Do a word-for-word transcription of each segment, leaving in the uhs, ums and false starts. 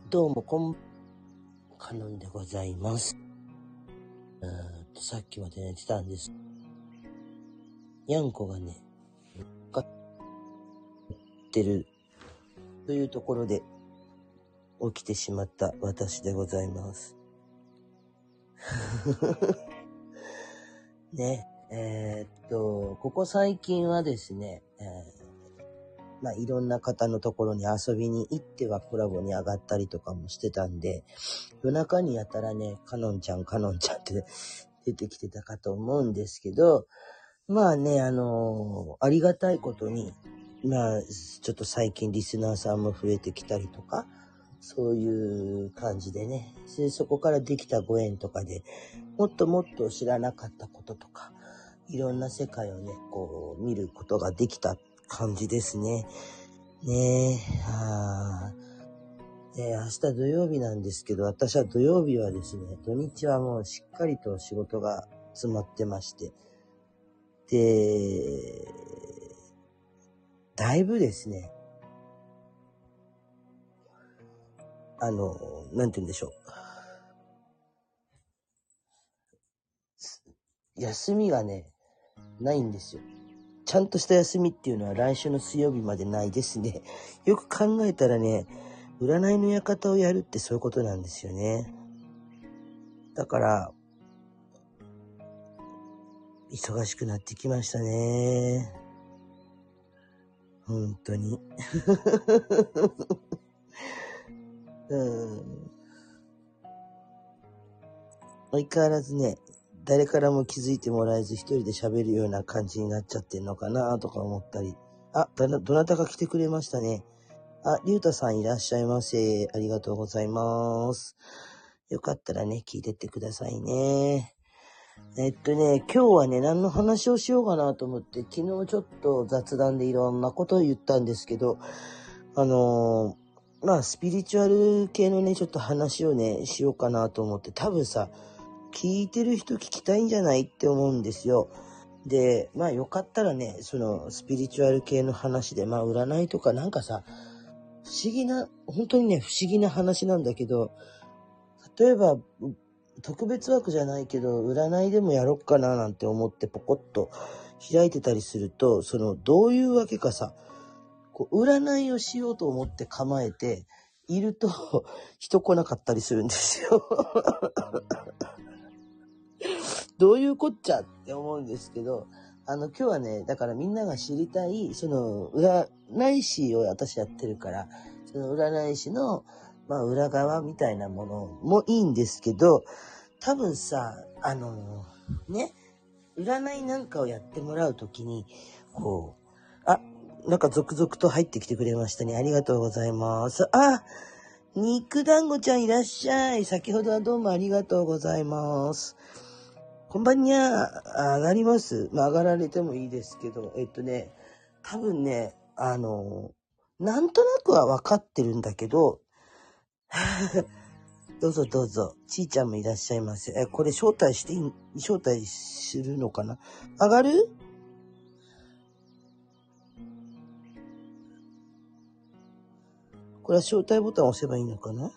どうもこんカノンでございます。うーんとさっきまで寝てたんです。にゃんこがね、飼ってるというところで起きてしまった私でございます。ね、えー、っと、ここ最近はですね、えーまあ、いろんな方のところに遊びに行ってはコラボに上がったりとかもしてたんで、夜中にやたらね、カノンちゃん、カノンちゃんって出てきてたかと思うんですけど、まあね、あのー、ありがたいことに、まあ、ちょっと最近リスナーさんも増えてきたりとか、そういう感じでね、でそこからできたご縁とかで、もっともっと知らなかったこととか、いろんな世界をね、こう、見ることができた感じですね。ねえ、はぁ。えー、明日土曜日なんですけど、私は土曜日はですね、土日はもうしっかりと仕事が詰まってまして、で、だいぶですね、あの、なんて言うんでしょう。休みがね、ないんですよ。ちゃんとした休みっていうのは来週の水曜日までないですね。よく考えたらね、占いの館をやるってそういうことなんですよね。だから、忙しくなってきましたね。本当に。うん。相変わらずね、誰からも気づいてもらえず一人で喋るような感じになっちゃってんのかなとか思ったり。あ、だな、どなたか来てくれましたね。あ、りゅうたさんいらっしゃいませ。ありがとうございます。よかったらね、聞いてってくださいね。えっとね、今日はね、何の話をしようかなと思って、昨日ちょっと雑談でいろんなことを言ったんですけど、あのー、まあ、スピリチュアル系のね、ちょっと話をね、しようかなと思って、多分さ、聞いてる人聞きたいんじゃないって思うんですよ。で、まあよかったらね、そのスピリチュアル系の話で、まあ占いとかなんかさ、不思議な、本当にね、不思議な話なんだけど、例えば、特別枠じゃないけど、占いでもやろっかななんて思ってポコッと開いてたりすると、その、どういうわけかさ、こう占いをしようと思って構えて、いると人来なかったりするんですよ。どういうこっちゃって思うんですけど、あの、今日はね、だからみんなが知りたい、その、占い師を私やってるから、その占い師の、まあ、裏側みたいなものもいいんですけど、多分さ、あの、ね、占いなんかをやってもらうときに、こう、あ、なんか続々と入ってきてくれましたね。ありがとうございます。あ、肉団子ちゃんいらっしゃい。先ほどはどうもありがとうございます。こんばんにゃー、上がります。まあ、上がられてもいいですけど、えっとね、多分ね、あの、なんとなくは分かってるんだけど、どうぞどうぞ、ちーちゃんもいらっしゃいませ。え、これ招待していい、招待するのかな？上がる？これは招待ボタンを押せばいいのかな？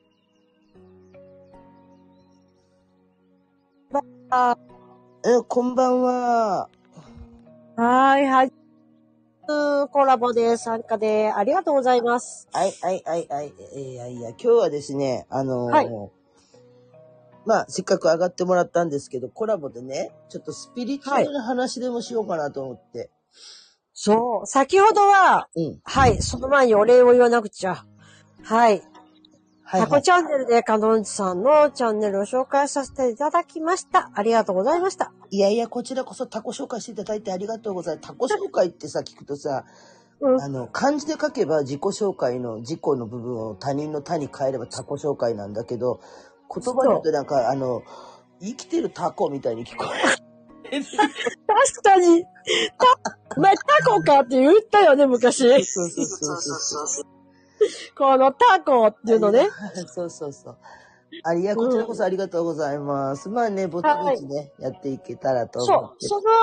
あ、 え、こんばんは。 はい、はい。コラボで参加でありがとうございます。 はい、はい、はい、はい。えー、いやいや、今日はですね、あのーはい。 まあ、せっかく上がってもらったんですけど、コラボでね、ちょっとスピリチュアはい。 ルな話でもしようかなと思って。 そう。先ほどは、 うん。 はい。その前にお礼を言わなくちゃ。はい。 はいはい。 タコチャンネルでカノンチさんのチャンネルを紹介させていただきました。ありがとうございました。 いやいや、こちらこそタコ紹介していただいてありがとうございます。タコ紹介ってさ、聞くとさ、 うん。 あの、漢字で書けば自己紹介の自己の部分を他人の他に変えればタコ紹介なんだけど、言葉で言うとなんか、あの、生きてるタコみたいに聞こえる。 確かに、た、お前タコかって言ったよね、昔。 そうそうそうそうそう。 このタコっていうのね。 そうそうそう。あいや、こちらこそありがとうございます。まあね、ぼちぼちね、やっていけたらとそう。 思って。 その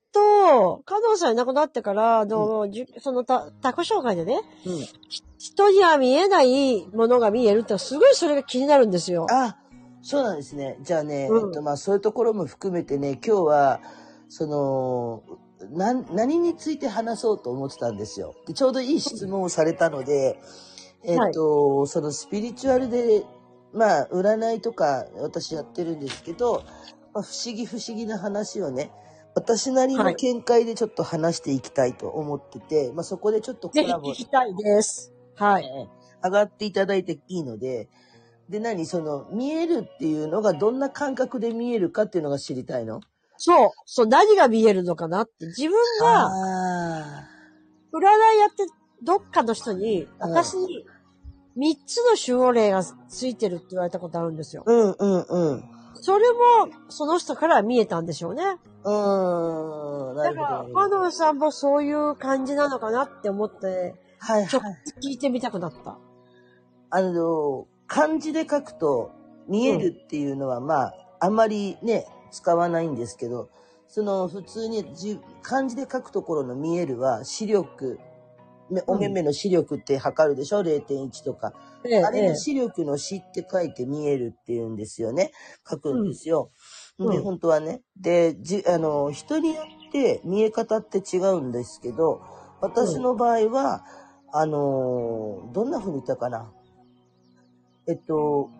と、加藤さんいなくなってから、あの、じゅそのた、タコ紹介でね、 うん。 ひ人には見えないものが見えるってすごいそれが気になるんですよ。 あ、そうなんですね。じゃあね、 うんえっと、まあ、そういうところも含めてね、今日は、その、な、何について話そうと思ってたんですよ。で、ちょうどいい質問をされたので、えっと、そのスピリチュアルで、まあ、占いとか私やってるんですけど、まあ、不思議不思議な話をね、私なりのはい。 見解でちょっと話していきたいと思ってて、まあ、そこでちょっとぜひコラボ、 聞きたいです。はい。 えー上がっていただいていいので、で、何その、見えるっていうのがどんな感覚で見えるかっていうのが知りたいの？ そう。そう、何が見えるのかなって。自分が、 あ占いやって、どっかの人に、 あ。 私に、三つの守護霊がついてるって言われたことあるんですよ。 うんうんうん。 それも、その人から見えたんでしょうね。 うーん。なるほど、なだから、 るほど。 カノンさんもそういう感じなのかなって思って、ちょっはいはい。 と聞いてみたくなった。 あの、漢字で書くと見えるっていうのは、まあ、あんまりね、使わないんですけど、その普通にじ漢字で書くところの見えるは視力、めお目目の視力って測るでしょ？ れいてんいち とか。 ええ、 あれのええ。 視力の視って書いて見えるっていうんですよね。書くんうん。 ですよ。で、 うん。 本当はね。で、じ、あの、人によって見え方って違うんですけど、私の場合は、あの、どんな風に言ったかな。えっと、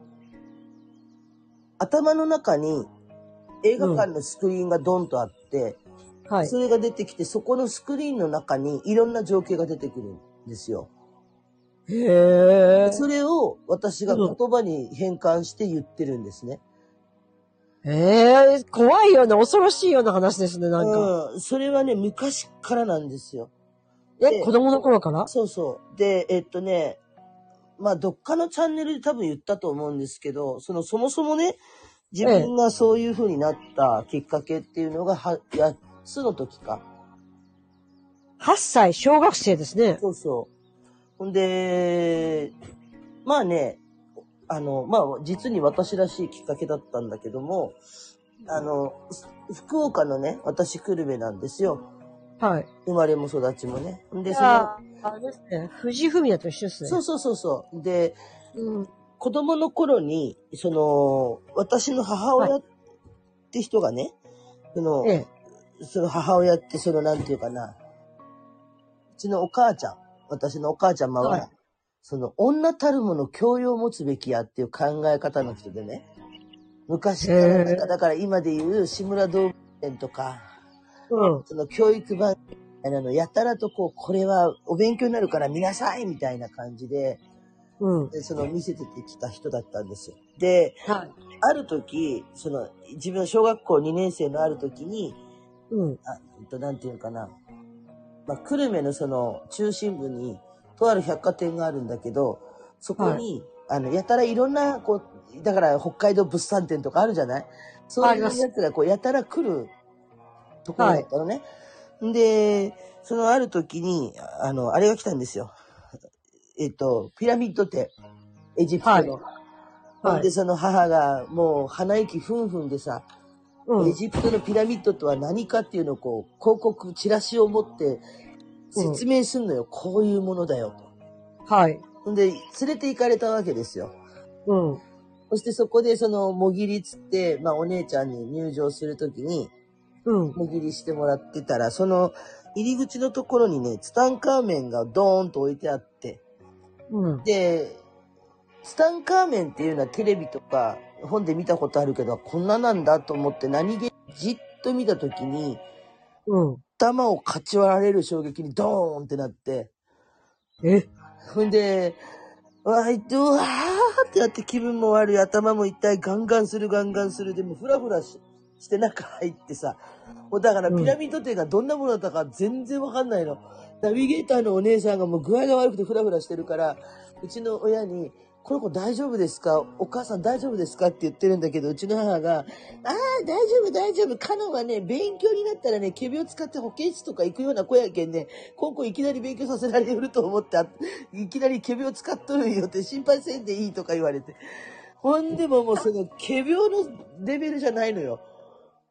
頭の中に映画館のスクリーンがドンとあって、 はい。 それが出てきて、そこのスクリーンの中にいろんな情景が出てくるんですよ。 へえ。 それを私がうん。 言葉に変換して言ってるんですね。 へえ、怖いような、恐ろしいような話ですね、なんか。 うん。それはね、昔からなんですよ。 え、 で、 子供の頃から？ そうそう。で、えっとね、まあ、どっかのチャンネルで多分言ったと思うんですけど、その、そもそもね、自ええ。 分がそういう風になったきっかけっていうのが、は、やっつの時か。 はっさい、小学生ですね。 そうそう。ほんで、まあね、あの、まあ、実に私らしいきっかけだったんだけども、あの、福岡のね、私久留米なんですよ。 はい。 生まれも育ちもね。で、その、 じゃあ、あれですね。藤井フミヤと一緒ですね。 そうそうそうそう。で、 うん。 子供の頃に、その、私の母親って人がね、その、 ええ。 その母親ってその、なんていうかな、うちのお母ちゃん、私のお母ちゃんまは、 はい。 その、女たるもの教養を持つべきやっていう考え方の人でね、昔からなんか、 へえ。 だから今で言う志村動物園とか、 うん。 その教育番組みたいなのやたらとこう、これはお勉強になるから見なさいみたいな感じで、 うん。 でその見せてきた人だったんですよ。で、 はい。 ある時、その、自分は小学校にねん生のある時に、 うん。 あ、えっと、なんていうのかな。まあ、久留米のその中心部に、とある百貨店があるんだけど、そこに、はい、あの、やたらいろんな、こう、だから北海道物産展とかあるじゃない？そういうやつがこう、やたら来るところだったのね。はい、で、そのある時に、あの、あれが来たんですよ。えっと、ピラミッド展。エジプトの。はいほんで、その母がもう鼻息ふんふんでさ、うん、エジプトのピラミッドとは何かっていうのをこう、広告、チラシを持って説明すんのよ。うん、こういうものだよと。はい。ほんで、連れて行かれたわけですよ。うん。そしてそこでその、もぎりつって、まあお姉ちゃんに入場するときに、うん。もぎりしてもらってたら、その入り口のところにね、ツタンカーメンがドーンと置いてあって、うん。で、ツタンカーメンっていうのはテレビとか本で見たことあるけど、こんななんだと思って何気じっと見たときに、うん。頭をかち割られる衝撃にドーンってなって、えほんで、わーい、うわーってなって気分も悪い、頭も痛い、ガンガンするガンガンする、でもフラフラしして中入ってさ、もうだからピラミッド店がどんなものだったか全然わかんないの。ナビゲーターのお姉さんがもう具合が悪くてフラフラしてるから、うちの親に、この子大丈夫ですか？お母さん大丈夫ですか？って言ってるんだけど、うちの母が、ああ、大丈夫大丈夫。カノンはね、勉強になったらね、仮病使って保健室とか行くような子やけんね、今後いきなり勉強させられると思って、いきなり仮病使っとるんよって心配せんでいいとか言われて。ほんでももうその仮病のレベルじゃないのよ。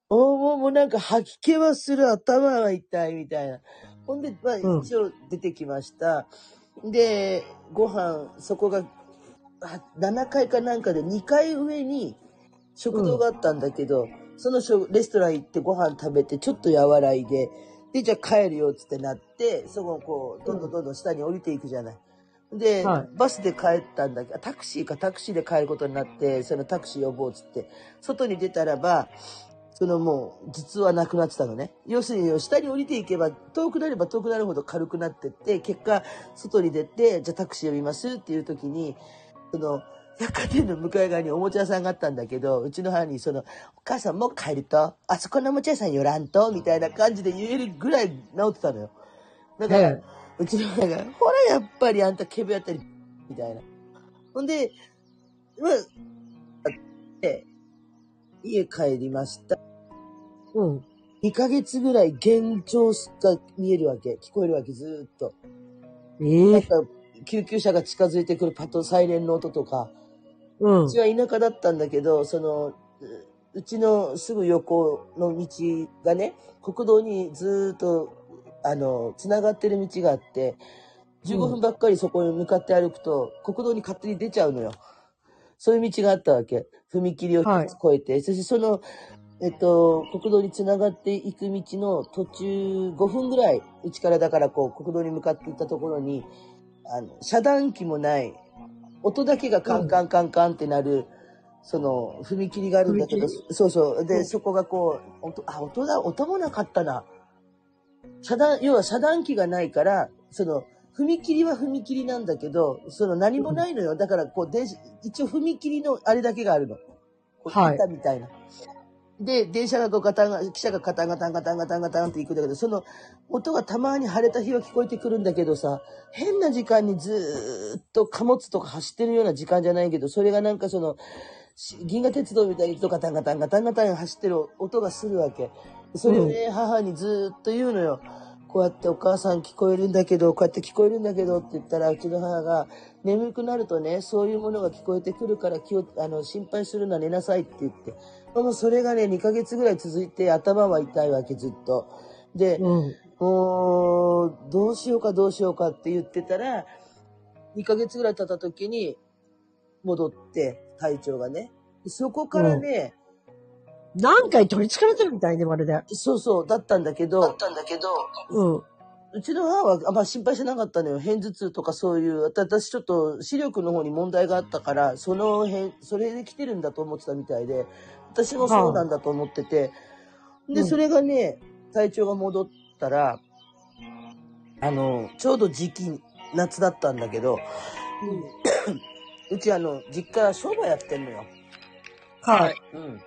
おもうもうなんか吐き気はする、頭は痛いみたいな。ほんで、まあうん一応出てきました。で、ご飯、そこが、あななかいかなんかでにかい上に食堂があったんだけど、そのしょレストラン行ってご飯食べてちょっと和らいで、で、じゃあ帰るよっつってなって、そこをこう、どんどんどんどん下に降りていくじゃない。で、 はいバスで帰ったんだけど、タクシーかタクシーで帰ることになって、そのタクシー呼ぼうっつって、外に出たらば、そのもう、実はなくなってたのね。要するに、下に降りていけば、遠くなれば遠くなるほど軽くなってって、結果、外に出て、じゃあタクシー呼びますっていう時に、その、百貨店の向かい側におもちゃ屋さんがあったんだけど、うちの母にその、お母さんもう帰ると、あそこのおもちゃ屋さん寄らんと、みたいな感じで言えるぐらい治ってたのよ。だから、 ええ。 うちの母が、ほらやっぱりあんたケブやったり、みたいな。ほんで、まあ、で家帰りました。 うん。 にかげつぐらい幻聴が見えるわけ。聞こえるわけ、ずーっと。 ええ。 なんか、救急車が近づいてくるパトサイレンの音とか。 うんうちは田舎だったんだけど、その、ううちのすぐ横の道がね、国道にずーっと、あの、繋がってる道があって、じゅうごふんばっかりそこに向かって歩くと、国道に勝手に出ちゃうのよ。そういう道があったわけ。踏切を一はいつ越えて。そしてその、えっと、国道に繋がっていく道の途中ごふんぐらい、うちからだからこう、国道に向かっていったところに、あの、遮断機もない、音だけがカンカンカンカンってなる、その、踏切があるんだけど、 踏そうそう。で、 うんそこがこう、音、あ、音だ、音もなかったな。遮断、要は遮断機がないから、その、踏切は踏切なんだけど、その何もないのよ。だから、こう、電車、一応踏切のあれだけがあるの。こうはい板みたいな。で、電車がこうガタンが、汽車がガタンガタンガタンガタンガタンって行くんだけど、その音がたまに晴れた日は聞こえてくるんだけどさ、変な時間にずーっと貨物とか走ってるような時間じゃないけど、それがなんかその、し銀河鉄道みたいにガタンガタンガタンガタン走ってる音がするわけ。それをね、母にずーっと言うのよ。こうやってお母さん聞こえるんだけど、こうやって聞こえるんだけどって言ったら、うちの母が、眠くなるとね、そういうものが聞こえてくるから気を、あの、心配するのは寝なさいって言って。もうそれがね、にかげつぐらい続いて頭は痛いわけ、ずっと。で、 うん。 もう、どうしようかどうしようかって言ってたら、にかげつぐらい経った時に戻って、体調がね。そこからね、 何回取り憑かれてるみたいね、まるで。 そうそう、だったんだけど、だったんだけど、 うん。 うちの母はあんま心配してなかったのよ。片頭痛とかそういう。私ちょっと視力の方に問題があったから、その辺、それで来てるんだと思ってたみたいで、私もそうなんだと思ってて。で、 うんそれがね、体調が戻ったら、あの、ちょうど時期、夏だったんだけど、うちあの、実家商売やってんのよ。 はい。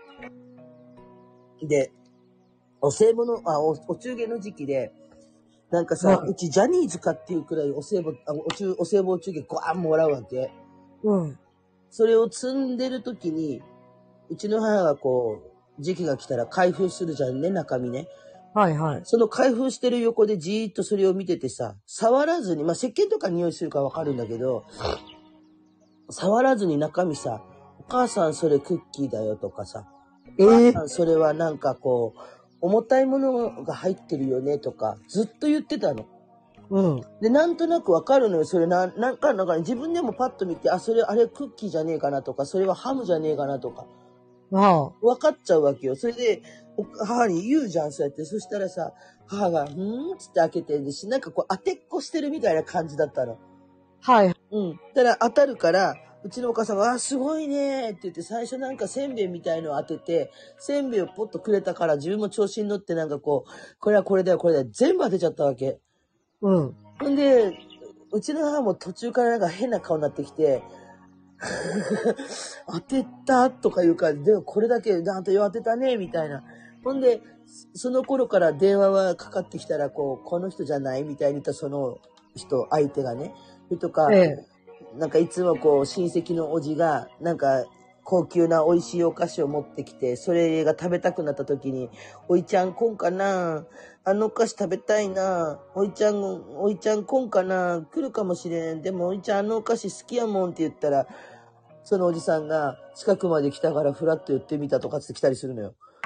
うん。で、お歳暮の、あ、お、お中元の時期で、なんかさ、 はいうちジャニーズかっていうくらいお歳暮、あお中、お歳暮お中元ごわんもらうわけ。 うん。 それを積んでる時に、うちの母がこう、時期が来たら開封するじゃんね、中身ね。 はいはい。 その開封してる横でじーっとそれを見ててさ、触らずに、まあ、石鹸とか匂いするかわかるんだけど、触らずに中身さ、お母さんそれクッキーだよとかさ、 えお母えさんそれはなんかこう、重たいものが入ってるよねとか、ずっと言ってたの。 うん。 で、なんとなくわかるのよ。それな、なんか、なんか、自分でもパッと見て、あ、それ、あれクッキーじゃねえかなとか、それはハムじゃねえかなとか、 ああ。 わかっちゃうわけよ。それで、お母に言うじゃん、そうやって。そしたらさ、母が、うーんつって開けてんでし、なんかこう、当てっこしてるみたいな感じだったの。 はい。 うん。ただ当たるから、うちのお母さんが、あ、すごいねって言って、最初なんかせんべいみたいのを当てて、せんべいをポッとくれたから、自分も調子に乗ってなんかこう、これはこれだよ、これだよ、全部当てちゃったわけ。 うん。 ほんで、うちの母も途中からなんか変な顔になってきて、当てたとかいうか、でもこれだけ、なんとよ当てたね、みたいな。ほんで、その頃から電話はかかってきたら、こう、この人じゃないみたいに言ったその人、相手がね。それとか、 ええ。 なんかいつもこう、親戚のおじが、なんか、高級な美味しいお菓子を持ってきて、それが食べたくなった時に、おいちゃん来んかな、あのお菓子食べたいな、おいちゃん、おいちゃん来んかな、来るかもしれん。でもおいちゃんあのお菓子好きやもんって言ったら、そのおじさんが近くまで来たからフラッと寄ってみたとかって来たりするのよ。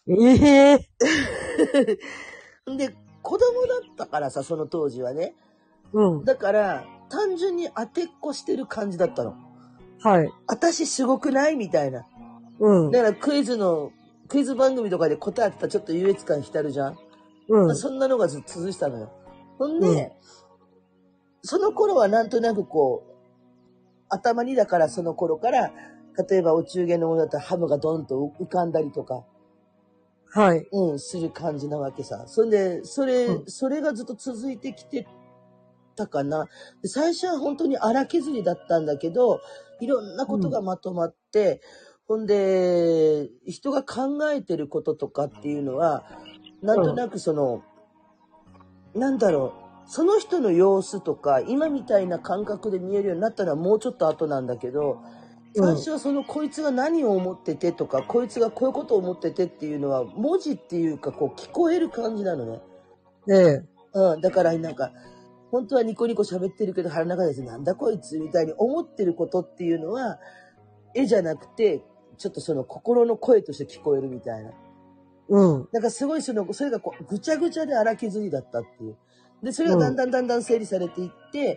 ええで、子供だったからさ、その当時はね。 うん。 だから、単純に当てっこしてる感じだったの。 はい。 私すごくないみたいな。 うん。 だからクイズの、クイズ番組とかで答えてたらちょっと優越感浸るじゃん。 うん。 そんなのがずっと続いてたのよ。ほんで、 うんその頃はなんとなくこう、頭にだからその頃から、例えばお中元のものだったらハムがドンと浮かんだりとか、 はい。 うん、する感じなわけさ。そんで、それ、 うんそれがずっと続いてきてたかな。で最初は本当に荒削りだったんだけど、いろんなことがまとまって、ほんで、人が考えてることとかっていうのは、なんとなくその、なんだろう、その人の様子とか、今みたいな感覚で見えるようになったのはもうちょっと後なんだけど、最初はそのこいつが何を思っててとか、こいつがこういうことを思っててっていうのは、文字っていうかこう聞こえる感じなのね。 ええ。 うん、だからなんか、本当はニコニコ喋ってるけど腹の中でなんだこいつみたいに思ってることっていうのは、絵じゃなくて、ちょっとその心の声として聞こえるみたいな。 うん。 なんかすごいその、それがこう、ぐちゃぐちゃで荒削りだったっていう。で、それがだんだんだんだん整理されていって、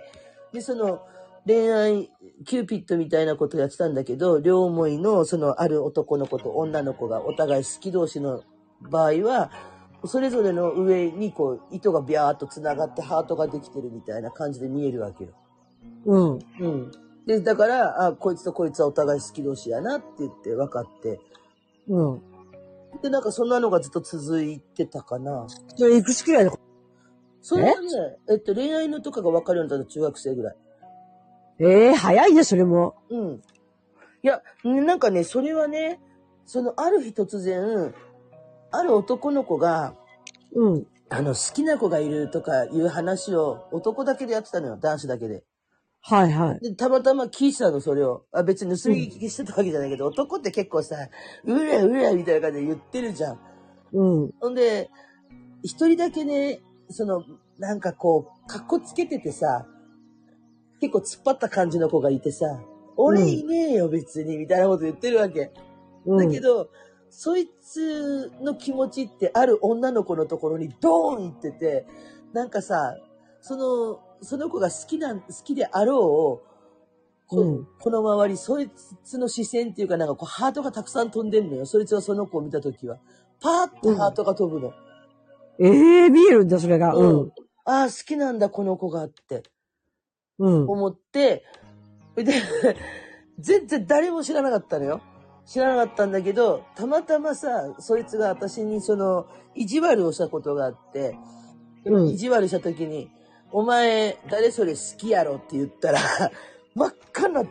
で、その、恋愛、キューピッドみたいなことをやってたんだけど、両思いの、その、ある男の子と女の子がお互い好き同士の場合は、それぞれの上にこう、糸がビャーっと繋がってハートができてるみたいな感じで見えるわけよ。 うん。 うん。で、だから、あ、こいつとこいつはお互い好き同士やなって言って分かって。 うん。 で、なんかそんなのがずっと続いてたかな。 それいくつくらいのそれはね、えっと、恋愛のとかが分かるようになったら中学生ぐらい。 ええ早いね、それも。 うん。いや、なんかね、それはね、その、ある日突然、ある男の子が、 うん。 あの、好きな子がいるとかいう話を男だけでやってたのよ、男子だけで。 はいはい。 で、たまたま聞いてたの、それを。あ、別に盗み聞きしてたわけじゃないけど、男って結構さ、うらうらみたいな感じで言ってるじゃん。 うん。 ほんで、一人だけね、その、なんかこう、かっこつけててさ、結構突っ張った感じの子がいてさ、俺いねえよ別に、みたいなこと言ってるわけ。 うん。 だけど、そいつの気持ちってある女の子のところにドーン行ってて、なんかさ、その、その子が好きな、好きであろう、こ,、 うんこの周り、そいつの視線っていうかなんかこうハートがたくさん飛んでんのよ。そいつはその子を見たときは。パーってハートが飛ぶの。 ええ見えるんだ、それが。うん。 ああ、好きなんだ、この子がって。 うん。 思って、で、全然誰も知らなかったのよ。知らなかったんだけど、たまたまさ、そいつが私にその、意地悪をしたことがあって、 うん意地悪した時に、お前、誰それ好きやろって言ったら、真っ赤になって、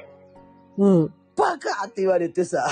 うん。 バカって言われてさ、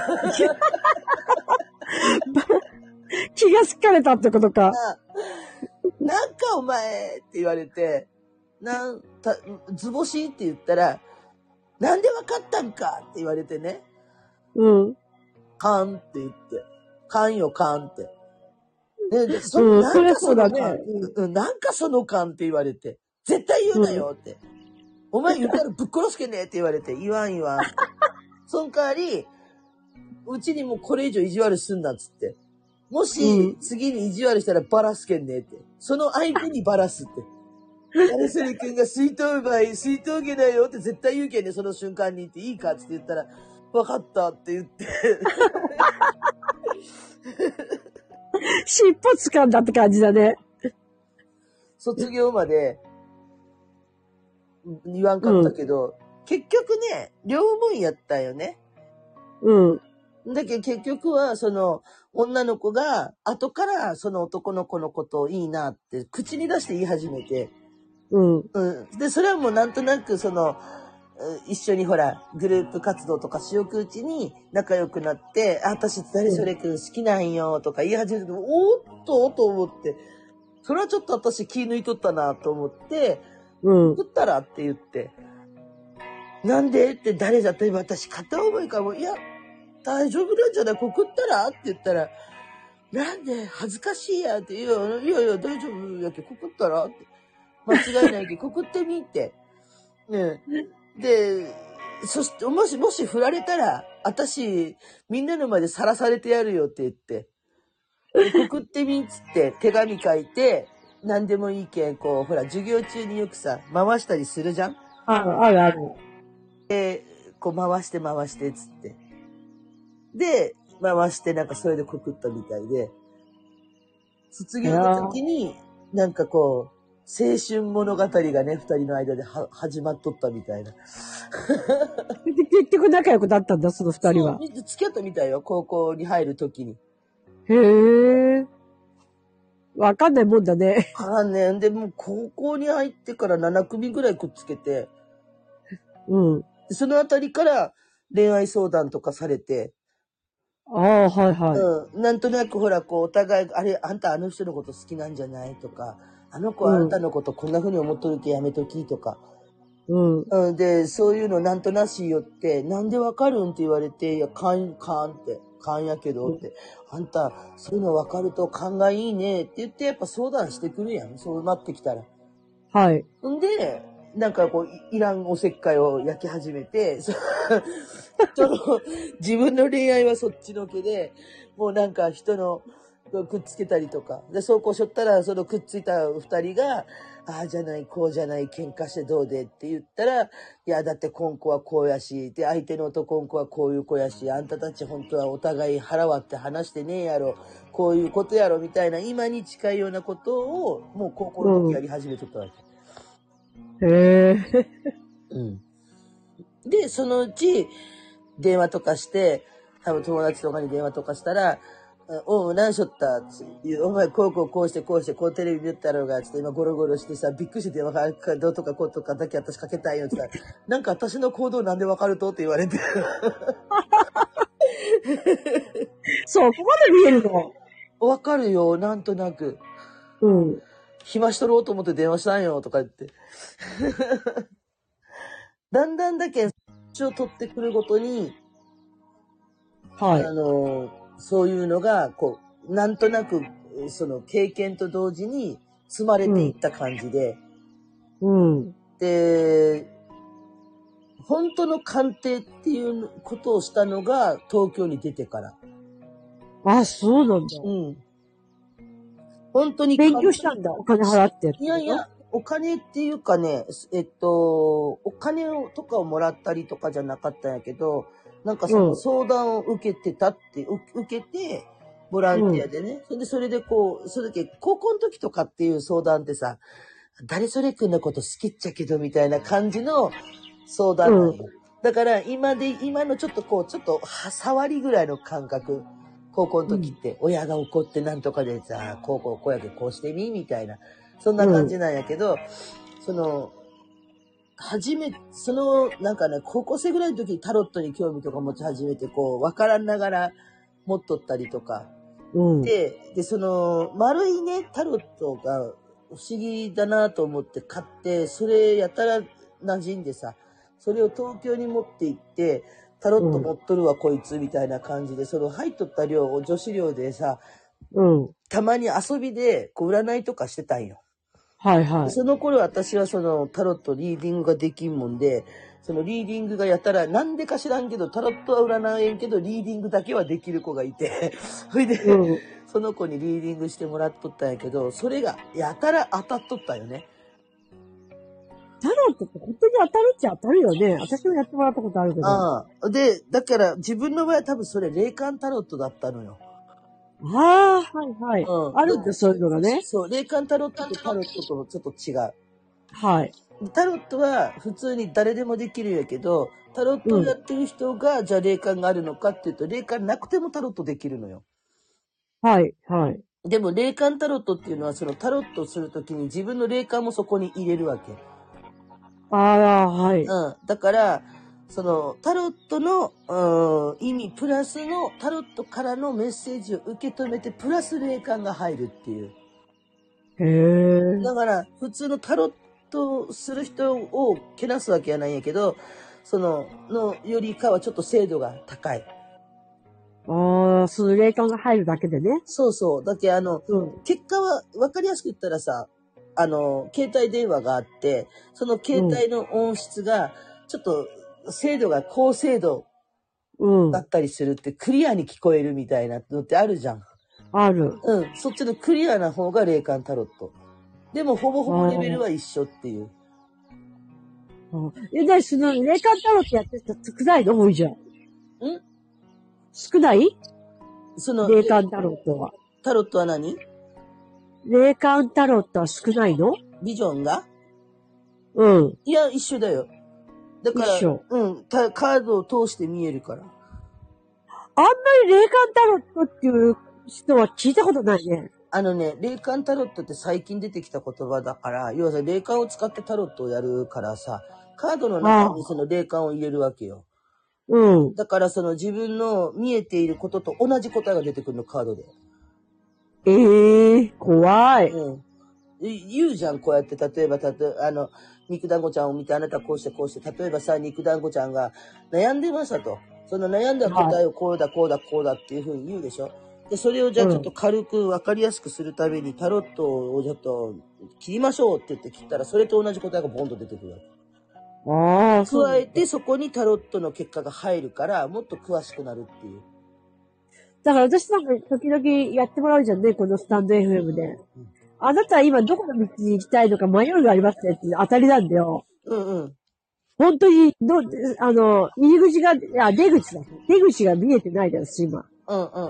気がつかれたってことか。 なんかお前って言われて、なんた、図星って言ったら、なんでわかったんかって言われてね。 うん。 カンって言って。カンよ、カンって。で、でそうんなんかそのそれそうだねカン、うん、なんかそのカンって言われて。絶対言うなよって。お前言ったらぶっ殺すけねえって言われて。言わん言わん。その代わり、うちにもこれ以上意地悪すんなっつって。もし、 うん次に意地悪したらバラすけんねえって。その相手にバラすって。誰それ君が水筒場合、水筒毛だよって絶対言うけんね、その瞬間にっていいかって言ったら、分かったって言って。 尻尾掴んだって感じだね。 卒業まで言わんかったけど、うん、結局ね、両思いやったよね。 うん。 だけど結局は、その、女の子が、後からその男の子のことをいいなって、口に出して言い始めて、 うん。 うん。で、それはもうなんとなく、その、一緒にほら、グループ活動とかしよくうちに仲良くなって、あ、私誰それくん好きなんよとか言い始めて、おっとと思って、それはちょっと私気抜いとったなと思って、 うん。 送ったらって言って、なんでって誰だって、私片思いかも、いや、大丈夫なんじゃない告ったらって言ったら、なんで恥ずかしいやって、いやいやいや大丈夫やけ告ったらって、間違いないけ告ってみって。ねで、そして、もし、もし振られたら、私、みんなの前でさらされてやるよって言って。 で、告ってみっつって手紙書いて、何でもいいけん、こう、ほら、授業中によくさ、回したりするじゃん。 ある、ある、ある。 で、こう回して回してっつって。で、回してなんかそれで告ったみたいで、卒業の時に、なんかこう、青春物語がね、二人の間では始まっとったみたいな。 で結局仲良くなったんだ、その二人は。 そう、付き合ったみたいよ、高校に入る時に。 へえ。わかんないもんだね。 ああね、でも高校に入ってからなな組ぐらいくっつけて、 うん。 そのあたりから恋愛相談とかされて、 ああ、はいはい。 うん、なんとなくほら、こう、お互い、あれ、あんたあの人のこと好きなんじゃないとか、あの子はあんたのことこんな風に思っとるけやめときとか、 うん。 うん、で、そういうのなんとなしよって、なんでわかるんって言われて、いや、勘、勘って、勘やけどって、あんた、そういうのわかると勘がいいねって言って、やっぱ相談してくるやん、そうなってきたら。 はい。 んで、なんかこう、いらんおせっかいを焼き始めて、そその、自分の恋愛はそっちのけで、もうなんか人のくっつけたりとか。で、そうこうしょったら、そのくっついた二人が、ああじゃない、こうじゃない、喧嘩してどうでって言ったら、いや、だってこん子はこうやし、で、相手の男の子はこういう子やし、あんたたち本当はお互い腹割って話してねえやろ、こういうことやろ、みたいな、今に近いようなことを、もう高校の時やり始めとったわけ。 へえ。 うん。で、そのうち、電話とかして、多分友達とかに電話とかしたら、おう、何しょったお前、こうこうこうして、こうして、こうテレビ見たろうが、ちょっと今ゴロゴロしてさ、びっくりして電話か、どうとかこうとかだけ私かけたいよって言ったら、なんか私の行動なんでわかるとって言われて。 そう、ここまで見えるの。 わかるよ、なんとなく。 うん。 暇しとろうと思って電話したんよ、とか言って。だんだんだけ、血を取ってくるごとに、 はい。 あの、そういうのが、こう、なんとなく、その経験と同時に積まれていった感じで、 うん。 で、本当の鑑定っていうことをしたのが東京に出てから。 あ、そうなんだ。 うん。本当に。 勉強したんだ、お金払って。 いやいや、お金っていうかね、えっと、お金をとかをもらったりとかじゃなかったんやけど、なんかその相談を受けてたって、うん、受けて、ボランティアでね。それで、それでこう、それだけ高校の時とかっていう相談ってさ、誰それくんのこと好きっちゃけどみたいな感じの相談なんよ。うん、だから今で、今のちょっとこう、ちょっと触りぐらいの感覚。高校の時って、親が怒ってなんとかでさ、高校こうやけこうしてみみたいな。そんな感じなんやけど、うん、その、初め、その、なんかね、高校生ぐらいの時にタロットに興味とか持ち始めて、こう、わからんながら持っとったりとか。うん、で、で、その、丸いね、タロットが不思議だなと思って買って、それやたら馴染んでさ、それを東京に持って行って、タロット持っとるわ、うん、こいつ、みたいな感じで、その入っとった量を女子寮でさ、うん、たまに遊びで、こう、占いとかしてたんよ。はいはい。その頃私はそのタロットリーディングができんもんで、そのリーディングがやったら、なんでか知らんけど、タロットは占えんけど、リーディングだけはできる子がいて、それで、うん、その子にリーディングしてもらっとったんやけど、それがやたら当たっとったよね。 タロットって本当に当たるっちゃ当たるよね。私もやってもらったことあるけど。 ああ。で、だから自分の場合は多分それ霊感タロットだったのよ。 ああ、はいはい。うん、あるんだ、そういうのがね。 そう、霊感タロットとタロットとちょっと違う。 はい。 タロットは普通に誰でもできるんやけど、タロットをやってる人が、うん、じゃあ霊感があるのかっていうと、霊感なくてもタロットできるのよ。 はい、はい。 でも霊感タロットっていうのは、そのタロットをするときに自分の霊感もそこに入れるわけ。 ああ、はい。 うん。だから、そのタロットの、うん、意味プラスのタロットからのメッセージを受け止めてプラス霊感が入るっていう。 へえ。 だから普通のタロットする人をけなすわけはないんやけど、そののよりかはちょっと精度が高い。 ああ、その霊感が入るだけでね。 そうそう。だけあの、うん、結果は分かりやすく言ったらさ、あの携帯電話があって、その携帯の音質がちょっと精度が高精度だったりするって、クリアに聞こえるみたいなのってあるじゃん。 ある。 うん。そっちのクリアな方が霊感タロット。でも、ほぼほぼレベルは一緒っていう。 え、だい、その、霊感タロットやってる人少ないの多いじゃん。ん少ないその、 霊感タロットは。 タロットは何？ 霊感タロットは少ないの？ ビジョンが？ うん。 いや、一緒だよ。だから、 一緒。 うん、カードを通して見えるから。 あんまり霊感タロットっていう人は聞いたことないね。 あのね、霊感タロットって最近出てきた言葉だから、要はさ、霊感を使ってタロットをやるからさ、カードの中にその霊感を入れるわけよ。うん。だからその自分の見えていることと同じ答えが出てくるの、カードで。 ええー、怖い。 うん。言うじゃん、こうやって、例えば、たと、あの、肉団子ちゃんを見て、あなたこうしてこうして、例えばさ、肉団子ちゃんが悩んでましたと。その悩んだ答えをこうだ、こうだ、こうだっていうふうに言うでしょ。で、それをじゃあちょっと軽く分かりやすくするために、タロットをちょっと切りましょうって言って切ったら、それと同じ答えがボンと出てくるわけ。ああ、そう。加えて、そこにタロットの結果が入るから、もっと詳しくなるっていう。 だから私なんか時々やってもらうじゃんね、このスタンド エフエム で。うん、あなたは今どこの道に行きたいのか迷いがありますねって当たりなんだよ。うんうん。本当に、ど、あの、入り口が、あ、出口だ。出口が見えてないです、今。うんうんうんうん。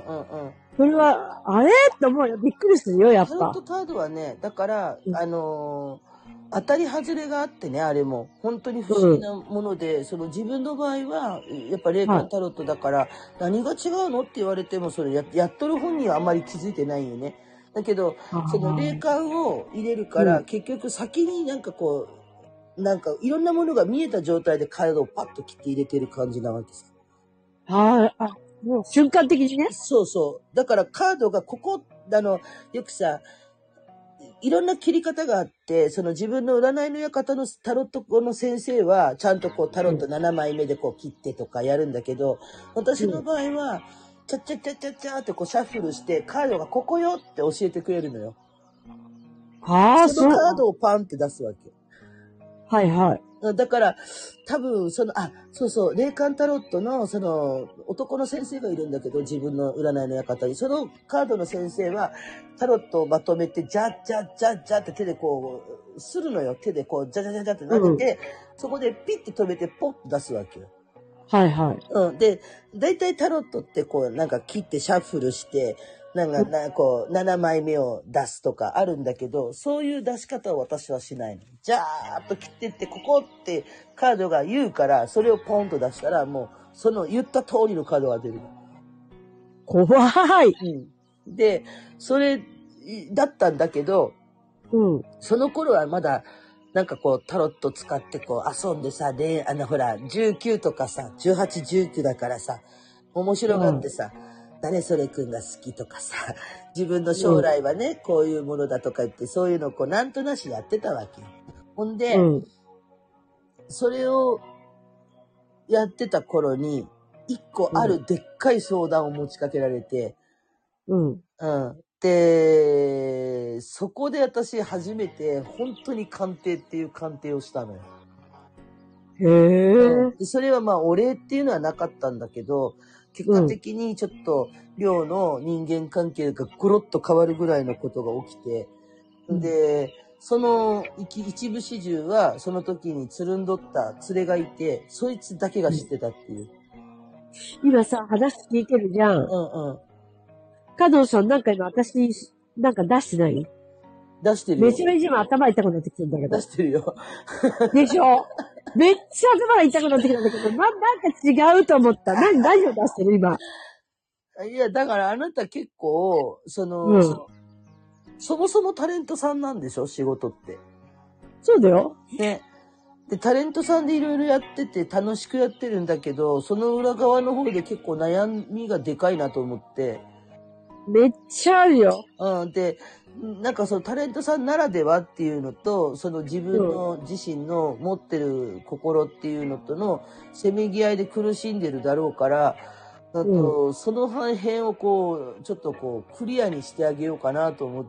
それは、あれって思うよ。びっくりするよ、やっぱ。 タロットカードはね、だから、うん、あのー、当たり外れがあってね、あれも。本当に不思議なもので、うん、その自分の場合は、やっぱ霊感タロットだから、はい、何が違うのって言われても、それや、やっとる本人はあんまり気づいてないよね。だけど、その霊感を入れるから、うん、結局先になんかこう、なんかいろんなものが見えた状態でカードをパッと切って入れてる感じなわけさ。 はい、あ、もう瞬間的にね。 そうそう。だからカードがここ、あの、よくさ、いろんな切り方があって、その自分の占いの館のタロットの先生は、ちゃんとこうタロットななまいめでこう切ってとかやるんだけど、私の場合は、チャッチャッチャッチャッチャーってこうシャッフルして、カードがここよって教えてくれるのよ。はあ、そのカードをパンって出すわけ。 はいはい。 だから、多分、その、あ、そうそう、霊感タロットの、その、男の先生がいるんだけど、自分の占いの館に、そのカードの先生は、タロットをまとめて、ジャッジャッジャッジャって手でこう、するのよ。手でこう、ジャジャジャジャって投げて、うん、そこでピッて止めて、ポッと出すわけよ。 はいはい。 うん。で、大体タロットってこう、なんか切ってシャッフルして、なんか、な、こう、ななまいめを出すとかあるんだけど、そういう出し方を私はしないの。じゃーっと切ってって、ここってカードが言うから、それをポンと出したら、もう、その言った通りのカードが出る。 怖い。 うん。で、それだったんだけど、うん。その頃はまだ、なんかこう、タロット使ってこう、遊んでさ、で、あの、ほら、じゅうきゅうとかさ、じゅうはち、じゅうきゅうだからさ、面白がってさ、うん誰それくんが好きとかさ、自分の将来はね、うん、こういうものだとか言って、そういうのをこう、なんとなしやってたわけ。ほんで、うん、それをやってた頃に、一個あるでっかい相談を持ちかけられて、うん。うん。で、そこで私初めて、本当に鑑定っていう鑑定をしたのよ。へー。うん、でそれはまあ、お礼っていうのはなかったんだけど、結果的にちょっと寮の人間関係がゴロッと変わるぐらいのことが起きて、うん、で、その一一部始終はその時につるんどった連れがいて、そいつだけが知ってたっていう。 今さ、話聞いてるじゃん。うんうん。加藤さんなんか今私になんか出してない出してるよ。 めちゃめちゃ今頭痛くなってきてるんだけど。 出してるよ。 でしょめっちゃ頭が痛くなってきたんだけど、な、なんか違うと思った。何、何を出してる今。 いや、だからあなた結構、その、うん、そ, そもそもタレントさんなんでしょ仕事って。 そうだよ。 ね。で、タレントさんでいろいろやってて楽しくやってるんだけど、その裏側の方で結構悩みがでかいなと思って。 めっちゃあるよ。 うん。で、なんかそのタレントさんならではっていうのと、その自分の自身の持ってる心っていうのとのせめぎ合いで苦しんでるだろうから、あと、うん、その辺をこう、ちょっとこう、クリアにしてあげようかなと思って。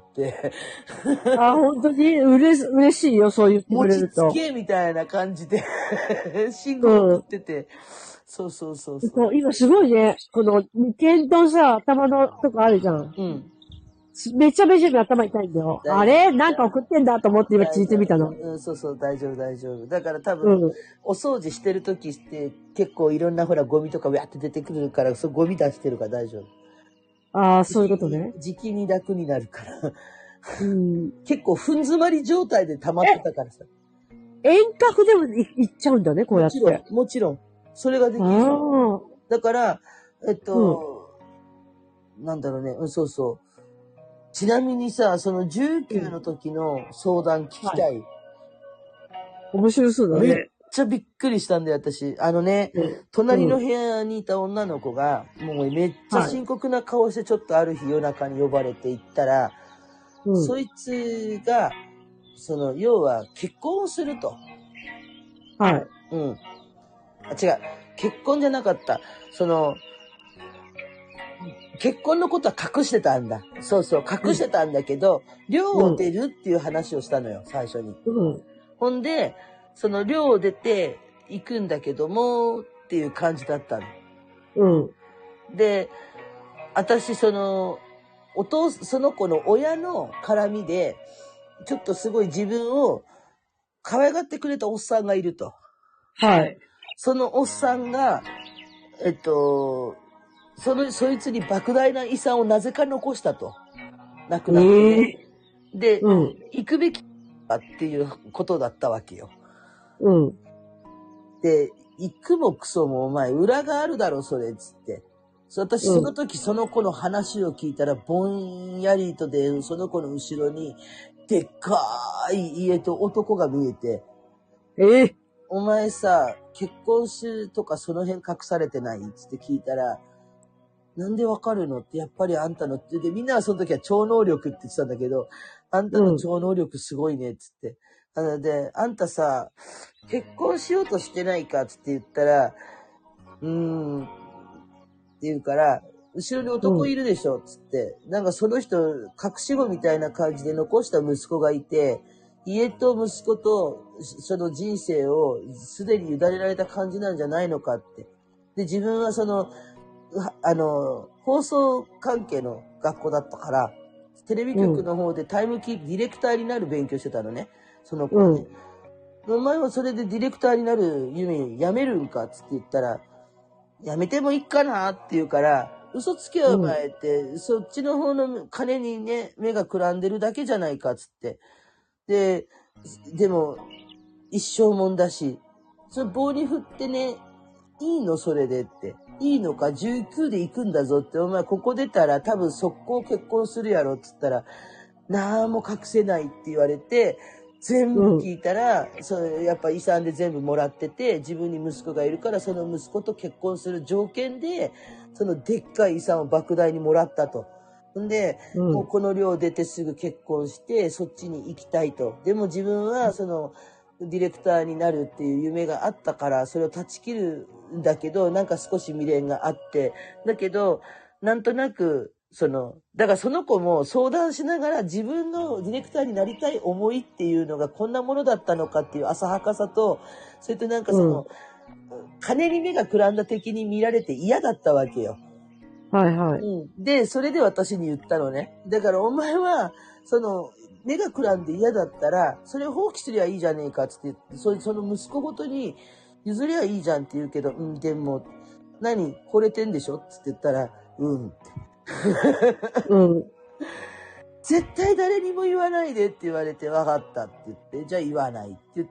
あ、本当にうれし、嬉しいよ、そう言ってくれると。 持ちつけみたいな感じで、信号を打ってて、うん、そうそうそうそう。 今すごいね、この眉間とさ、頭のとこあるじゃん。うん。 めちゃめちゃ頭痛いんだよ。あれなんか送ってんだと思って今聞いてみたの。 うん、そうそう、大丈夫、大丈夫。だから多分、うん、お掃除してる時って結構いろんなほらゴミとかウャって出てくるから、そうゴミ出してるから大丈夫。 ああ、そういうことね。 時期に楽になるから。うん、結構、ふん詰まり状態で溜まってたからさ。 遠隔でもいっちゃうんだね、こうやって。 もちろん、もちろん。それができる。だから、えっと、うん、なんだろうね、うん、そうそう。ちなみにさ、そのじゅうきゅうの時の相談聞きたい。はい、 面白そうだね。 めっちゃびっくりしたんだよ、私。あのね、うん、隣の部屋にいた女の子が、もうめっちゃ深刻な顔してちょっとある日夜中に呼ばれて行ったら、うん、そいつが、その、要は結婚をすると。 はい。 うん。あ、違う。結婚じゃなかった。その、結婚のことは隠してたんだ。そうそう、隠してたんだけど、うん、寮を出るっていう話をしたのよ、最初に。うん、ほんで、その寮を出て行くんだけども、っていう感じだったの。うん。で、私、その、お父、その子の親の絡みで、ちょっとすごい自分を可愛がってくれたおっさんがいると。 はい。 そのおっさんが、えっと、その、そいつに莫大な遺産をなぜか残したと。亡くなってね。えー、で、うん、行くべきかっていうことだったわけよ。うん。で、行くもクソもお前裏があるだろ、それ、つって。私、その時その子の話を聞いたら、ぼんやりとで、その子の後ろに、でっかい家と男が見えて、えー、お前さ、結婚すとかその辺隠されてないつって聞いたら、なんでわかるのって、やっぱりあんたのって、で、みんなはその時は超能力って言ってたんだけど、あんたの超能力すごいね、つって。うん、なので、あんたさ、結婚しようとしてないかつって言ったら、うーん、って言うから、後ろに男いるでしょ、つって。うん、なんかその人、隠し子みたいな感じで残した息子がいて、家と息子とその人生をすでに委ねられた感じなんじゃないのかって。で、自分はその、あの、放送関係の学校だったから、テレビ局の方でタイムキープ、ディレクターになる勉強してたのね。その子はね。うん、お前はそれでディレクターになる夢やめるんかっつって言ったら、やめてもいいかなって言うから、嘘つけよお前って、うん、そっちの方の金にね、目がくらんでるだけじゃないかっつって。で、でも、一生もんだし、その棒に振ってね、いいのそれでって。いいのかじゅうきゅうで行くんだぞって。お前ここ出たら多分速攻結婚するやろっつったら、なんも隠せないって言われて、全部聞いたら、うん、それやっぱ遺産で全部もらってて、自分に息子がいるからその息子と結婚する条件で、そのでっかい遺産を莫大にもらったと。んで、うん、もうこの寮出てすぐ結婚して、そっちに行きたいと。でも自分はその、ディレクターになるっていう夢があったから、それを断ち切るんだけど、なんか少し未練があって、だけど、なんとなく、その、だからその子も相談しながら自分のディレクターになりたい思いっていうのがこんなものだったのかっていう浅はかさと、それとなんかその、うん、金に目がくらんだ敵に見られて嫌だったわけよ。 はいはい。 うん。で、それで私に言ったのね。だからお前は、その、目がくらんで嫌だったら、それを放棄すりゃいいじゃねえかっつって、そその息子ごとに譲りゃいいじゃんって言うけど、うん、でも、何惚れてんでしょっつって言ったら、うんって。うん。絶対誰にも言わないでって言われて、分かったって言って、じゃあ言わないって言って、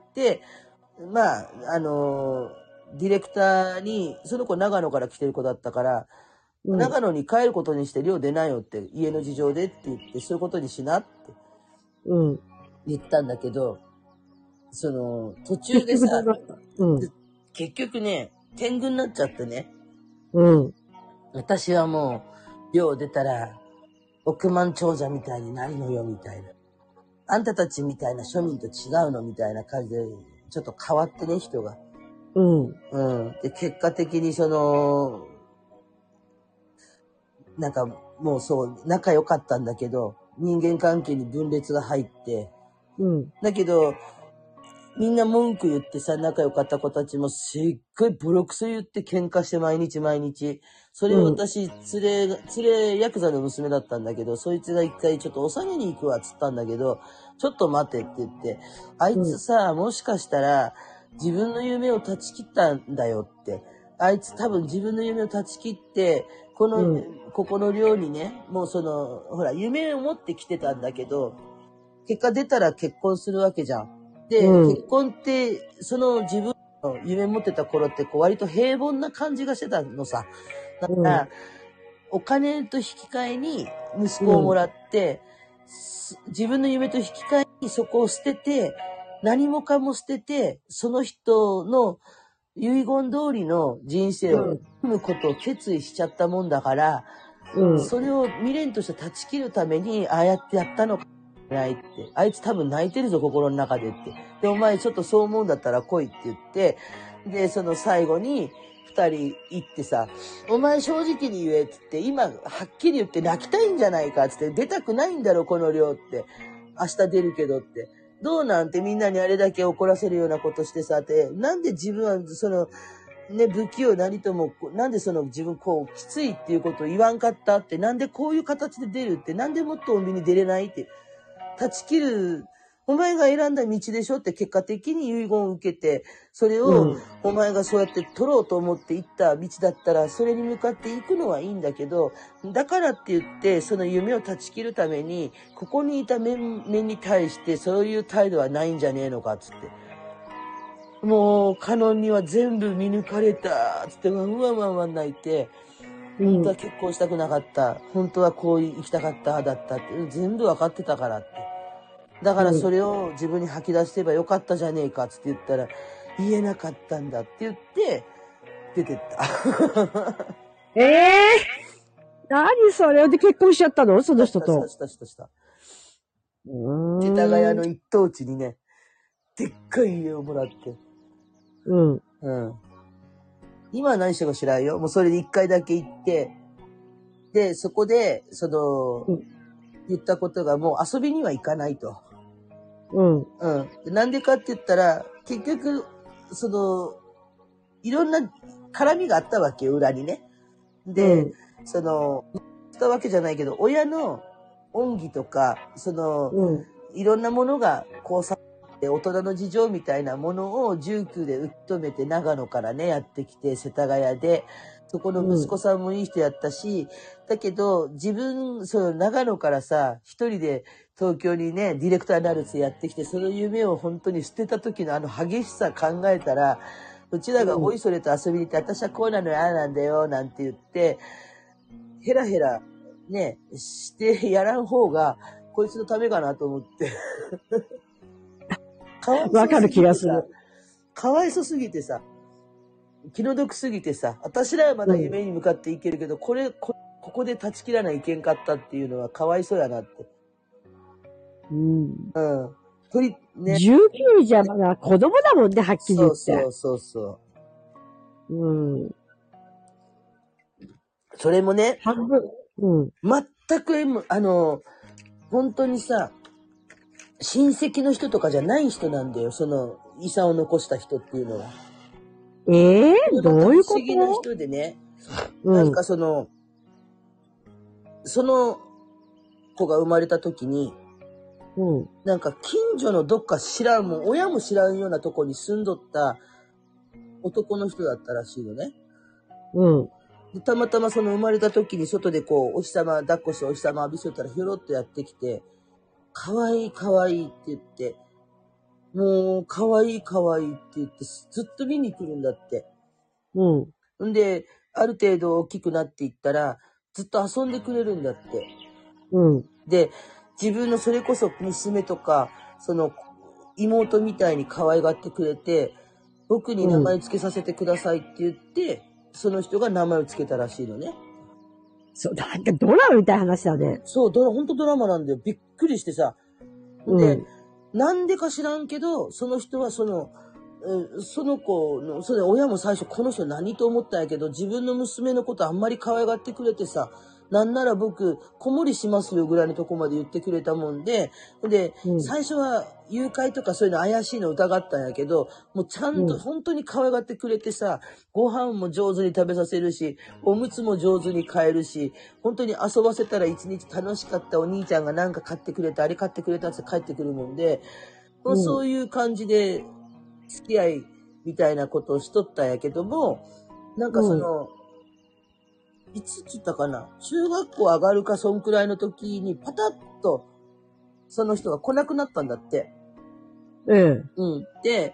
まあ、あのー、ディレクターに、その子長野から来てる子だったから、うん、長野に帰ることにして寮出なよって、家の事情でって言って、そういうことにしなって言ったんだけど、その、途中でさ、うん、結局ね、天狗になっちゃってね、うん、私はもう、寮出たら、億万長者みたいになるのよ、みたいな。あんたたちみたいな庶民と違うのみたいな感じで、ちょっと変わってね、人が。うん。うん。で、結果的にその、なんかもうそう、仲良かったんだけど、人間関係に分裂が入って、うん。だけど、 みんな文句言ってさ、仲良かった子たちもすっごいボロクソ言って喧嘩して毎日毎日。それを私、連れ、連れ、ヤクザの娘だったんだけど、そいつが一回ちょっとお下げに行くわっつったんだけど、ちょっと待てって言って、あいつさ、もしかしたら自分の夢を断ち切ったんだよって。あいつ多分自分の夢を断ち切って、この、うん、ここの寮にね、もうその、ほら、夢を持って来てたんだけど、結果出たら結婚するわけじゃん。で、うん、結婚って、その自分の夢持ってた頃って、こう割と平凡な感じがしてたのさ。だから、うん、お金と引き換えに息子をもらって、うん、自分の夢と引き換えにそこを捨てて、何もかも捨てて、その人の遺言通りの人生を踏むことを決意しちゃったもんだから、うん、それを未練として断ち切るために、ああやってやったのかないって。あいつ多分泣いてるぞ、心の中でって。で、お前ちょっとそう思うんだったら来いって言って、で、その最後に二人行ってさ、お前正直に言えって言って、今はっきり言って泣きたいんじゃないかって言って、出たくないんだろ、この寮って。明日出るけどって。どうなんてみんなにあれだけ怒らせるようなことしてさ、って、なんで自分はその、ね、不器用なりとも、なんでその自分こう、きついっていうことを言わんかったって、なんでこういう形で出るって、なんでもっと穏便に出れないって、断ち切る、お前が選んだ道でしょって結果的に遺言を受けて、それをお前がそうやって取ろうと思って行った道だったら、それに向かって行くのはいいんだけど、だからって言って、その夢を断ち切るために、ここにいた面々に対してそういう態度はないんじゃねえのか、つって。もう、カノンには全部見抜かれた、つって、うわうわうわ泣いて、本当は結婚したくなかった。本当はこう生きたかっただったって。全部わかってたからって。だからそれを自分に吐き出せばよかったじゃねえかって言ったら、言えなかったんだって言って、出てった。 ええー、何それで結婚しちゃったのその人と。 したしたしたした。世田谷の一等地にね、でっかい家をもらって。 うん。 うん。今は何してるか知らんよ。もうそれで一回だけ行って、で、そこで、その、うん、言ったことがもう遊びには行かないと。 うん。 うん。なんでかって言ったら、結局、その、いろんな絡みがあったわけよ、裏にね。で、うん、その、したわけじゃないけど、親の恩義とか、その、うん、いろんなものが交差して大人の事情みたいなものをじゅうきゅうで受け止めて長野からね、やってきて、世田谷で、そこの息子さんもいい人やったし、うん、だけど、自分、その長野からさ、一人で東京にね、ディレクターになるってやってきて、その夢を本当に捨てた時のあの激しさ考えたら、うちらがおいそれと遊びに行って、私はこうなのよ、ああなんだよ、なんて言って、ヘラヘラ、ね、してやらん方が、こいつのためかなと思って。 わかる気がする。 かわいそすぎてさ、気の毒すぎてさ、私らはまだ夢に向かっていけるけど、うん、これこ、ここで断ち切らないいけんかったっていうのはかわいそうやなって。 うん。 うん。鳥、ね。 じゅうきゅうじゃまだ子供だもんね、はっきり言って。 そうそうそう。 うん。 それもね、 半分。うん。 全く、あの、本当にさ、親戚の人とかじゃない人なんだよ、その遺産を残した人っていうのは。 ええー、どういうこと？ 不思議な人でね、うん、なんかその、その子が生まれた時に、うん、なんか近所のどっか知らんもん、親も知らんようなとこに住んどった男の人だったらしいのね。うん。でたまたまその生まれた時に外でこう、お日様抱っこしてお日様浴びせたらひょろっとやってきて、かわいいかわいいって言って、もうかわいいかわいいって言ってずっと見に来るんだって。うん。んで、ある程度大きくなっていったら、ずっと遊んでくれるんだって。うん。で、自分のそれこそ娘とか、その妹みたいに可愛がってくれて、僕に名前つけさせてくださいって言って、うん、その人が名前をつけたらしいのね。 そう、なんかドラマみたいな話だね。 そう、ドラ、ほんとドラマなんだよ。びっくりしてさ。で、うん、なんでか知らんけど、その人はその、その子の、それ親も最初この人何と思ったんやけど、自分の娘のことあんまり可愛がってくれてさ、 なんなら僕、子守しますよぐらいのとこまで言ってくれたもんで、で、うん、最初は誘拐とかそういうの怪しいの疑ったんやけど、もうちゃんと本当に可愛がってくれてさ、ご飯も上手に食べさせるし、おむつも上手に買えるし、本当に遊ばせたら一日楽しかったお兄ちゃんがなんか買ってくれた、あれ買ってくれたって帰ってくるもんで、うん、そういう感じで付き合いみたいなことをしとったんやけども、なんかその、うん、いつ来たかな、中学校上がるかそんくらいの時にパタッとその人が来なくなったんだって。 ええ。 うん。で、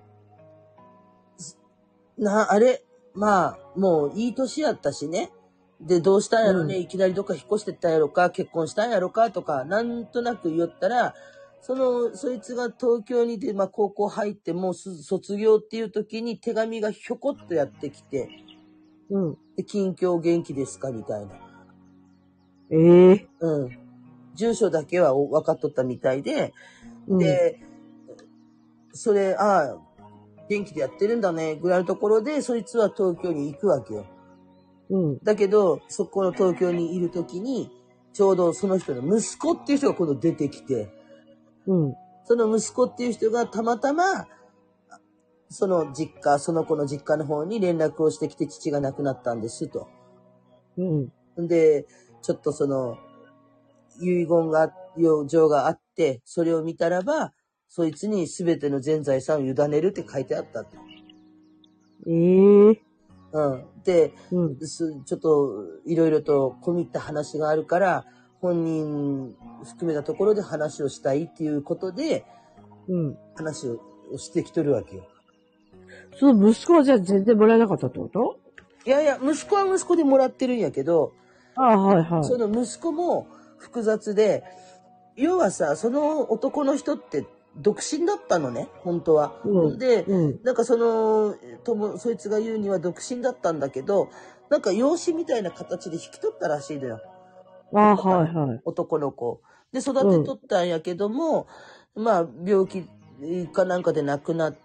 な、あれ、まあ、もういい年やったしね。で、どうしたんやろね、うん、いきなりどっか引っ越してったんやろか、結婚したんやろかとか、なんとなく言ったら、その、そいつが東京にで、まあ高校入ってもう卒業っていう時に手紙がひょこっとやってきて、うん。で、近況元気ですかみたいな。 ええー。 うん。住所だけは分かっとったみたいで、うん、で、それ、ああ、元気でやってるんだね、ぐらいのところで、そいつは東京に行くわけよ。うん。だけど、そこの東京にいるときに、ちょうどその人の息子っていう人が今度出てきて、うん。その息子っていう人がたまたま、その実家、その子の実家の方に連絡をしてきて、父が亡くなったんですと。うん。で、ちょっとその、遺言が、余剰があって、それを見たらば、そいつに全ての全財産を委ねるって書いてあったと。 ええー。 うん。で、うん、ちょっといろいろと込み入った話があるから、本人含めたところで話をしたいっていうことで、うん、話をしてきとるわけよ。 その息子はじゃあ全然もらえなかったってこと？ いやいや、息子は息子でもらってるんやけど、 ああ、はいはい。 その息子も複雑で、要はさ、その男の人って独身だったのね、本当は。うん、で、うん、なんかその、とも、そいつが言うには独身だったんだけど、なんか養子みたいな形で引き取ったらしいのよ。 ああ、はいはい。 男の子。で、育てとったんやけども、うん、まあ、病気かなんかで亡くなって、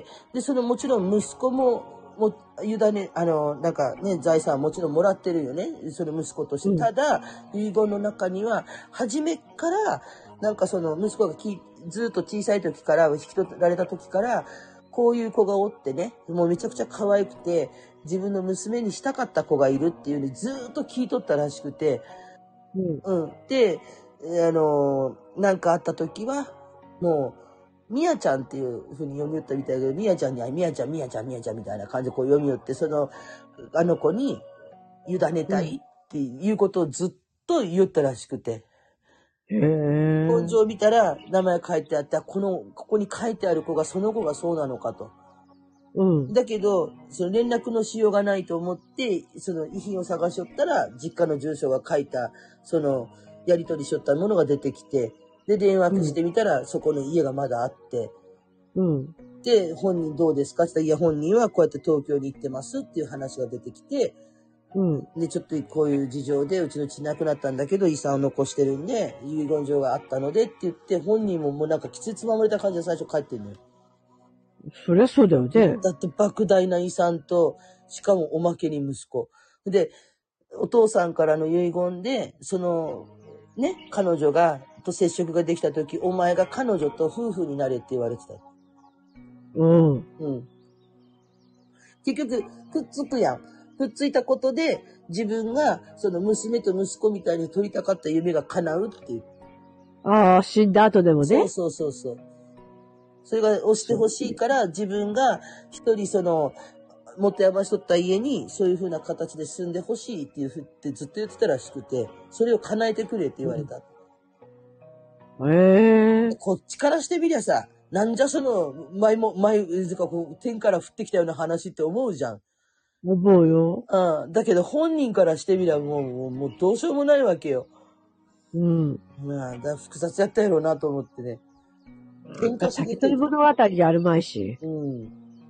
で、そのもちろん息子も、も委ね、あの、なんかね、財産はもちろんもらってるよね。その息子として。うん、ただ、遺言の中には、初めから、なんかその息子がきずっと小さい時から、引き取られた時から、こういう子がおってね、もうめちゃくちゃ可愛くて、自分の娘にしたかった子がいるっていうのにずっと聞いとったらしくて、うん。うん。で、あの、なんかあった時は、もう、みやちゃんっていう風に読み寄ったみたいだけど、みやちゃんにはみやちゃん、みやちゃん、みやちゃんみたいな感じでこう読み寄って、その、あの子に委ねたいっていうことをずっと言ったらしくて。 へぇー。 本上を見たら名前書いてあった、この、ここに書いてある子がその子がそうなのかと。うん。だけど、その連絡のしようがないと思って、その遺品を探しよったら、実家の住所が書いた、その、やり取りしよったものが出てきて、で、電話してみたら、うん、そこの家がまだあって、うん。で、本人どうですかって言ったら、いや、本人はこうやって東京に行ってますっていう話が出てきて、うん。で、ちょっとこういう事情で、うちの父亡くなったんだけど、遺産を残してるんで、遺言状があったのでって言って、本人ももうなんかきついつままれた感じで最初帰ってるのよ。 そりゃそうだよね。 だって莫大な遺産と、しかもおまけに息子。で、お父さんからの遺言で、その、ね、彼女が、と接触ができたとき、お前が彼女と夫婦になれって言われてた。うん。うん。結局、くっつくやん。くっついたことで、自分が、その娘と息子みたいに取りたかった夢が叶うっていう。 ああ、死んだ後でもね。 そうそうそうそう。それが押してほしいから、自分が一人その、持て余しとった家に、そういう風な形で住んでほしいっていうふうってずっと言ってたらしくて、それを叶えてくれって言われた。 うん、ええー。 こっちからしてみりゃさ、なんじゃその、前も、前、かこう、天から降ってきたような話って思うじゃん。 思うよ。 うん。だけど本人からしてみりゃもう、もう、もうどうしようもないわけよ。うん。まあ、だ複雑やったやろうなと思ってね。 喧嘩して竹取物語じゃあるまいし。うん。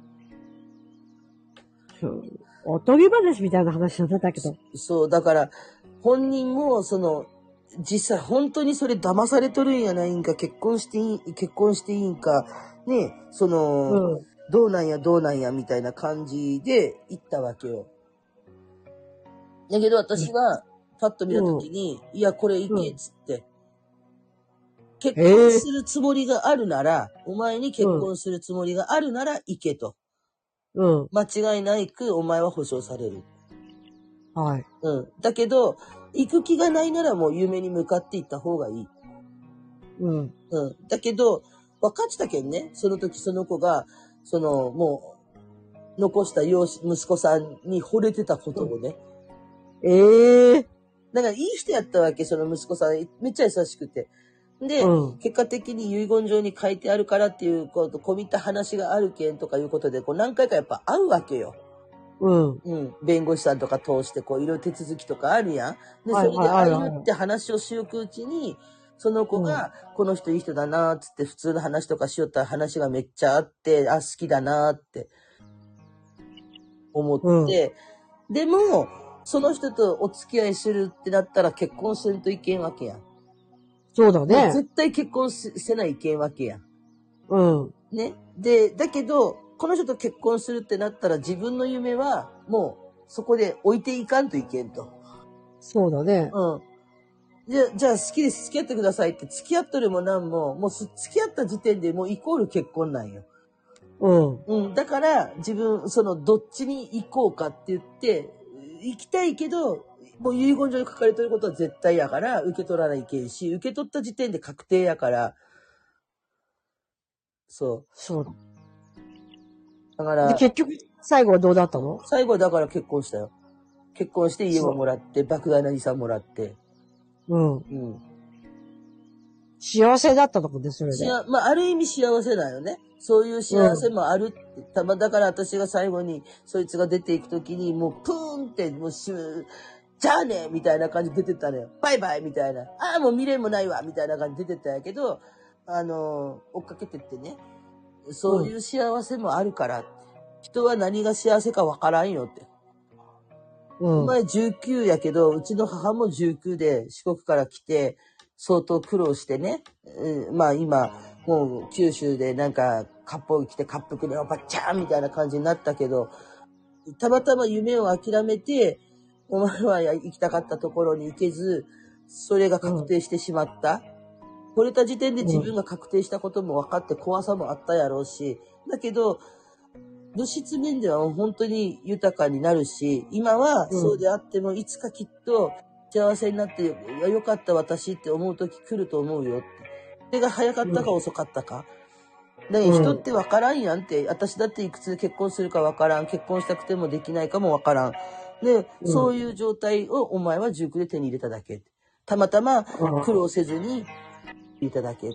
そう。おとぎ話みたいな話になったけど。 そう、だから、本人も、その、実際本当にそれ騙されとるんやないんか、結婚していい、結婚していいんか、ね、その、うん、どうなんやどうなんやみたいな感じで行ったわけよ。だけど私は、 パッと見たときに、うん、いや、これいけっつって、うん、結婚するつもりがあるなら、お前に結婚するつもりがあるなら行けと。うん。間違いないくお前は保証される。はい。うん。だけど、行く気がないならもう夢に向かって行った方がいい。うん。うん。だけど、分かってたけんね。その時その子が、その、もう、残した養子、息子さんに惚れてたことをね。うん、ええー。だからいい人やったわけ、その息子さん。めっちゃ優しくて。で、うん、結果的に遺言状に書いてあるからっていうこと、込み入った話があるけんとかいうことで、こう何回かやっぱ会うわけよ。うん。うん。弁護士さんとか通して、こういろいろ手続きとかあるやん。で、それで会えるって話をしよくうちに、その子が、この人いい人だなーっつって普通の話とかしよったら話がめっちゃあって、あ、好きだなーって思って、うん、でも、その人とお付き合いするってなったら結婚せんといけんわけやん。そうだね。絶対結婚せないけんわけやん。うん。ね。で、だけど、この人と結婚するってなったら自分の夢はもうそこで置いていかんといけんと。そうだね。うん。じゃあ、じゃあ好きです。付き合ってくださいって付き合っとるもなんも、もう付き合った時点でもうイコール結婚なんよ。うん。うん。だから自分、そのどっちに行こうかって言って、行きたいけど、もう遺言状に書かれてることは絶対やから、受け取らないけんし、受け取った時点で確定やから、そう。そうだ。だから。で、結局、最後はどうだったの？最後はだから結婚したよ。結婚して家ももらって、莫大な遺産もらって。うん。うん。幸せだったとこで、それで。まあ、ある意味幸せだよね。そういう幸せもあるって。うん、たま、だから私が最後に、そいつが出ていくときに、もう、プーンって、もうしゅ、じゃあねみたいな感じで出てったのよ。バイバイみたいな。ああ、もう未練もないわみたいな感じで出てったんやけど、あの、追っかけてってね。そういう幸せもあるから。うん、人は何が幸せかわからんよって。うん、お前じゅうきゅうやけど、うちの母もじゅうきゅうで四国から来て、相当苦労してね。うん、まあ今、もう九州でなんか、割烹着て割腹でおばちゃんみたいな感じになったけど、たまたま夢を諦めて、お前は行きたかったところに行けず、それが確定してしまった。惚れた時点で自分が確定したことも分かって怖さもあったやろうし、だけど、物質面では本当に豊かになるし、今はそうであっても、いつかきっと幸せになって、よかった私って思う時来ると思うよって。それが早かったか遅かったか。だから人って分からんやんって、私だっていくつで結婚するか分からん、結婚したくてもできないかも分からん。で、そういう状態をお前はじゅうきゅうで手に入れただけ。たまたま苦労せずにいただけ。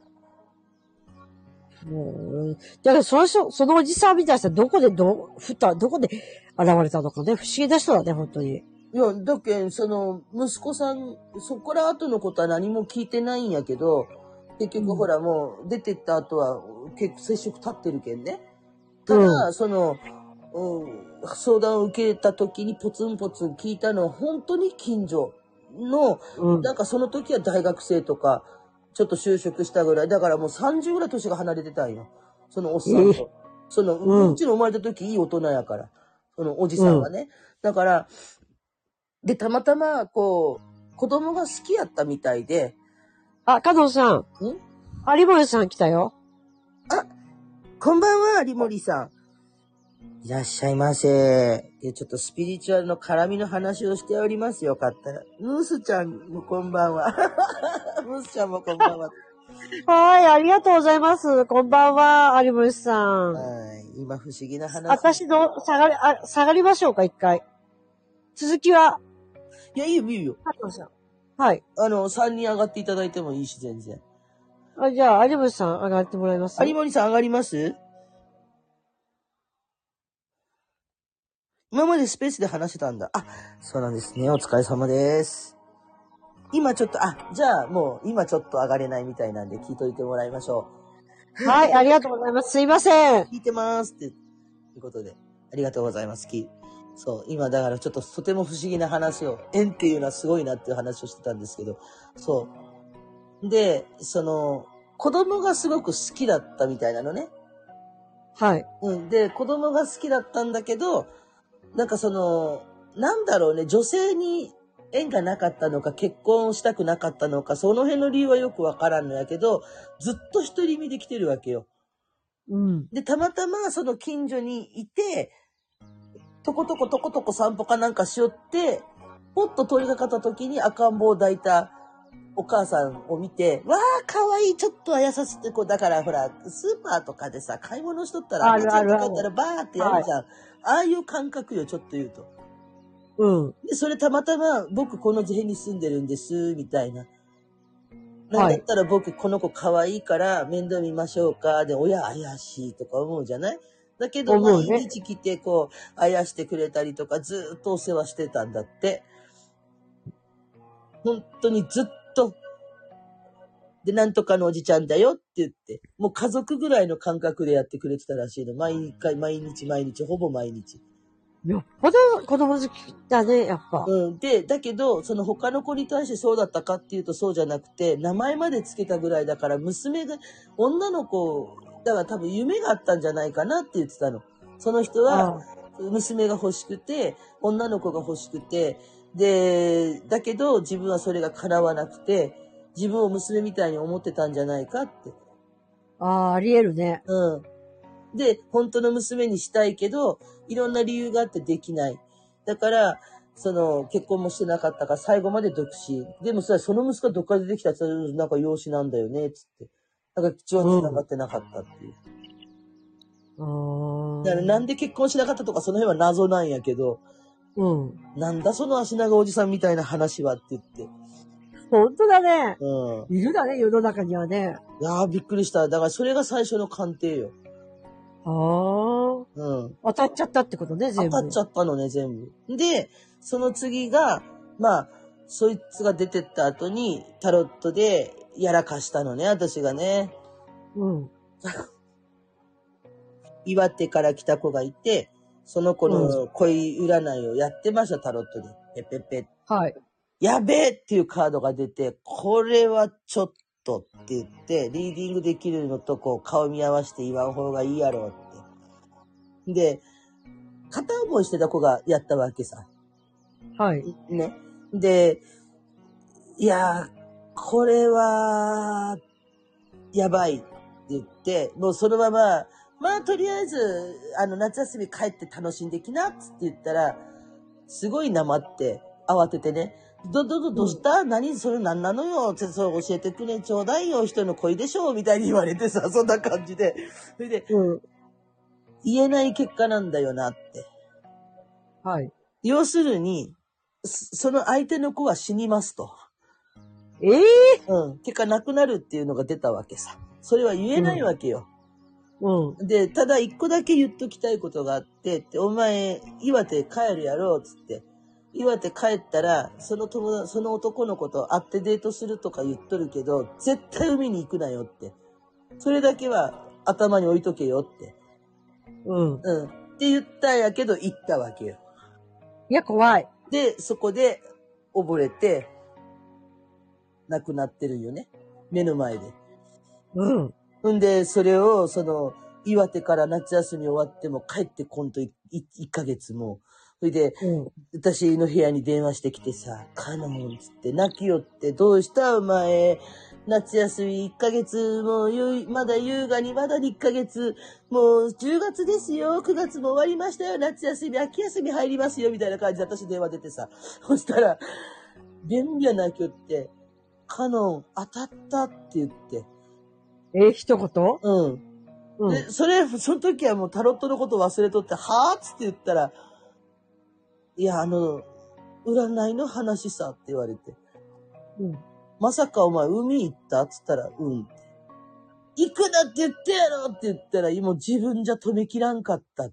うん。だからその人、そのおじさんみたいな人はどこでど、ふた、どこで現れたのかね。不思議な人だね、本当に。いや、だけん、その、息子さん、そこから後のことは何も聞いてないんやけど、結局ほらもう出てった後は結構接触立ってるけんね。ただ、うん、その、うん、相談を受けた時にポツンポツン聞いたのは本当に近所の、うん、なんかその時は大学生とか、ちょっと就職したぐらい。だからもうさんじゅうぐらい年が離れてたんよ。そのおっさんと。えー、その、うん、うちの生まれた時いい大人やから。そのおじさんはね。うん、だから、で、たまたま、こう、子供が好きやったみたいで。あ、加藤さん。ん有森さん来たよ。あ、こんばんは、有森さん。いらっしゃいませ。で、ちょっとスピリチュアルの絡みの話をしております。よかったら。ムースちゃんもこんばんは。ムースちゃんもこんばんは。はい、ありがとうございます。こんばんは、有森さん。はい、今不思議な話。私の、下がり、あ、下がりましょうか、一回。続きは。いや、いいよ、いいよ。はい。あの、さんにん上がっていただいてもいいし、全然。あ、じゃあ、有森さん上がってもらいます？有森さん上がります？今までスペースで話してたんだ。あ、そうなんですね。お疲れ様です。今ちょっと、あ、じゃあもう今ちょっと上がれないみたいなんで聞いといてもらいましょう。はい、ありがとうございます。すいません。聞いてますって、ということで。ありがとうございます。きそう、今だからちょっととても不思議な話を、縁っていうのはすごいなっていう話をしてたんですけど、そう。で、その、子供がすごく好きだったみたいなのね。はい。うん。で、子供が好きだったんだけど、なんかその、なんだろうね、女性に縁がなかったのか、結婚したくなかったのか、その辺の理由はよくわからんのやけど、ずっと独り身で来てるわけよ。 うん。 で、たまたまその近所にいて、とことことことこ散歩かなんかしよって、ポッと通りかかった時に赤ん坊を抱いたお母さんを見て、わー、かわいい、ちょっとあやさせて、こう、だからほら、スーパーとかでさ、買い物しとったら、 あるあるある赤ちゃんとかったらバーってやるじゃん。はい、ああいう感覚よ、ちょっと言うと。 うん。 で、それたまたま、僕この辺に住んでるんです、みたいな。なんだったら僕この子可愛いから面倒見ましょうか。で、親怪しいとか思うじゃない？だけど、毎日来てこう、あやしてくれたりとか、ずっとお世話してたんだって。本当にずっと。で、なんとかのおじちゃんだよって言って、もう家族ぐらいの感覚でやってくれてたらしいの。毎回、毎日、毎日、ほぼ毎日。 よっぽど子供好きだね、やっぱ。 うん。で、だけど、その他の子に対してそうだったかっていうとそうじゃなくて、名前までつけたぐらいだから、娘が、女の子、だから多分夢があったんじゃないかなって言ってたの。その人は、娘が欲しくて、女の子が欲しくて、で、だけど自分はそれが叶わなくて、自分を娘みたいに思ってたんじゃないかって。 ああ、あり得るね。 うん。で、本当の娘にしたいけど、いろんな理由があってできない。だから、その、結婚もしてなかったから、最後まで独身。でもさ、その息子はどっから出てきたって、なんか養子なんだよね、つって。なんか口は繋がってなかったっていう。うん、だからなんで結婚しなかったとか、その辺は謎なんやけど、うん。なんだその足長おじさんみたいな話はって言って。 本当だね。 うん。 いるだね、世の中にはね。 いやー、びっくりした。だからそれが最初の鑑定よ。 ああ。うん。当たっちゃったってことね、全部。 当たっちゃったのね、全部。で、その次が、まあ、そいつが出てった後に、タロットでやらかしたのね、私がね。うん。岩手から来た子がいて、その子の恋占いをやってました、タロットで。ペペペ。はい。やべえっていうカードが出て、これはちょっとって言って、リーディングできるのとこう顔見合わせて言わん方がいいやろって。で、片思いしてた子がやったわけさ。はい。ね。で、いやー、これは、やばいって言って、もうそのまま、まあとりあえず、あの、夏休み帰って楽しんできなっつって言ったら、すごいなまって、慌ててね、ど、ど、ど、どうした、うん、何それ何なのよってそれ教えてくれちょうだいよ、人の恋でしょみたいに言われてさ、そんな感じで。それで、うん、言えない結果なんだよなって。はい。要するに、その相手の子は死にますと。ええー、うん。結果亡くなるっていうのが出たわけさ。それは言えないわけよ。うん。うん、で、ただ一個だけ言っときたいことがあって、ってお前、岩手帰るやろ、つって。岩手帰ったら、その友達、その男の子と会ってデートするとか言っとるけど、絶対海に行くなよって。それだけは頭に置いとけよって。うん。うん。って言ったんやけど、行ったわけよ。いや、怖い。で、そこで溺れて、亡くなってるよね。目の前で。うん。んで、それを、その、岩手から夏休み終わっても帰ってこんといっかげつも。それで、うん、私の部屋に電話してきてさ、カノンつって泣きよって、どうしたお前、夏休みいっかげつもう、まだ優雅にまだいっかげつ、もうじゅうがつですよ、くがつも終わりましたよ、夏休み、秋休み入りますよ、みたいな感じで私電話出てさ。そしたら、便利や泣きよって、カノン当たったって言って。え、一言？うん。うん、で、それ、その時はもうタロットのこと忘れとって、はぁつって言ったら、いや、あの、占いの話さって言われて。うん。まさかお前海行ったつったら、うんって。行くなって言ってやろって言ったら、もう自分じゃ止めきらんかったって。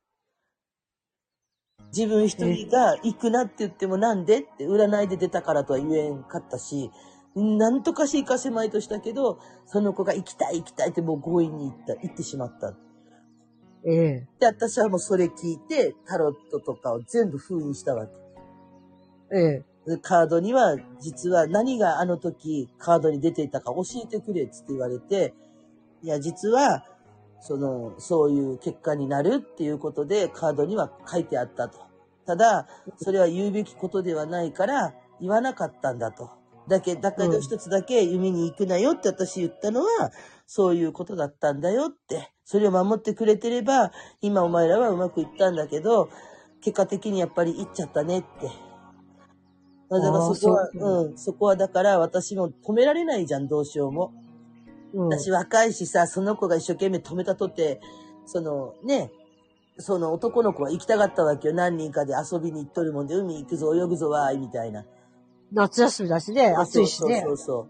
自分一人が行くなって言ってもなんでって占いで出たからとは言えんかったし、なんとかし行かせまいとしたけど、その子が行きたい行きたいってもう強引に行った、行ってしまった。ええ。で、私はもうそれ聞いて、タロットとかを全部封印したわけ。ええ。カードには、実は何があの時カードに出ていたか教えてくれっつって言われて、いや、実は、その、そういう結果になるっていうことでカードには書いてあったと。 ただ、それは言うべきことではないから、言わなかったんだと。だけ、だけど一つだけ海に行くなよって私言ったのは、そういうことだったんだよって。それを守ってくれてれば、今お前らはうまくいったんだけど、結果的にやっぱり行っちゃったねって。だからそこは、うん、そこはだから私も止められないじゃん、どうしようも。うん、私若いしさ、その子が一生懸命止めたとって、そのね、その男の子は行きたかったわけよ。何人かで遊びに行っとるもんで、海行くぞ、泳ぐぞ、わーい、みたいな。 夏休みだしね、暑いしね。 そうそうそう。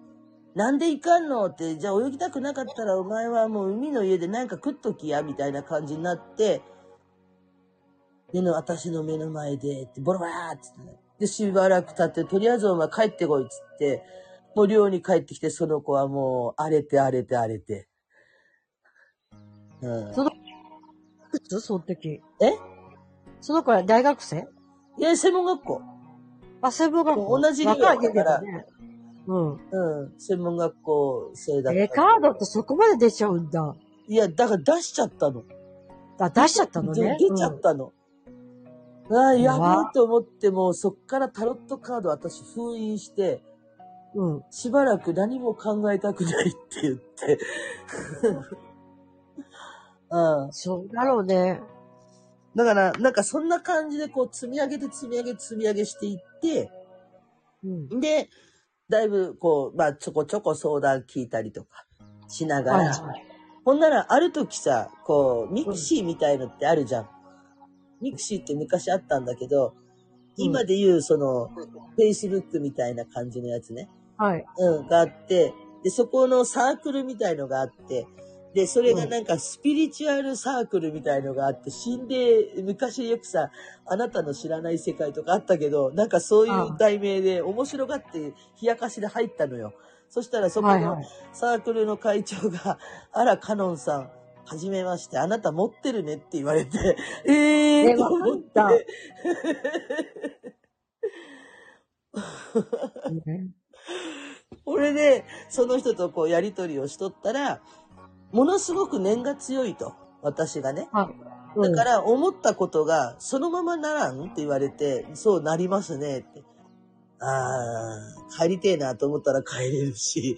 なんで行かんのって、じゃあ泳ぎたくなかったらお前はもう海の家で何か食っときや、みたいな感じになって、での、私の目の前で、ってボロバーって、で、しばらく経って、とりあえずお前帰ってこいっつって、もう寮に帰ってきて、その子はもう荒れて荒れて荒れて。 うん。その、いくつその時。 えその子は大学生？ いや、専門学校。 あ、専門学校。 同じ寮だから。 ね、うん。 うん。専門学校生だった。 え、カードってそこまで出ちゃうんだ。 いや、だから出しちゃったの。 あ、出しちゃったのね。 出ちゃったの。うん、ああ、やばいと思っても、そっからタロットカード私封印して、うん。しばらく何も考えたくないって言って。 うん。そうだろうね。 だから、なんかそんな感じでこう積み上げて積み上げ積み上げしていって、うん、で、だいぶこう、まあちょこちょこ相談聞いたりとかしながら、はい、ほんならある時さ、こう、ミクシーみたいのってあるじゃん。うん、ミクシーって昔あったんだけど、今で言うその、フェイスブックみたいな感じのやつね。 はい。 うん、があって、で、そこのサークルみたいのがあって、で、それがなんかスピリチュアルサークルみたいのがあって、心霊、昔よくさ、あなたの知らない世界とかあったけど、なんかそういう題名で面白がって、冷やかしで入ったのよ。そしたらそこのサークルの会長が、はいはい、あら、カノンさん、はじめまして、あなた持ってるねって言われて、えーと思って。これで、その人とこうやりとりをしとったら、ものすごく念が強いと、私がね。うん、だから思ったことがそのままならんって言われて、そうなりますねって。あー、帰りてえなと思ったら帰れるし。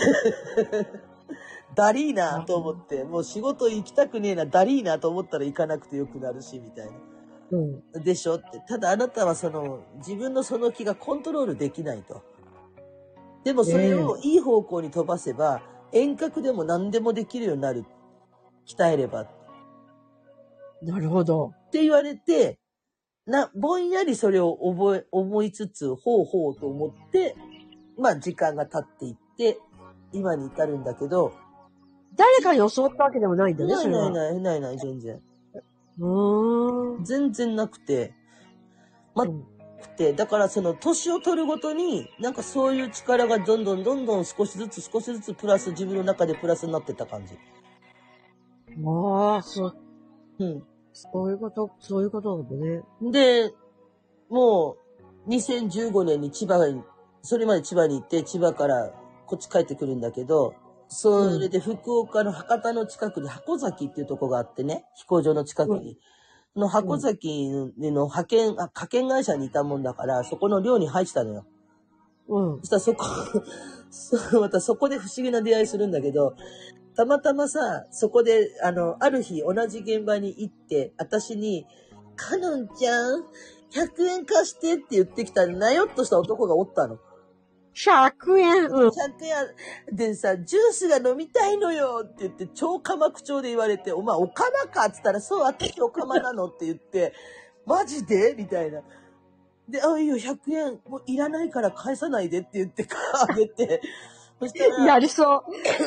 ダリーなと思って、もう仕事行きたくねえな、ダリーなと思ったら行かなくてよくなるし、みたいな。うん、でしょって。ただあなたはその、自分のその気がコントロールできないと。でもそれをいい方向に飛ばせば、遠隔でも何でもできるようになる。鍛えれば。 なるほど。 って言われて、な、ぼんやりそれを覚え、思いつつ、ほうほうと思って、まあ時間が経っていって、今に至るんだけど。 誰かに教わったわけでもないんだね、 ないないない、ないない、全然。 うーん。 全然なくて。ま、うんて、だからその年を取るごとに、なんかそういう力がどんどんどんどん少しずつ少しずつプラス、自分の中でプラスになってった感じ。 ああ、そう。 うん。 そういうこと、そういうことなんだね。 で、もう、にせんじゅうごねんに千葉に、それまで千葉に行って、千葉からこっち帰ってくるんだけど、それで福岡の博多の近くに箱崎っていうとこがあってね、飛行場の近くに。うんの箱崎の派遣、あ、派遣会社にいたもんだから、そこの寮に入ってたのよ。うん。そしたらそこ、またそこで不思議な出会いするんだけど、たまたまさ、そこで、あの、ある日同じ現場に行って、私に、カノンちゃん、ひゃくえん貸してって言ってきたなよっとした男がおったの。 ひゃくえん、うん。 ひゃくえんでさ、ジュースが飲みたいのよって言って、超鎌口調で言われて、お前おかまかって言ったら、そう、私おかまなのって言って、マジでみたいな。で、あ、いいよ、ひゃくえん、もういらないから返さないでって言って、あげて。そしたら、 やりそう。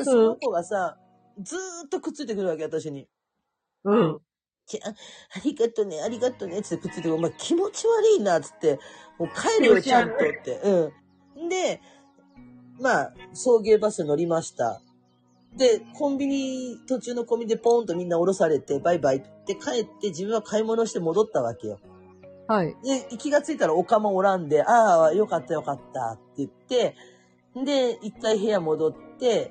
その子がさ、ずーっとくっついてくるわけ、私に。 うん。 じゃあ、ありがとね、ありがとね、つってくっついてくる。お前気持ち悪いな、つって、もう帰るよ、ちゃんとって。うん。で、まあ、送迎バス乗りました。で、コンビニ、途中のコンビニでポーンとみんな降ろされて、バイバイって帰って自分は買い物して戻ったわけよ。 はい。 で、気がついたらおかまおらんで、ああ、よかったよかったって言って、で、一回部屋戻って、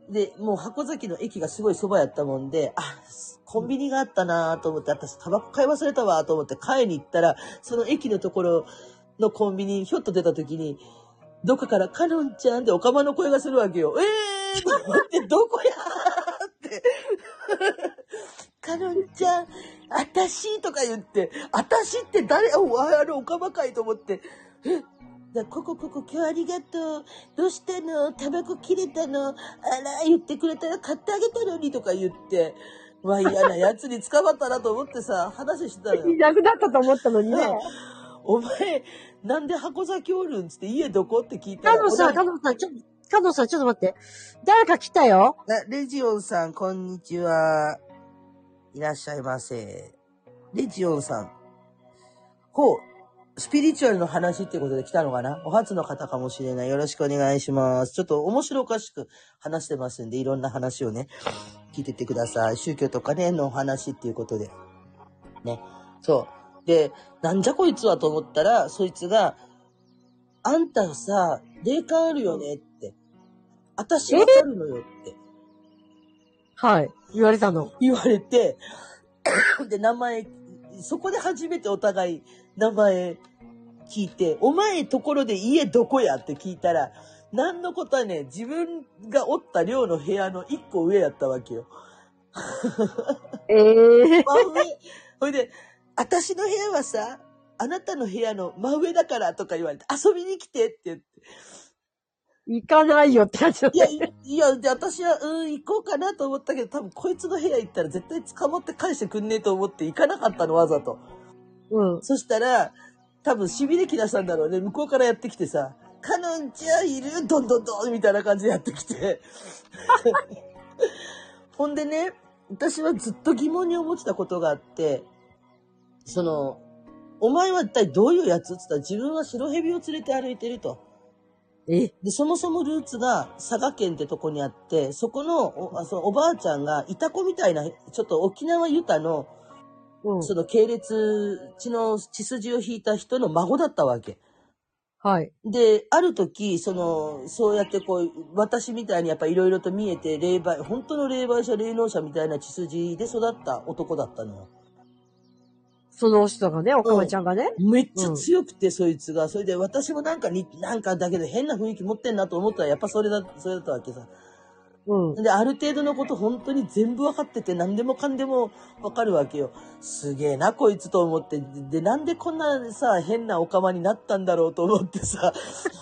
で、もう箱崎の駅がすごいそばやったもんで、あ、コンビニがあったなと思って、私タバコ買い忘れたわと思って買いに行ったら、その駅のところのコンビニにひょっと出た時に、どっかからカノンちゃんっておかまの声がするわけよ。えーと思って、どこやーって。カノンちゃん、あたしとか言って、あたしって誰、お、あのおかまかいと思って、えだここここ今日ありがとう。どうしたの？タバコ切れたの？あら、言ってくれたら買ってあげたのにとか言って、わ、嫌なやつに捕まったなと思ってさ、話してたのよ。 いなくなったと思ったのにね。 お前、なんで箱崎おるんつって家どこって聞いたら。 カノさん、カノさん、ちょ、カノさん、ちょっと待って。誰か来たよ。 あ、レジオンさん、こんにちは。いらっしゃいませ。レジオンさん。ほう。スピリチュアルの話ってことで来たのかな？お初の方かもしれない。よろしくお願いします。ちょっと面白おかしく話してますんで、いろんな話をね、聞いてってください。宗教とかね、のお話っていうことで。ね。そう。で、なんじゃこいつはと思ったら、そいつが、あんたさ、霊感あるよねって。あたしわかるのよって。 はい。言われたの。 言われて、で、名前、そこで初めてお互い名前聞いて、お前ところで家どこやって聞いたら、なんのことはね、自分がおった寮の部屋の一個上やったわけよ。 ええー。 真上。ほいで、私の部屋はさ、あなたの部屋の真上だからとか言われて、遊びに来てって言って。 行かないよって感じだった。 いや、いや、で、私は、うん、行こうかなと思ったけど、多分こいつの部屋行ったら絶対捕まって返してくんねえと思って行かなかったの、わざと。 うん。 そしたら、多分しびれ切らしたんだろうね。向こうからやってきてさ、カノンちゃんいる？どんどんどんみたいな感じでやってきて。ほんでね、私はずっと疑問に思ってたことがあって、その、お前は一体どういうやつって言ったら、自分は白蛇を連れて歩いてると。 えで、そもそもルーツが佐賀県ってとこにあって、そこの お, そのおばあちゃんがいた子みたいな、ちょっと沖縄ユタの、うん、その系列、血の血筋を引いた人の孫だったわけ。 はい。 で、ある時、その、そうやってこう、私みたいにやっぱいろいろと見えて、霊媒、本当の霊媒者、霊能者みたいな血筋で育った男だったのよ。 その人がね、おかまちゃんがね。 うん、めっちゃ強くて、うん、そいつが。それで私もなんかに、なんかだけど変な雰囲気持ってんなと思ったら、やっぱそれだ、それだったわけさ。うん。で、ある程度のこと本当に全部分かってて、何でもかんでも分かるわけよ。すげえな、こいつと思って。で、なんでこんなさ、変なおかまになったんだろうと思ってさ。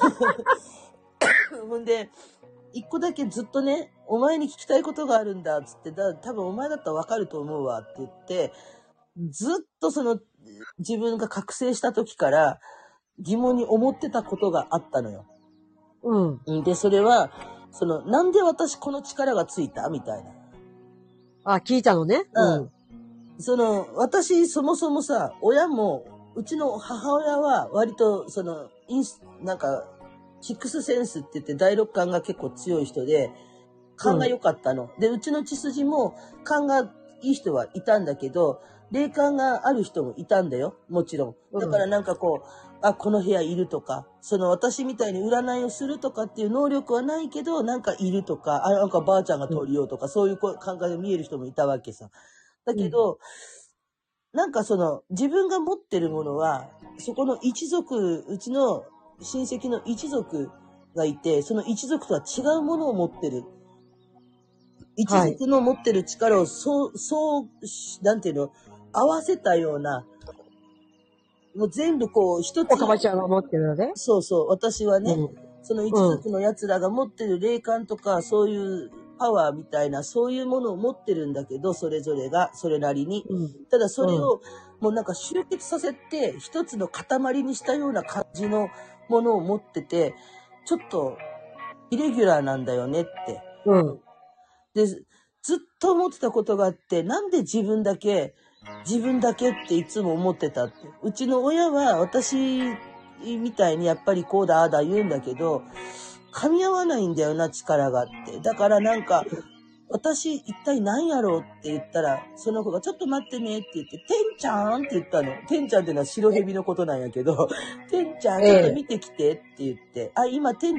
ほんで、一個だけずっとね、お前に聞きたいことがあるんだ、つって、だ多分お前だったら分かると思うわ、って言って、ずっとその、自分が覚醒した時から疑問に思ってたことがあったのよ。うん。で、それは、その、なんで私この力がついたみたいな。 あ、聞いたのね。 うん。その、私、そもそもさ、親も、うちの母親は割と、その、インス、なんか、シックスセンスって言って第六感が結構強い人で、勘が良かったの。うん、で、うちの血筋も勘がいい人はいたんだけど、霊感がある人もいたんだよ。もちろん。だからなんかこう、うん、あ、この部屋いるとか、その私みたいに占いをするとかっていう能力はないけど、なんかいるとか、あ、なんかばあちゃんが通りようとか、うん、そういう感覚で見える人もいたわけさ。だけど、うん、なんかその、自分が持ってるものは、そこの一族、うちの親戚の一族がいて、その一族とは違うものを持ってる。一族の持ってる力を、そう、そう、なんていうの、合わせたような、もう全部こう一つ。 おかまちゃんが持ってるのね。 そうそう。私はね、うん、その一族の奴らが持ってる霊感とか、そういうパワーみたいな、そういうものを持ってるんだけど、それぞれが、それなりに。うん、ただそれを、もうなんか集結させて、一つの塊にしたような感じのものを持ってて、ちょっと、イレギュラーなんだよねって。うん。で、ずっと思ってたことがあって、なんで自分だけ、自分だけっていつも思ってたって。うちの親は私みたいにやっぱりこうだああだ言うんだけど、噛み合わないんだよな、力があって。だからなんか、私一体何やろうって言ったら、その子がちょっと待ってねって言って、てんちゃんって言ったの。てんちゃんっていうのは白蛇のことなんやけど、てんちゃんちょっと見てきてって言って、あ、今てん、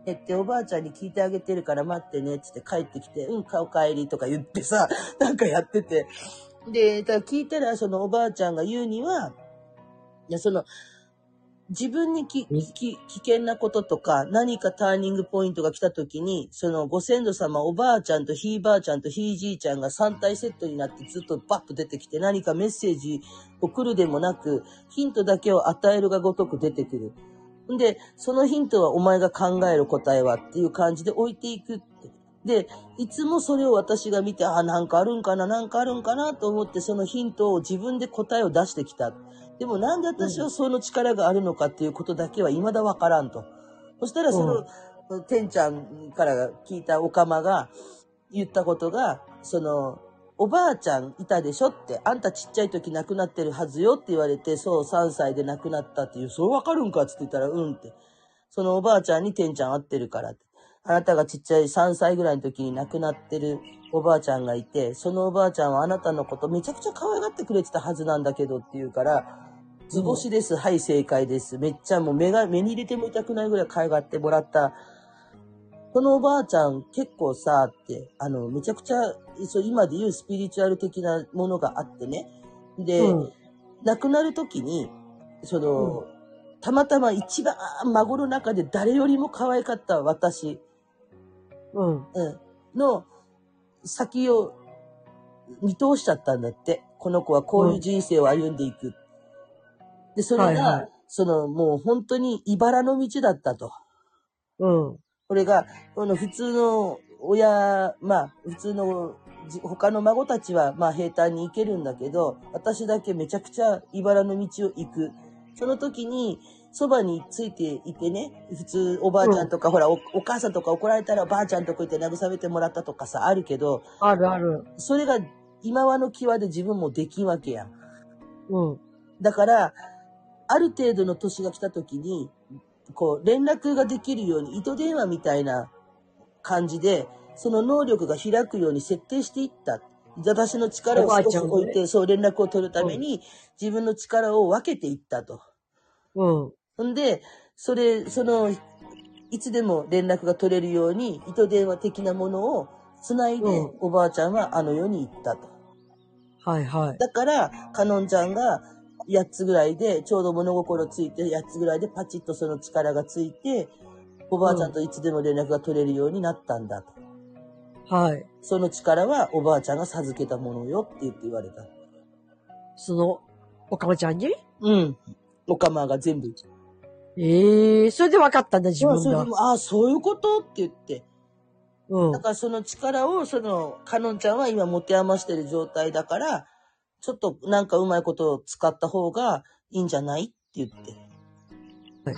っておばあちゃんに聞いてあげてるから待ってね、つって帰ってきて、うん、お帰りとか言ってさ、なんかやってて。で、だ聞いたら、そのおばあちゃんが言うには、いや、その、自分にきき危険なこととか、何かターニングポイントが来た時に、そのご先祖様、おばあちゃんとひいばあちゃんとひいじいちゃんがさん体セットになってずっとバッと出てきて、何かメッセージを来るでもなく、ヒントだけを与えるがごとく出てくる。んで、そのヒントはお前が考える答えはっていう感じで置いていくって。で、いつもそれを私が見て、あ、なんかあるんかな、なんかあるんかなと思って、そのヒントを自分で答えを出してきた。でもなんで私はその力があるのかっていうことだけは未だわからんと。そしたらその、うん、てんちゃんから聞いたおかまが言ったことが、その、おばあちゃんいたでしょって、あんたちっちゃい時亡くなってるはずよって言われて、そうさんさいで亡くなったっていう、そうわかるんかって言ったら、うんって。そのおばあちゃんにてんちゃん会ってるからって。あなたがちっちゃいさんさいぐらいの時に亡くなってるおばあちゃんがいて、そのおばあちゃんはあなたのことめちゃくちゃ可愛がってくれてたはずなんだけどって言うから、図星です。はい、正解です。めっちゃもう目が、目に入れても痛くないぐらい可愛がってもらった。そのおばあちゃん結構さ、って、あの、めちゃくちゃ、そう今で言うスピリチュアル的なものがあってね。で、うん、亡くなる時に、その、うん、たまたま一番孫の中で誰よりも可愛かった私、うん、うん、の先を見通しちゃったんだって。この子はこういう人生を歩んでいく。うん、で、それが、はいはい、その、もう本当に茨の道だったと。うん。これが、この普通の親、まあ、普通の、他の孫たちは、まあ、平坦に行けるんだけど、私だけめちゃくちゃ茨の道を行く。その時に、そばについていてね、普通おばあちゃんとか、うん、ほらお、お母さんとか怒られたらばあちゃんとこ行って慰めてもらったとかさ、あるけど、あるある。それが今はの際で自分もできんわけやん。うん。だから、ある程度の年が来た時に、こう、連絡ができるように、糸電話みたいな感じで、その能力が開くように設定していった。私の力を少し置いて、そう、連絡を取るために、自分の力を分けていったと。うん。ほんで、それ、その、いつでも連絡が取れるように、糸電話的なものを繋いで、うん、おばあちゃんはあの世に行ったと。はいはい。だから、かのんちゃんが、やっつぐらいで、ちょうど物心ついてやっつぐらいでパチッとその力がついて、おばあちゃんといつでも連絡が取れるようになったんだと。はい。その力はおばあちゃんが授けたものよって言って言われた。その、おかまちゃんに？うん。おかまが全部。ええー、それで分かったんだ、自分が。それでも、ああ、そういうことって言って。うん。だからその力を、その、かのんちゃんは今持て余してる状態だから、ちょっとなんかうまいことを使った方がいいんじゃないって言って。はい、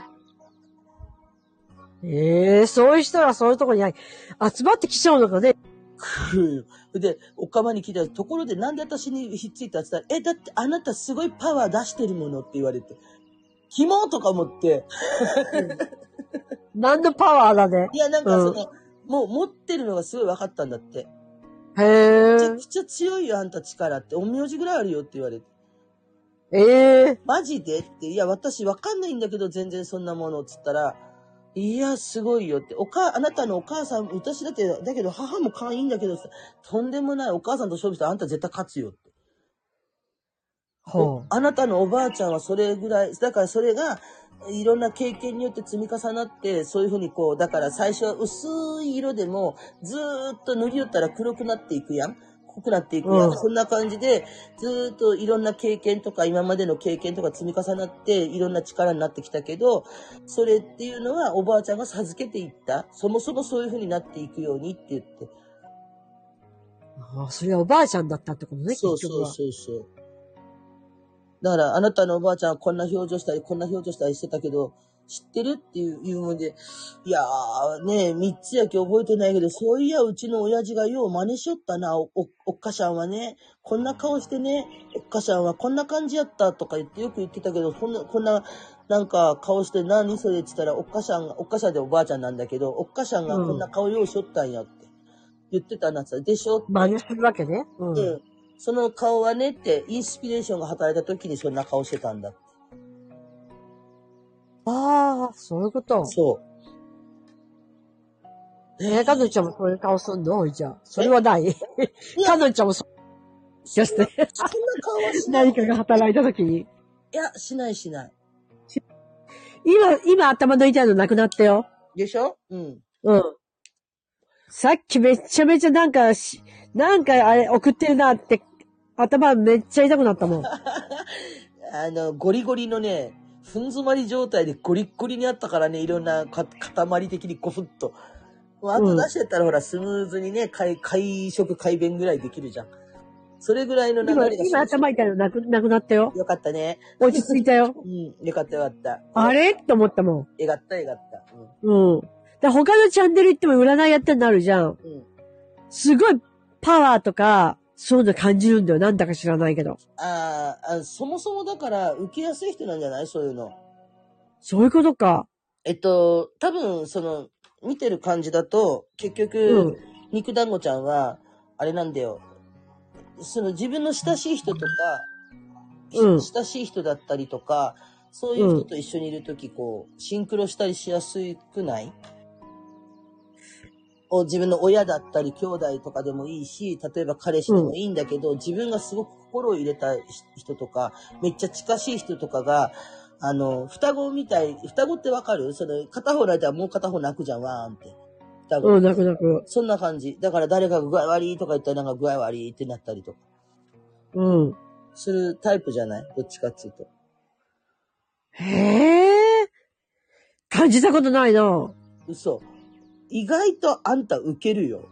ええー、そういう人はそういうところに集まってきちゃうのかね。で、おかまに聞いたら、ところでなんで私にひっついたって言ったら、え、だってあなたすごいパワー出してるものって言われて。キモとか思って。うん、何のパワーだね。いや、なんかその、うん、もう持ってるのがすごい分かったんだって。へえ。めちゃくちゃ強いよ、あんた力って。陰陽師ぐらいあるよって言われて。ええー。マジでって、いや、私わかんないんだけど、全然そんなもの、つったら、いや、すごいよって。おか、あなたのお母さん、私だって、だけど母も勘いいんだけど、とんでもないお母さんと勝負したらあんた絶対勝つよって。はあ、あなたのおばあちゃんはそれぐらい、だからそれが、いろんな経験によって積み重なって、そういうふうにこう、だから最初は薄い色でも、ずーっと塗り寄ったら黒くなっていくやん。濃くなっていくやん。うん、そんな感じで、ずーっといろんな経験とか、今までの経験とか積み重なって、いろんな力になってきたけど、それっていうのはおばあちゃんが授けていった。そもそもそういうふうになっていくようにって言って。ああ、それはおばあちゃんだったってことね、そうそうそうそう。だから、あなたのおばあちゃんはこんな表情したり、こんな表情したりしてたけど、知ってるっていう言うもんで、いやーね、三つやけ覚えてないけど、そういやうちの親父がよう真似しよったな、お、お、おっかしゃんはね、こんな顔してね、おっかしゃんはこんな感じやったとか言ってよく言ってたけど、こんな、こんな、なんか顔して何それって言ったら、おっかしゃんが、おっかしゃんでおばあちゃんなんだけど、おっかしゃんがこんな顔ようしよったんやって言ってたなってでしょって。真似するわけね。うん。うんその顔はねって、インスピレーションが働いた時にそんな顔してたんだ。ああ、そういうこと。そう。 えー、かのんちゃんもそういう顔すんのじゃあ。それはない。かのんちゃんもそう。じゃして。そんな顔はしない。 何かが働いたときに。 いや、しないしない。 今、今頭の痛いのなくなったよ。 でしょ？うん。 うん。さっきめっちゃめちゃなんかし、なんかあれ送ってるなって、頭めっちゃ痛くなったもん。 あの、ゴリゴリのね、ふん詰まり状態でゴリッゴリにあったからね、いろんなか塊的にゴフッと。あと出してったらほら、スムーズにね、会、会食、会弁ぐらいできるじゃん。それぐらいの流れが今、今頭痛いのなく、なくなったよ。 よかったね。 落ち着いたよ。 うん、よかったよかった。 あれと思ったもん。よかったよかった。 うん。うん。で他のチャンネル行っても占いやってんのあるじゃん。うん。すごいパワーとか、そういうの感じるんだよ。なんだか知らないけど。 ああ、そもそもだから受けやすい人なんじゃない？そういうの。 そういうことか。 えっと、多分、その、見てる感じだと、結局、うん、肉団子ちゃんは、あれなんだよ。その自分の親しい人とか、うん、親しい人だったりとか、そういう人と一緒にいるとき、こう、シンクロしたりしやすくない？を自分の親だったり兄弟とかでもいいし、例えば彼氏でもいいんだけど、うん、自分がすごく心を入れた人とか、めっちゃ近しい人とかが、あの、双子みたい、双子ってわかる？その、片方泣いたらもう片方泣くじゃん、わーんって。双子。 うん、泣く泣く。 そんな感じ。だから誰かが具合悪いとか言ったらなんか具合悪いってなったりとか。 うん。 するタイプじゃない？どっちかっていうと。 へー。感じたことないな。 嘘。意外とあんたウケるよ。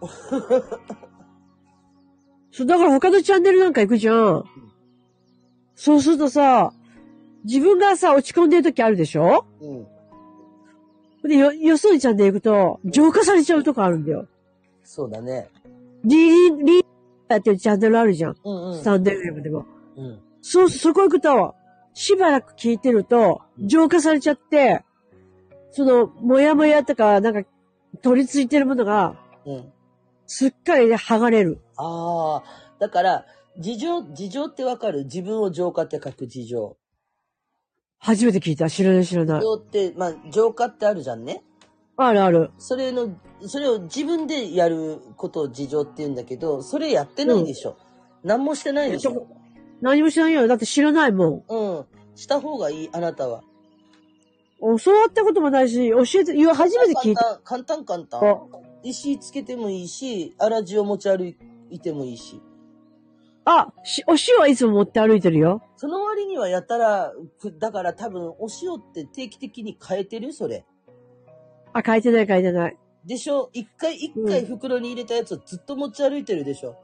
そう、だから他のチャンネルなんか行くじゃん。うん、そうするとさ、自分がさ、落ち込んでる時あるでしょ？うん。で、よ、よそにチャンネル行くと、浄化されちゃうとこあるんだよ。 そうだね。 リリ、リやってるチャンネルあるじゃん。 うんうん。 スタンド エフエム でも。うん。そう、そこ行くと、しばらく聞いてると、浄化されちゃって、その、もやもやとか、なんか、取り付いてるものが、うん。すっかりね、剥がれる。 ああ、だから、事情、事情ってわかる？自分を浄化って書く事情。 初めて聞いた。知らない知らない。 事情って、まあ、浄化ってあるじゃんね。 あるある。 それの、それを自分でやることを事情って言うんだけど、それやってないでしょ。うん、何もしてないでしょ。 何もしないよ。だって知らないもん。 うん。した方がいい、あなたは。 教わったこともないし、教えて、いや、初めて聞いた。 簡単、簡単、簡単。石つけてもいいし、粗塩持ち歩いてもいいし。 あ、し、お塩はいつも持って歩いてるよ。 その割にはやたら、だから多分、お塩って定期的に変えてる？それ。 あ、変えてない変えてない。 でしょ？一回一回袋に入れたやつをずっと持ち歩いてるでしょ。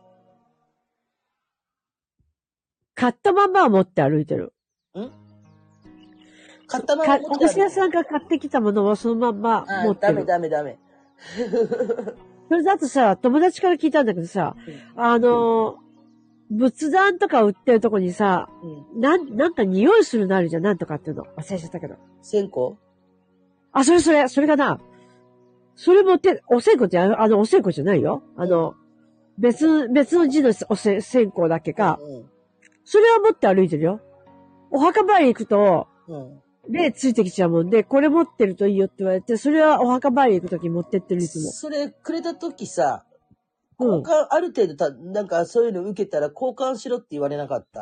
買ったまんまは持って歩いてる。ん買ったまま持って歩いてる。 お菓子屋さんが買ってきたものをそのまんま持ってる。 ダメダメダメ。 それだとさ、友達から聞いたんだけどさ、うん、あの、仏壇とか売ってるとこにさ、うん、なん、なんか匂いするのあるじゃん、なんとかっていうの。忘れちゃったけど。 線香？ あ、それそれ、それかな。それ持って、お線香ってあの、お線香じゃないよ。あの、うん、別、別の字のおせ線香だけか、うんうん。それは持って歩いてるよ。お墓参り行くと、うん、で、ついてきちゃうもんで、これ持ってるといいよって言われて、それはお墓参り行くときに持ってってるいつも。 それくれたときさ、交換、うん、ある程度た、なんかそういうの受けたら交換しろって言われなかった？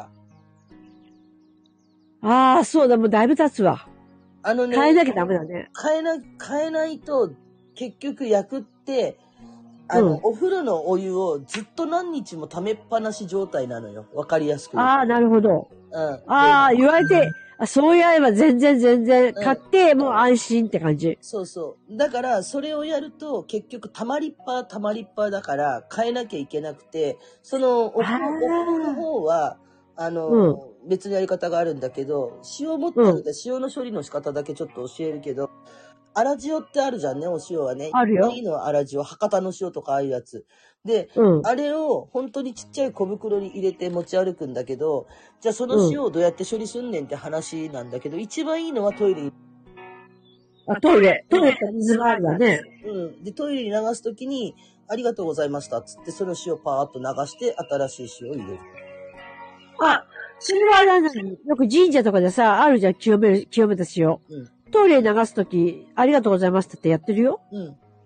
ああ、そうだ、もうだいぶ経つわ。 あのね。 変えなきゃダメだね。 変えな、変えないと、結局焼くって、あの、うん、お風呂のお湯をずっと何日も溜めっぱなし状態なのよ。わかりやすく。 ああ、なるほど。 うん。 ああ、言われて、あ、そうやれば全然全然買って、うん、もう安心って感じ。 そうそう。だから、それをやると、結局、たまりっぱ、たまりっぱだから、変えなきゃいけなくて、その、お風呂、お風呂の方は、あの、うん、別のやり方があるんだけど、塩持ってるんで、塩の処理の仕方だけちょっと教えるけど、粗塩ってあるじゃんね、お塩はね。 あるよ。 いいのは粗塩、博多の塩とかああいうやつ。で、うん、あれを本当にちっちゃい小袋に入れて持ち歩くんだけど、じゃあその塩をどうやって処理すんねんって話なんだけど、うん、一番いいのはトイレに。 あ、トイレ。トイレって水があるんだね。 うん。で、トイレに流すときに、ありがとうございましたっつって、その塩パーッと流して、新しい塩を入れる。 あ、それはあれなの？よく神社とかでさ、あるじゃん、清める、清めた塩。うん。トイレに流すとき、ありがとうございましたってやってるよ。 うん。だ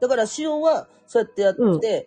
だから、使用は、そうやってやって、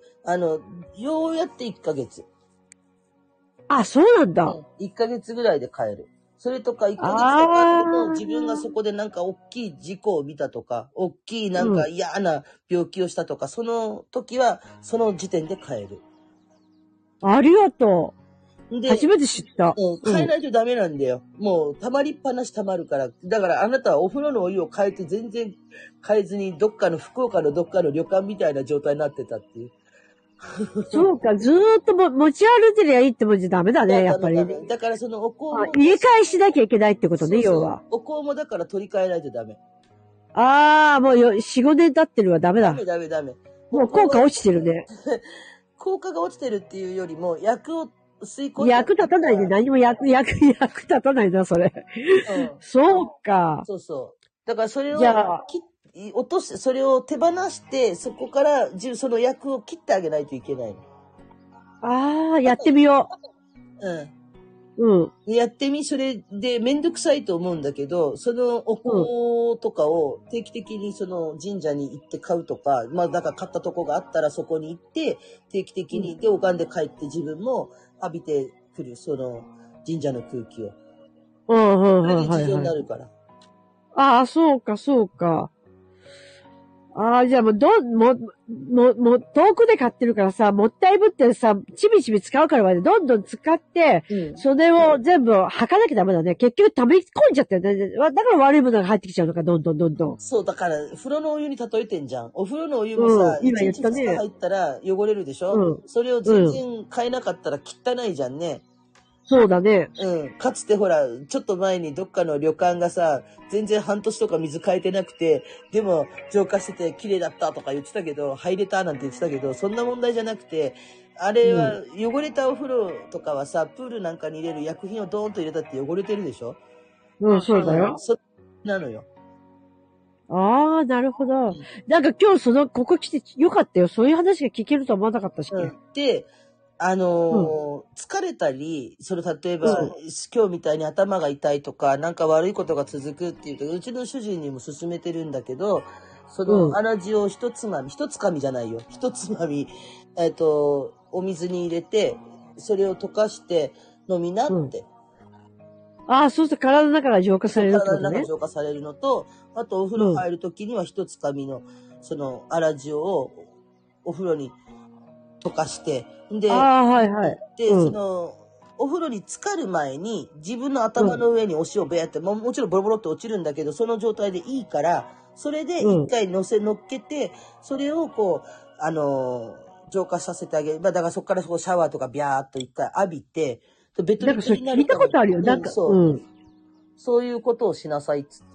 うん、あの、ようやっていっかげつ。 あ、そうなんだ。うん、 いっかげつぐらいで買える。それとか、いっかげつかかると、自分がそこでなんか大きい事故を見たとか、大きいなんか嫌な病気をしたとか、うん、その時は、その時点で買える。 ありがとう。で、初めて知った。 うん、変えないとダメなんだよ。うん、もう、溜まりっぱなし溜まるから。だから、あなたはお風呂のお湯を変えて全然変えずに、どっかの、福岡のどっかの旅館みたいな状態になってたっていう。 そうか、ずーっとも持ち歩いてりゃいいってもんじゃダメだね、やっぱり。 だからそのお香も。 入れ替えしなきゃいけないってことね、そうそう要は。 お香もだから取り替えないとダメ。 ああ、もうよ、よん、ごねん経ってるわ、ダメだ。 ダメダメダメ。 もう効果落ちてるね。 効果が落ちてるっていうよりも、薬を吸い込んで。役立たないで何も役、役、役立たないな、それ。うん、そうか。 そうそう。だからそれを切っ落とし、それを手放して、そこから、その薬を切ってあげないといけないの。 ああ、やってみよう。うん。うん。やってみ、それでめんどくさいと思うんだけど、そのお香とかを定期的にその神社に行って買うとか、まあだから買ったとこがあったらそこに行って、定期的に、で、拝んで帰って自分も浴びてくる、その神社の空気を。 うん、うん、うん。 それで自助になるから。 ああ、そうか、そうか。ああ、じゃあもう、ど、も、も、も、遠くで買ってるからさ、もったいぶってさ、ちびちび使うからまで、どんどん使って、うん、それを全部履かなきゃダメだね。結局溜め込んじゃってるね。だから悪いものが入ってきちゃうのか、どんどんどんどん。 そう、だから、風呂のお湯に例えてんじゃん。お風呂のお湯もさ、うん、今言ったね。いちにちふつか入ったら汚れるでしょ、うん、それを全然変えなかったら汚いじゃんね。 そうだね。 うん。かつてほら、ちょっと前にどっかの旅館がさ、全然半年とか水変えてなくて、でも浄化してて綺麗だったとか言ってたけど、入れたなんて言ってたけど、そんな問題じゃなくて、あれは汚れたお風呂とかはさ、プールなんかに入れる薬品をドーンと入れたって汚れてるでしょ？ うん、そうだよ。 うん、そなのよ。 ああ、なるほど。なんか今日その、ここ来てよかったよ。そういう話が聞けるとは思わなかったし。 うん、で、あのーうん、疲れたり、その例えば、うん、今日みたいに頭が痛いとか、なんか悪いことが続くっていうと、うちの主人にも勧めてるんだけど、その、粗塩を一つまみ、一つかみじゃないよ。一つまみ、えっと、お水に入れて、それを溶かして飲みなって。うん、 ああ、そうすると体の中が浄化されるってことね。 体の中が浄化されるのと、あとお風呂入るときには一つかみの、その、粗塩をお風呂に溶かして、で、 あはいはい、 で、うん、その、お風呂に浸かる前に自分の頭の上にお塩をべやって、うん、も, もちろんボロボロって落ちるんだけど、その状態でいいから、それで一回乗せ、乗っけて、それをこう、あのー、浄化させてあげる。まあ、だからそこからそこシャワーとかビャーっと一回浴びて、 ベトベトになる。聞いたことあるよ。なんか、 そう、うん。そういうことをしなさいっつって。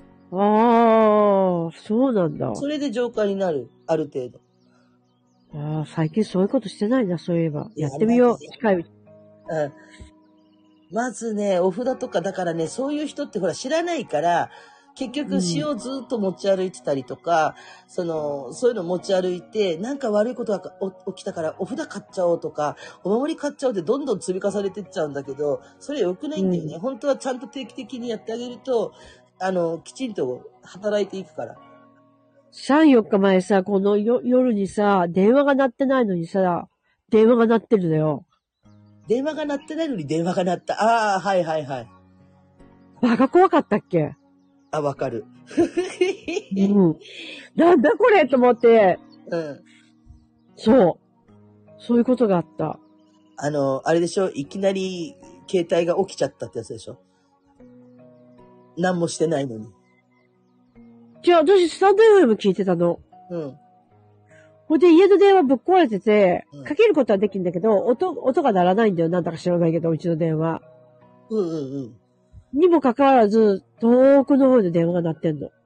ああ、そうなんだ。 それで浄化になる。ある程度。 ああ、最近そういうことしてないな、そういえば。やってみよう。近いうち。 うん。まずね、お札とか、だからね、そういう人ってほら知らないから、結局塩をずっと持ち歩いてたりとか、うん、その、そういうの持ち歩いて、なんか悪いことが起きたからお札買っちゃおうとか、お守り買っちゃおうってどんどん積み重ねてっちゃうんだけど、それ良くないんだよね。うん、本当はちゃんと定期的にやってあげると、あの、きちんと働いていくから。 さん、よっかまえさ、このよ夜にさ、電話が鳴ってないのにさ、電話が鳴ってるのよ。 電話が鳴ってないのに電話が鳴った。ああ、はいはいはい。 バカ怖かったっけ？ あ、わかる。 うん。なんだこれと思って。うん。そう。そういうことがあった。 あの、あれでしょ？いきなり携帯が起きちゃったってやつでしょ？何もしてないのに。 じゃあ、私、スタンド エフエム 聞いてたの。うん。ほんで、家の電話ぶっ壊れてて、うん、かけることはできるんだけど、音、音が鳴らないんだよ。なんだか知らないけど、うちの電話。うんうんうん。にもかかわらず、遠くの方で電話が鳴ってんの。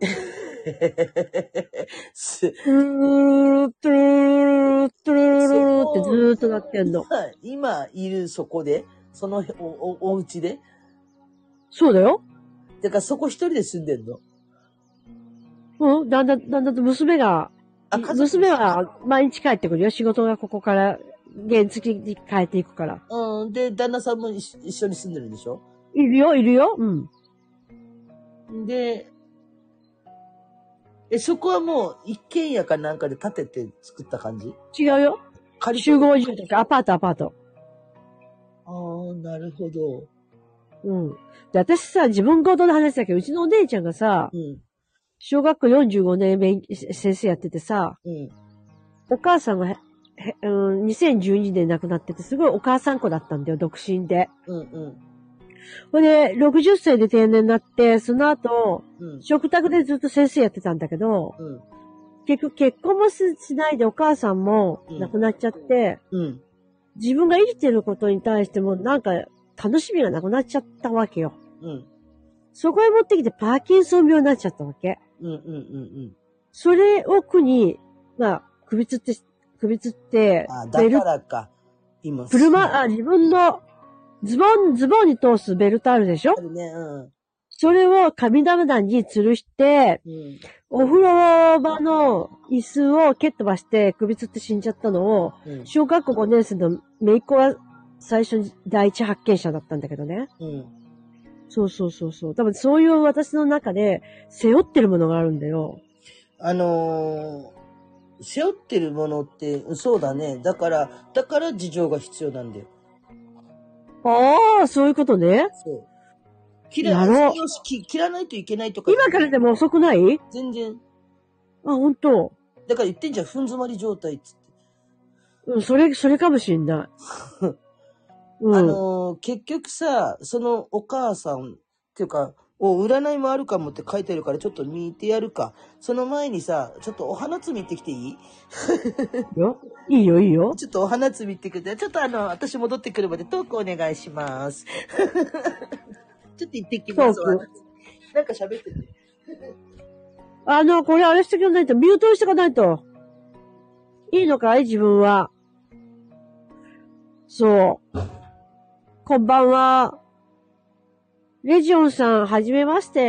すーっとーっとーってずーっと鳴ってんの。 今、今いるそこで、そのお、お、お家で？ そうだよ。 だからそこ一人で住んでんの？ うん、だんだん、だんだんと娘が、娘は毎日帰ってくるよ。仕事がここから原付に帰っていくから。 うん。で、旦那さんも一緒に住んでるんでしょ？ いるよ、いるよ。うん。 で、 え、そこはもう一軒家かなんかで建てて作った感じ？ 違うよ。集合住宅、アパート、アパート。 ああ、なるほど。 うん。で、私さ、自分ごとの話だけど、うちのお姉ちゃんがさ、うん、小学校よんじゅうごねん勉先生やっててさ、うん、お母さんがへ、うん、にせんじゅうにねん亡くなってて、すごいお母さん子だったんだよ、独身で。うんうん。ほんで、ろくじゅっさいで定年になって、その後、うん、食卓でずっと先生やってたんだけど、うん、結局結婚もしないでお母さんも亡くなっちゃって、うん、自分が生きてることに対してもなんか楽しみがなくなっちゃったわけよ。うん、そこへ持ってきてパーキンソン病になっちゃったわけ。うんうんうんうん、それを苦に、まあ、首つって、首つって、 あ、だからか。 今。車、あ、自分のズボン、ズボンに通すベルトあるでしょ？ あるね、うん。 それを神棚に吊るして、うん、お風呂場の椅子を蹴っ飛ばして首つって死んじゃったのを、うん、小学校ごねん生の姪っ子は最初に第一発見者だったんだけどね。うん、そうそうそうそう。多分そういう私の中で背負ってるものがあるんだよ。 あのー、背負ってるものって、そうだね。だから、だから事情が必要なんだよ。 ああ、そういうことね。そう。 切ら、よし、切らないといけないとか。 今からでも遅くない？ 全然。 あ、ほんと。 だから言ってんじゃん、ふん詰まり状態っつって。 うん、それ、それかもしんない。 うん、あのー、結局さ、そのお母さんっていうか、お、占いもあるかもって書いてるからちょっと見てやるか。その前にさ、ちょっとお花摘み行ってきていい？ よいいよいいよ。 ちょっとお花摘み行ってくれ。ちょっとあの、私戻ってくるまでトークお願いします。ちょっと行ってきますわ。なんか喋ってて。 あの、これあれしてくれないと、ミュートしてかないと。いいのかい？自分は。そう。こんばんは。レジオンさん、はじめまして。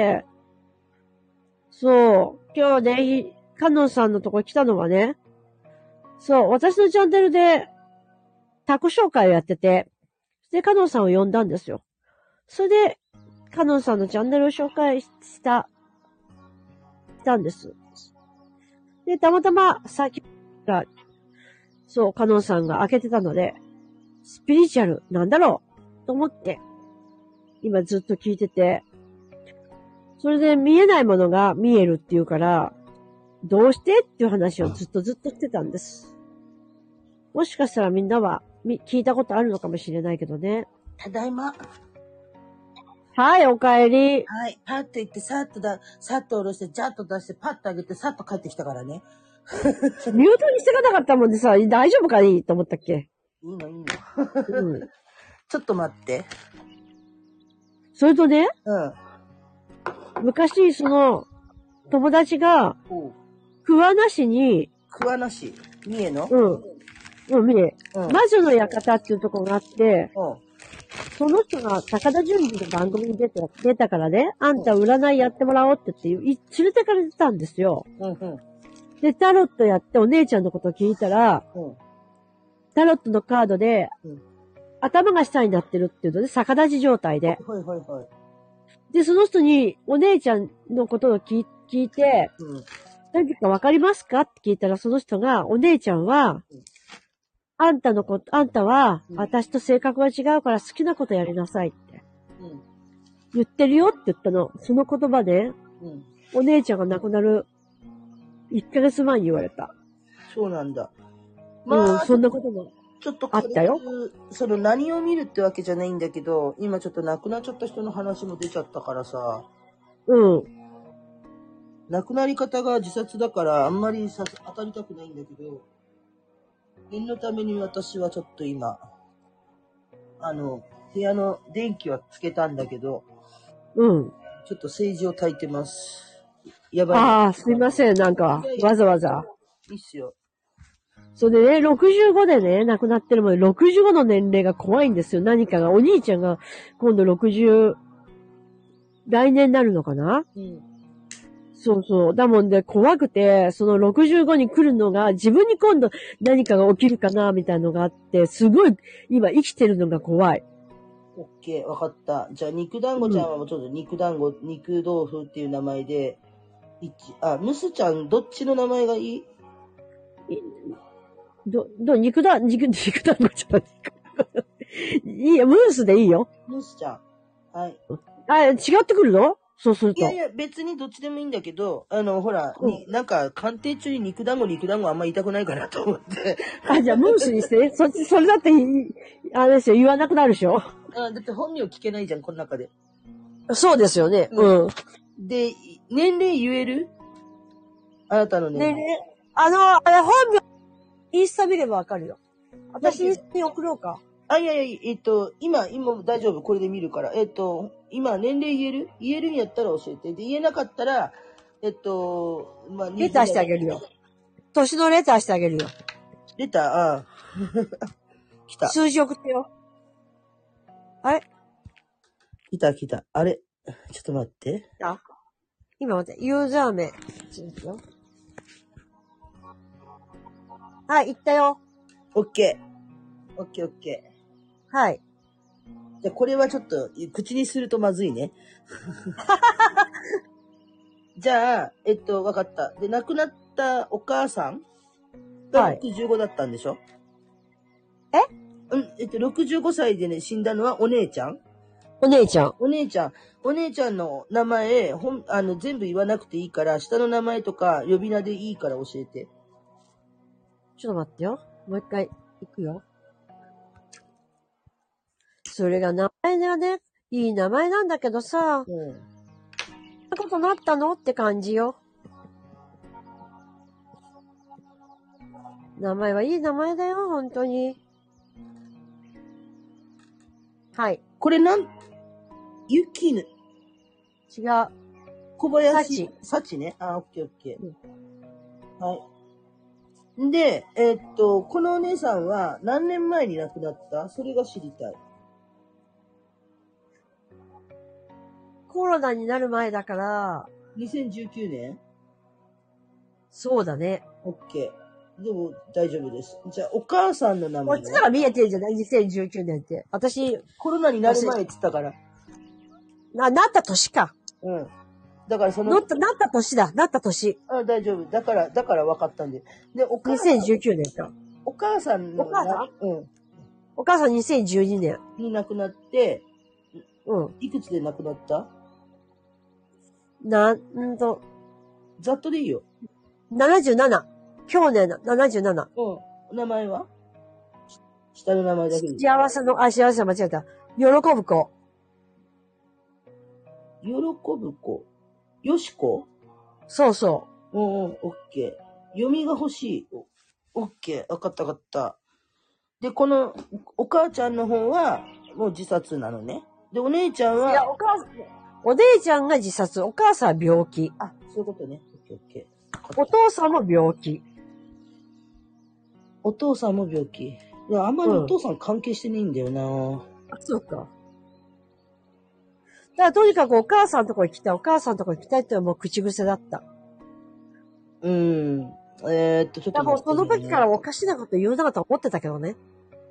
そう。今日ね、カノンさんのとこ来たのはね、そう、私のチャンネルで、タコ紹介をやってて、で、カノンさんを呼んだんですよ。それで、カノンさんのチャンネルを紹介した、したんです。で、たまたま、さっきが、そう、カノンさんが開けてたので、スピリチュアル、なんだろうと思って、今ずっと聞いてて、それで見えないものが見えるっていうから、どうしてっていう話をずっとずっとしてたんです。もしかしたらみんなは聞いたことあるのかもしれないけどね。 ただいま。 はい、お帰り。 はい、パッと行って、さっとだ、さっと下ろして、ジャッと出して、パッと上げて、さっと帰ってきたからね。 ミュートにしてかなかったもんでさ、大丈夫かいいと思ったっけ？ いいのいいの。うん、ちょっと待って。 それとね、うん。昔、その、友達が、桑名市に、 桑名市三重のうん。うん、三重。うん、魔女の館っていうところがあって、うん、その人が高田純次の番組に出て、出たからね、あんた占いやってもらおうって言って、連れてかれてたんですよ。うんうん、で、タロットやってお姉ちゃんのことを聞いたら、うん、タロットのカードで、うん、頭が下になってるっていうので、逆立ち状態で。はいはいはい。で、その人にお姉ちゃんのことを聞いて、うん、何かわかりますかって聞いたら、その人が、お姉ちゃんは、うん、あんたのこと、あんたは、私と性格が違うから好きなことやりなさいって。うん、言ってるよって言ったの。その言葉で、うん、お姉ちゃんが亡くなるいっかげつまえに言われた。 そうなんだ。 まあ、うん、そんなこともちょっとあったよ。 その何を見るってわけじゃないんだけど、今ちょっと亡くなっちゃった人の話も出ちゃったからさ。うん。亡くなり方が自殺だからあんまりさ当たりたくないんだけど、念のために私はちょっと今、あの、部屋の電気はつけたんだけど、うん。ちょっと政治を焚いてます。 やばい。ああ、すいません、なんか、わざわざ。 いいっすよ。 それでね、ろくじゅうごでね、亡くなってるもんで、ろくじゅうごの年齢が怖いんですよ。何かが。お兄ちゃんが今度ろくじゅう、来年になるのかな？うん。そうそう。だもんで怖くて、そのろくじゅうごに来るのが、自分に今度何かが起きるかな、みたいなのがあって、すごい、今生きてるのが怖い。 オッケー、わかった。じゃあ、肉団子ちゃんはもうちょっと肉団子、うん、肉豆腐っていう名前で、 一、あ、ムスちゃん、どっちの名前がいい？ ど、ど、肉だ、肉、肉団子ちゃん。いいよ、ムースでいいよ。 ムスちゃん。はい。 あ、違ってくるの？そうすると。 いやいや、別にどっちでもいいんだけど、あの、ほら、うん、になんか、鑑定中に肉団子、肉団子あんま言いたくないかなと思って。 あ、じゃあ、ムースにして、そっち、それだって、あれですよ、言わなくなるでしょ？ あ、だって本名聞けないじゃん、この中で。 そうですよね。うん。 で、年齢言える？あなたの年齢。年齢？ あの、あれ、本名、インスタ見ればわかるよ。私に送ろうか。 あ、いやいや、えっと、今、今大丈夫、これで見るから。えっと、今、年齢言える？言えるんやったら教えて。で、言えなかったら、えっと、まあ、 レターしてあげるよ。年のレターしてあげるよ。 レター、ああ。来た。 数字送ってよ。あれ？ 来た来た。あれ？ちょっと待って。 あ、今待って、ユーザー名。はい、行ったよ。 オッケー。オッケーオッケー。はい。 じゃあこれはちょっと口にするとまずいね。じゃあ、えっと、わかった。で、亡くなったお母さんがろくじゅうごだったんでしょ？ はい、 えうん、えっと、ろくじゅうごさいでね、死んだのはお姉ちゃん？ お姉ちゃん。 お姉ちゃん。お姉ちゃんの名前、ほん、あの、全部言わなくていいから、下の名前とか呼び名でいいから教えて。 ちょっと待ってよ。もう一回行くよ。それが名前だね。いい名前なんだけどさ。うん。そんなことなったのって感じよ。名前はいい名前だよ、本当に。はい。 これなん、ゆきぬ。 違う。 小林。さちね。あ、オッケーオッケー。うん、はい。で、えー、っと、このお姉さんは何年前に亡くなった？それが知りたい。 コロナになる前だから。 にせんじゅうきゅうねん？ そうだね。 オッケー。でも大丈夫です。じゃあ、お母さんの名前は？ こっちが見えてんじゃない？ にせんじゅうきゅうねんって。私。 コロナになる前って言ったから。 な、なった年か。 うん。だからその。 なった、なった年だ。なった年。 あ、大丈夫。だから、だから分かったんで。で、お母さん。にせんじゅうきゅうねんか。 お母さんの。 お母さん？ うん。 お母さんにせんじゅうにねん。 に亡くなって、 うん。 いくつで亡くなった？ な、んと。 ざっとでいいよ。 ななじゅうなな。去年のななじゅうなな。 うん。お名前は？下の名前だけで。 幸せの、あ、幸せ間違えた。喜ぶ子。 喜ぶ子。よしこ？ そうそう。 うんうん、オッケー。読みが欲しい。オッケー。わかったわかった。で、この、お母ちゃんの方は、もう自殺なのね。で、お姉ちゃんは。 いや、お母さん、お姉ちゃんが自殺。お母さんは病気。 あ、そういうことね。オッケーオッケー。お父さんも病気。 お父さんも病気。いや、あんまりお父さん関係してないんだよな、うん、 あ、そうか。だからとにかくお母さんのとこ行きたい、お母さんのとこ行きたいってのはもう口癖だった。 うん。えー、っと、ちょっと、ね。 だからその時からおかしなこと言うなかと思ってたけどね。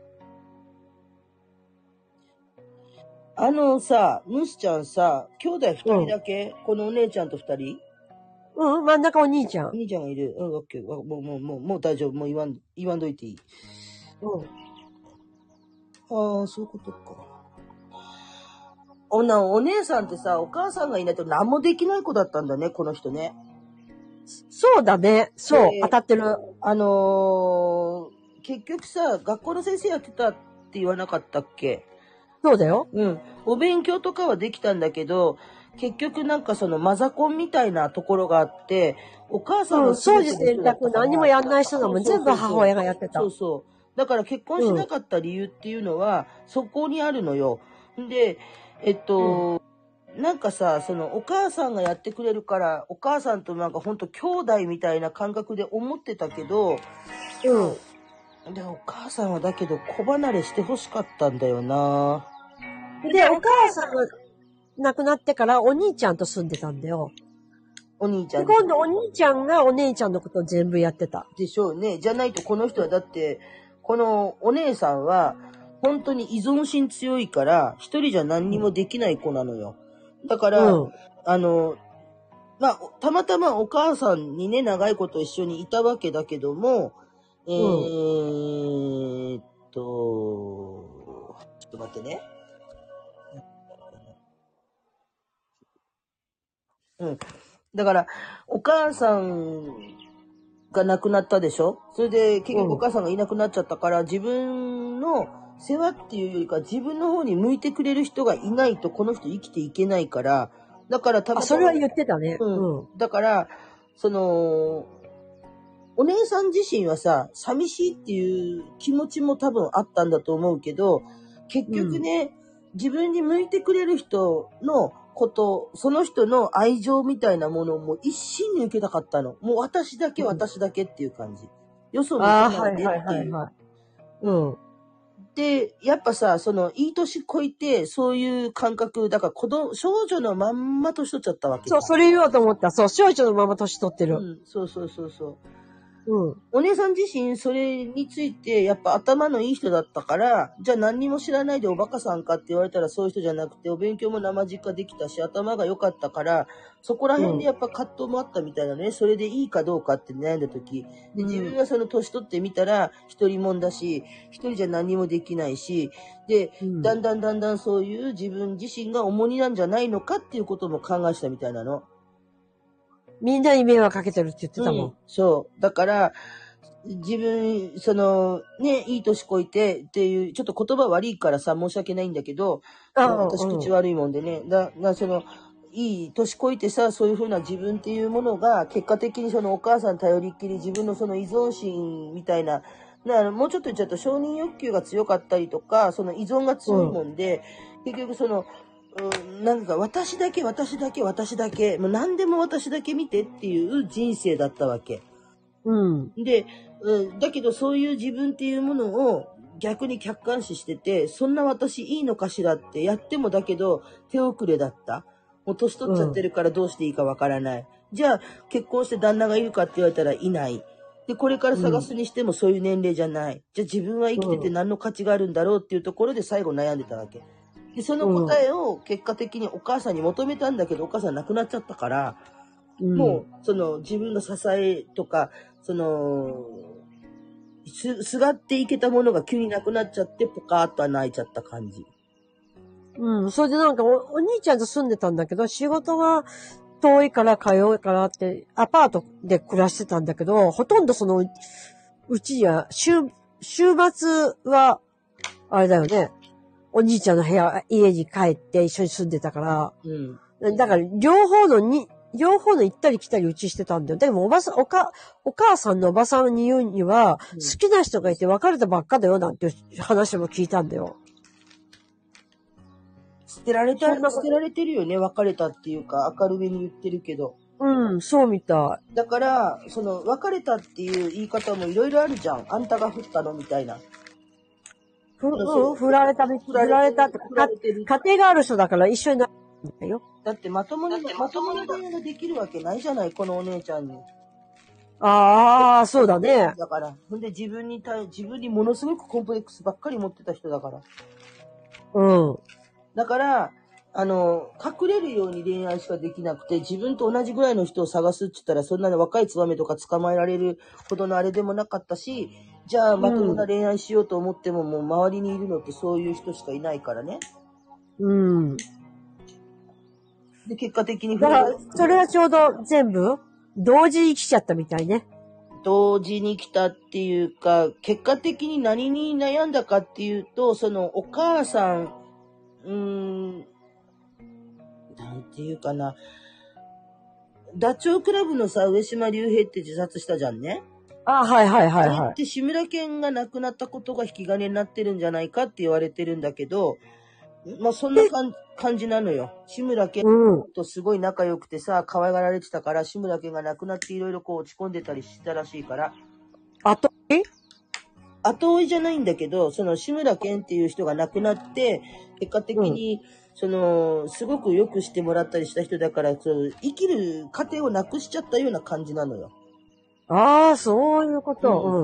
あのさ、ムスちゃんさ、兄弟二人だけ、うん、このお姉ちゃんと二人？ うん、真ん中お兄ちゃん。 お兄ちゃんがいる。うん、オッケー。もう、もう、もう、もう大丈夫。もう言わん、言わんどいていい。うん。ああ、そういうことか。おな、お姉さんってさ、お母さんがいないと何もできない子だったんだね、この人ね。 そうだね。そう、当たってる。 あのー、結局さ、学校の先生やってたって言わなかったっけ？ そうだよ。 うん。お勉強とかはできたんだけど、結局なんかそのマザコンみたいなところがあって、お母さんの掃除洗濯何もやんない人だもん。全部母親がやってた。 そうそう。だから結婚しなかった理由っていうのは、うん、そこにあるのよ。で、えっと、うん、なんかさ、そのお母さんがやってくれるから、お母さんとなんかほんと兄弟みたいな感覚で思ってたけど、うん。で、お母さんはだけど子離れしてほしかったんだよな。 で、お母さんが亡くなってからお兄ちゃんと住んでたんだよ。 お兄ちゃん。 で、今度お兄ちゃんがお姉ちゃんのことを全部やってた。 でしょうね。じゃないとこの人はだって、このお姉さんは本当に依存心強いから、一人じゃ何にもできない子なのよ。だから、うん、あの、 まあ、たまたまお母さんにね、長いこと一緒にいたわけだけども、えーっと、ちょっと待ってね。うん。だから、お母さんが亡くなったでしょ？それで結局お母さんがいなくなっちゃったから、自分の世話っていうよりか自分の方に向いてくれる人がいないとこの人生きていけないから、だから多分。 あ、それは言ってたね。 うん。うん、だから、その、お姉さん自身はさ、寂しいっていう気持ちも多分あったんだと思うけど、結局ね、うん、自分に向いてくれる人のこと、その人の愛情みたいなものをもう一心に受けたかったの。もう私だけ、私だけっていう感じ。よそ見かないでっていう。うん。で、やっぱさ、その、いい年こいて、そういう感覚、だから子供、少女のまんま年取っちゃったわけ。 そう、それ言おうと思った。そう、少女のまま年取ってる。 うん、そうそうそうそう。 うん。 お姉さん自身それについてやっぱ頭のいい人だったから、じゃあ何にも知らないでおバカさんかって言われたらそういう人じゃなくて、お勉強も生実家できたし頭が良かったから、そこら辺でやっぱ葛藤もあったみたいなね、うん、それでいいかどうかって悩んだ時、で自分がその年取ってみたら一人もんだし、一人じゃ何もできないし、で、うん、だんだんだんだんそういう自分自身が重荷なんじゃないのかっていうことも考えしたみたいなの。 みんなに迷惑かけてるって言ってたもん。うん、 そう。だから、自分、その、ね、いい年こいてっていう、ちょっと言葉悪いからさ、申し訳ないんだけど、私口悪いもんでね。だ、だその、いい年こいてさ、そういう風な自分っていうものが、結果的にそのお母さん頼りっきり自分のその依存心みたいな、なもうちょっと言っちゃうと承認欲求が強かったりとか、その依存が強いもんで、うん、結局その、うん、なんか私だけ私だけ私だけ、もう何でも私だけ見てっていう人生だったわけ。 うん。 で、うん、だけどそういう自分っていうものを逆に客観視してて、そんな私いいのかしらってやってもだけど手遅れだった。もう年取っちゃってるからどうしていいかわからない。うん、じゃあ結婚して旦那がいるかって言われたらいない。で、これから探すにしてもそういう年齢じゃない。うん、じゃあ自分は生きてて何の価値があるんだろうっていうところで最後悩んでたわけ。で、その答えを結果的にお母さんに求めたんだけど、お母さん亡くなっちゃったから、うん、もう、その自分の支えとか、その、す、すがっていけたものが急になくなっちゃって、ポカーっと泣いちゃった感じ。 うん、それでなんかお、お兄ちゃんと住んでたんだけど、仕事が遠いから通うからって、アパートで暮らしてたんだけど、ほとんどその、うちには、週、週末は、あれだよね、お兄ちゃんの部屋、家に帰って一緒に住んでたから、うん。だから、両方のに、両方の行ったり来たりうちしてたんだよ。でもおばさん、おか、お母さんのおばさんに言うには、うん、好きな人がいて別れたばっかだよなんて話も聞いたんだよ。 捨てられた、捨てられてるよね。別れたっていうか、明るめに言ってるけど。 うん、そうみたい。だから、その、別れたっていう言い方もいろいろあるじゃん。あんたが振ったのみたいな。 ふ、うん、振られた、振られたって、家庭がある人だから一緒になるんだよ。 だってまともに、まともに恋愛ができるわけないじゃない、このお姉ちゃんに。 ああ、そうだね。 だから。ほんで自分に対、自分にものすごくコンプレックスばっかり持ってた人だから。 うん。 だから、あの、隠れるように恋愛しかできなくて、自分と同じぐらいの人を探すって言ったら、そんなの若いツバメとか捕まえられるほどのあれでもなかったし、じゃあまともな恋愛しようと思っても、うん、もう周りにいるのってそういう人しかいないからね。 うん。 で、結果的に。 だから、それはちょうど全部、同時に来ちゃったみたいね。 同時に来たっていうか、結果的に何に悩んだかっていうと、そのお母さん、うーん、なんていうかな。ダチョウ倶楽部のさ、上島竜兵って自殺したじゃんね。 あ、はいはいはいはい。 あれって志村けんが亡くなったことが引き金になってるんじゃないかって言われてるんだけど、まあそんな感じなのよ。志村けんとすごい仲良くてさ、可愛がられてたから、志村けんが亡くなっていろいろこう落ち込んでたりしたらしいから。 後追い後追いじゃないんだけど、その志村けんっていう人が亡くなって、結果的に、うん、その、すごく良くしてもらったりした人だから、そう生きる過程をなくしちゃったような感じなのよ。 ああ、そういうこと、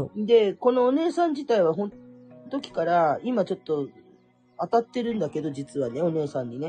うん。で、このお姉さん自体はほん、時から、今ちょっと当たってるんだけど、実はね、お姉さんにね。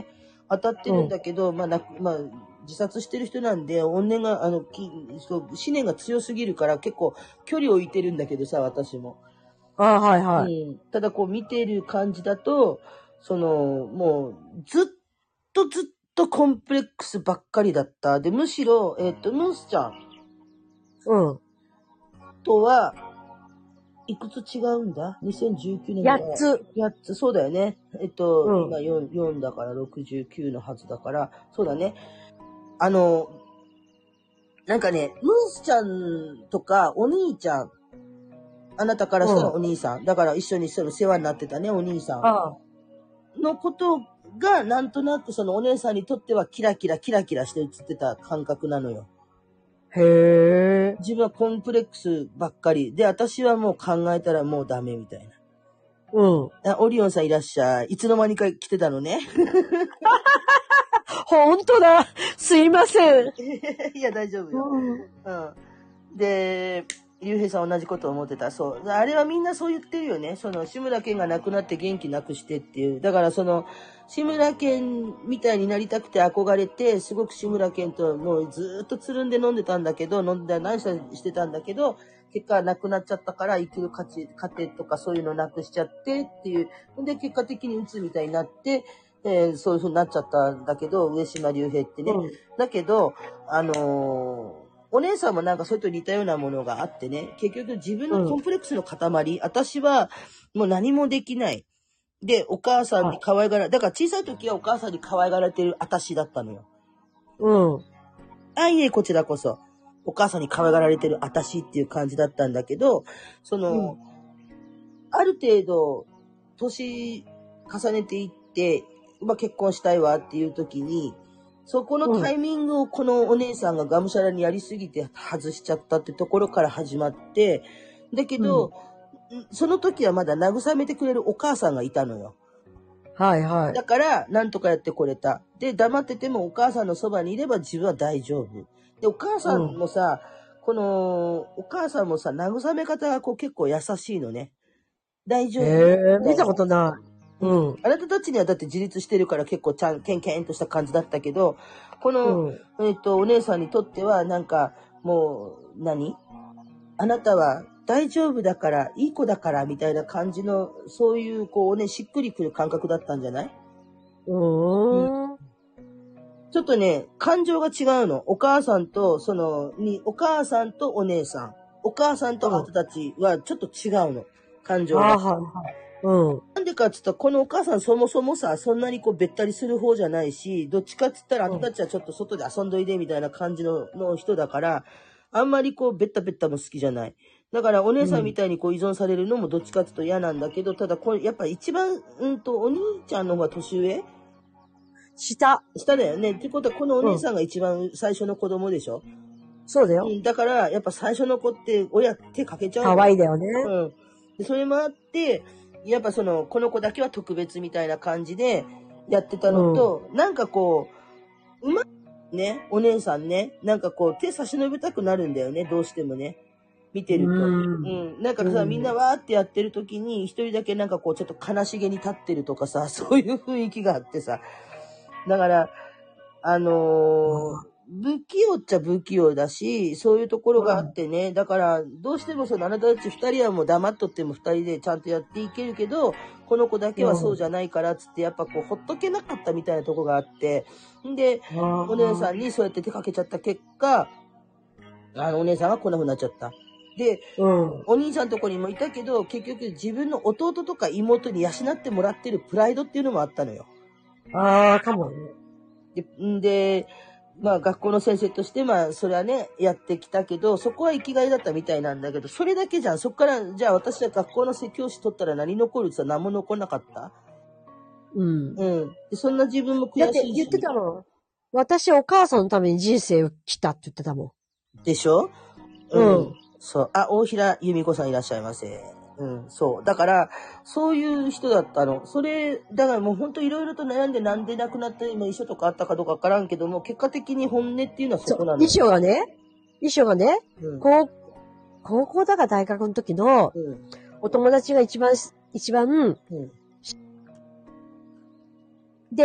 当たってるんだけど、うん、まあな、まあ、自殺してる人なんで、怨念が、あの、きそう思念が強すぎるから結構距離を置いてるんだけどさ、私も。 ああ、はいはい。 うん。ただこう見てる感じだと、その、もう、ずっとずっとコンプレックスばっかりだった。で、むしろ、えっと、ムースちゃん。 うん。 とは、いくつ違うんだ ?にせんじゅうきゅうねんやっつ。 やっつ、そうだよね。えっと、 うん、 今 4, よんだからろくじゅうきゅうのはずだから、そうだね。あの、なんかね、ムースちゃんとかお兄ちゃん、あなたからしたらお兄さん。うん、だから一緒にその世話になってたね、お兄さん。ああのことが、なんとなくそのお姉さんにとってはキラキラキラキラして映ってた感覚なのよ。 へえ。 自分はコンプレックスばっかり。で、私はもう考えたらもうダメみたいな。うん。オリオンさんいらっしゃい。いつの間にか来てたのね。 ほんとだ。すいません。 いや、大丈夫よ。うん。うん、で、ゆうへいさん同じこと思ってた。そう。あれはみんなそう言ってるよね。その、志村けんが亡くなって元気なくしてっていう。だからその、志村けんみたいになりたくて憧れて、すごく志村けんともうずっとつるんで飲んでたんだけど、飲んで何してたんだけど、結果亡くなっちゃったから生きる価値、家庭とかそういうのなくしちゃってっていう。で、結果的に鬱みたいになって、えー、そういう風になっちゃったんだけど、上島竜兵ってね。うん、だけど、あのー、お姉さんもなんかそれと似たようなものがあってね、結局自分のコンプレックスの塊、うん、私はもう何もできない。で、お母さんに可愛がられ、だから小さい時はお母さんに可愛がられてる私だったのよ。うん。あ、いえ、こちらこそ。お母さんに可愛がられてる私っていう感じだったんだけど、その、うん、ある程度、年重ねていって、まあ、結婚したいわっていう時に、そこのタイミングをこのお姉さんががむしゃらにやりすぎて外しちゃったってところから始まって、だけど、うん、その時はまだ慰めてくれるお母さんがいたのよ。 はいはい。 だから、なんとかやってこれた。で、黙っててもお母さんのそばにいれば自分は大丈夫。で、お母さんもさ、うん、この、お母さんもさ、慰め方がこう結構優しいのね。大丈夫。 へー、見たことない。 うん。あなたたちにはだって自立してるから結構ちゃん、ケンケンとした感じだったけど、この、うん、えっと、お姉さんにとってはなんか、もう、何？あなたは大丈夫だから、いい子だから、みたいな感じの、そういう、こうね、しっくりくる感覚だったんじゃない？うーん。ちょっとね、感情が違うの。お母さんと、その、に、お母さんとお姉さん。お母さんとあなたたちはちょっと違うの。感情が。あ、はいはい。うん。なんでかって言ったら、このお母さんそもそもさ、そんなにこう、べったりする方じゃないし、どっちかって言ったら、あなたたちはちょっと外で遊んどいで、みたいな感じの、の人だから、あんまりこう、べったべったも好きじゃない。だから、お姉さんみたいにこう、依存されるのもどっちかって言うと嫌なんだけど、ただ、これ、やっぱ一番、うんと、お兄ちゃんの方が年上？下。下だよね。ってことは、このお姉さんが一番最初の子供でしょ？うん、 そうだよ。 うん、だから、やっぱ最初の子って親手かけちゃう。 可愛いだよね。 うん。でそれもあって、やっぱその、この子だけは特別みたいな感じでやってたのと、うん、なんかこう、うまいね、お姉さんね、なんかこう手差し伸べたくなるんだよね、どうしてもね。見てると。うん。うん、なんかさ、みんなわーってやってる時に、一人だけなんかこうちょっと悲しげに立ってるとかさ、そういう雰囲気があってさ。だから、あのー、不器用っちゃ不器用だし、そういうところがあってね。だから、どうしてもそのあなたたち二人はもう黙っとっても二人でちゃんとやっていけるけど、この子だけはそうじゃないからっつって、やっぱこう、ほっとけなかったみたいなとこがあって。んで、お姉さんにそうやって手かけちゃった結果、あの、お姉さんがこんな風になっちゃった。で、うん、お兄さんとこにもいたけど、結局自分の弟とか妹に養ってもらってるプライドっていうのもあったのよ。 ああ、かもね。 で、んで、まあ学校の先生として、まあそれはね、やってきたけど、そこは生きがいだったみたいなんだけど、それだけじゃん。そこから、じゃあ私は学校の教師取ったら何残るって言ったら何も残らなかった。うん。うん。でそんな自分も悔しいし。 だって言ってたの。私お母さんのために人生を来たって言ってたもん。でしょ？うん。うん、そう。あ、大平由美子さんいらっしゃいませ。うん、そう。だから、そういう人だったの。それ、だからもう本当いろいろと悩んでなんで亡くなった今遺書とかあったかどうかわからんけども、結果的に本音っていうのはそこなの。 遺書がね、遺書がね、うん、高, 高校だか大学の時の、うん、お友達が一番、一番、うん、で、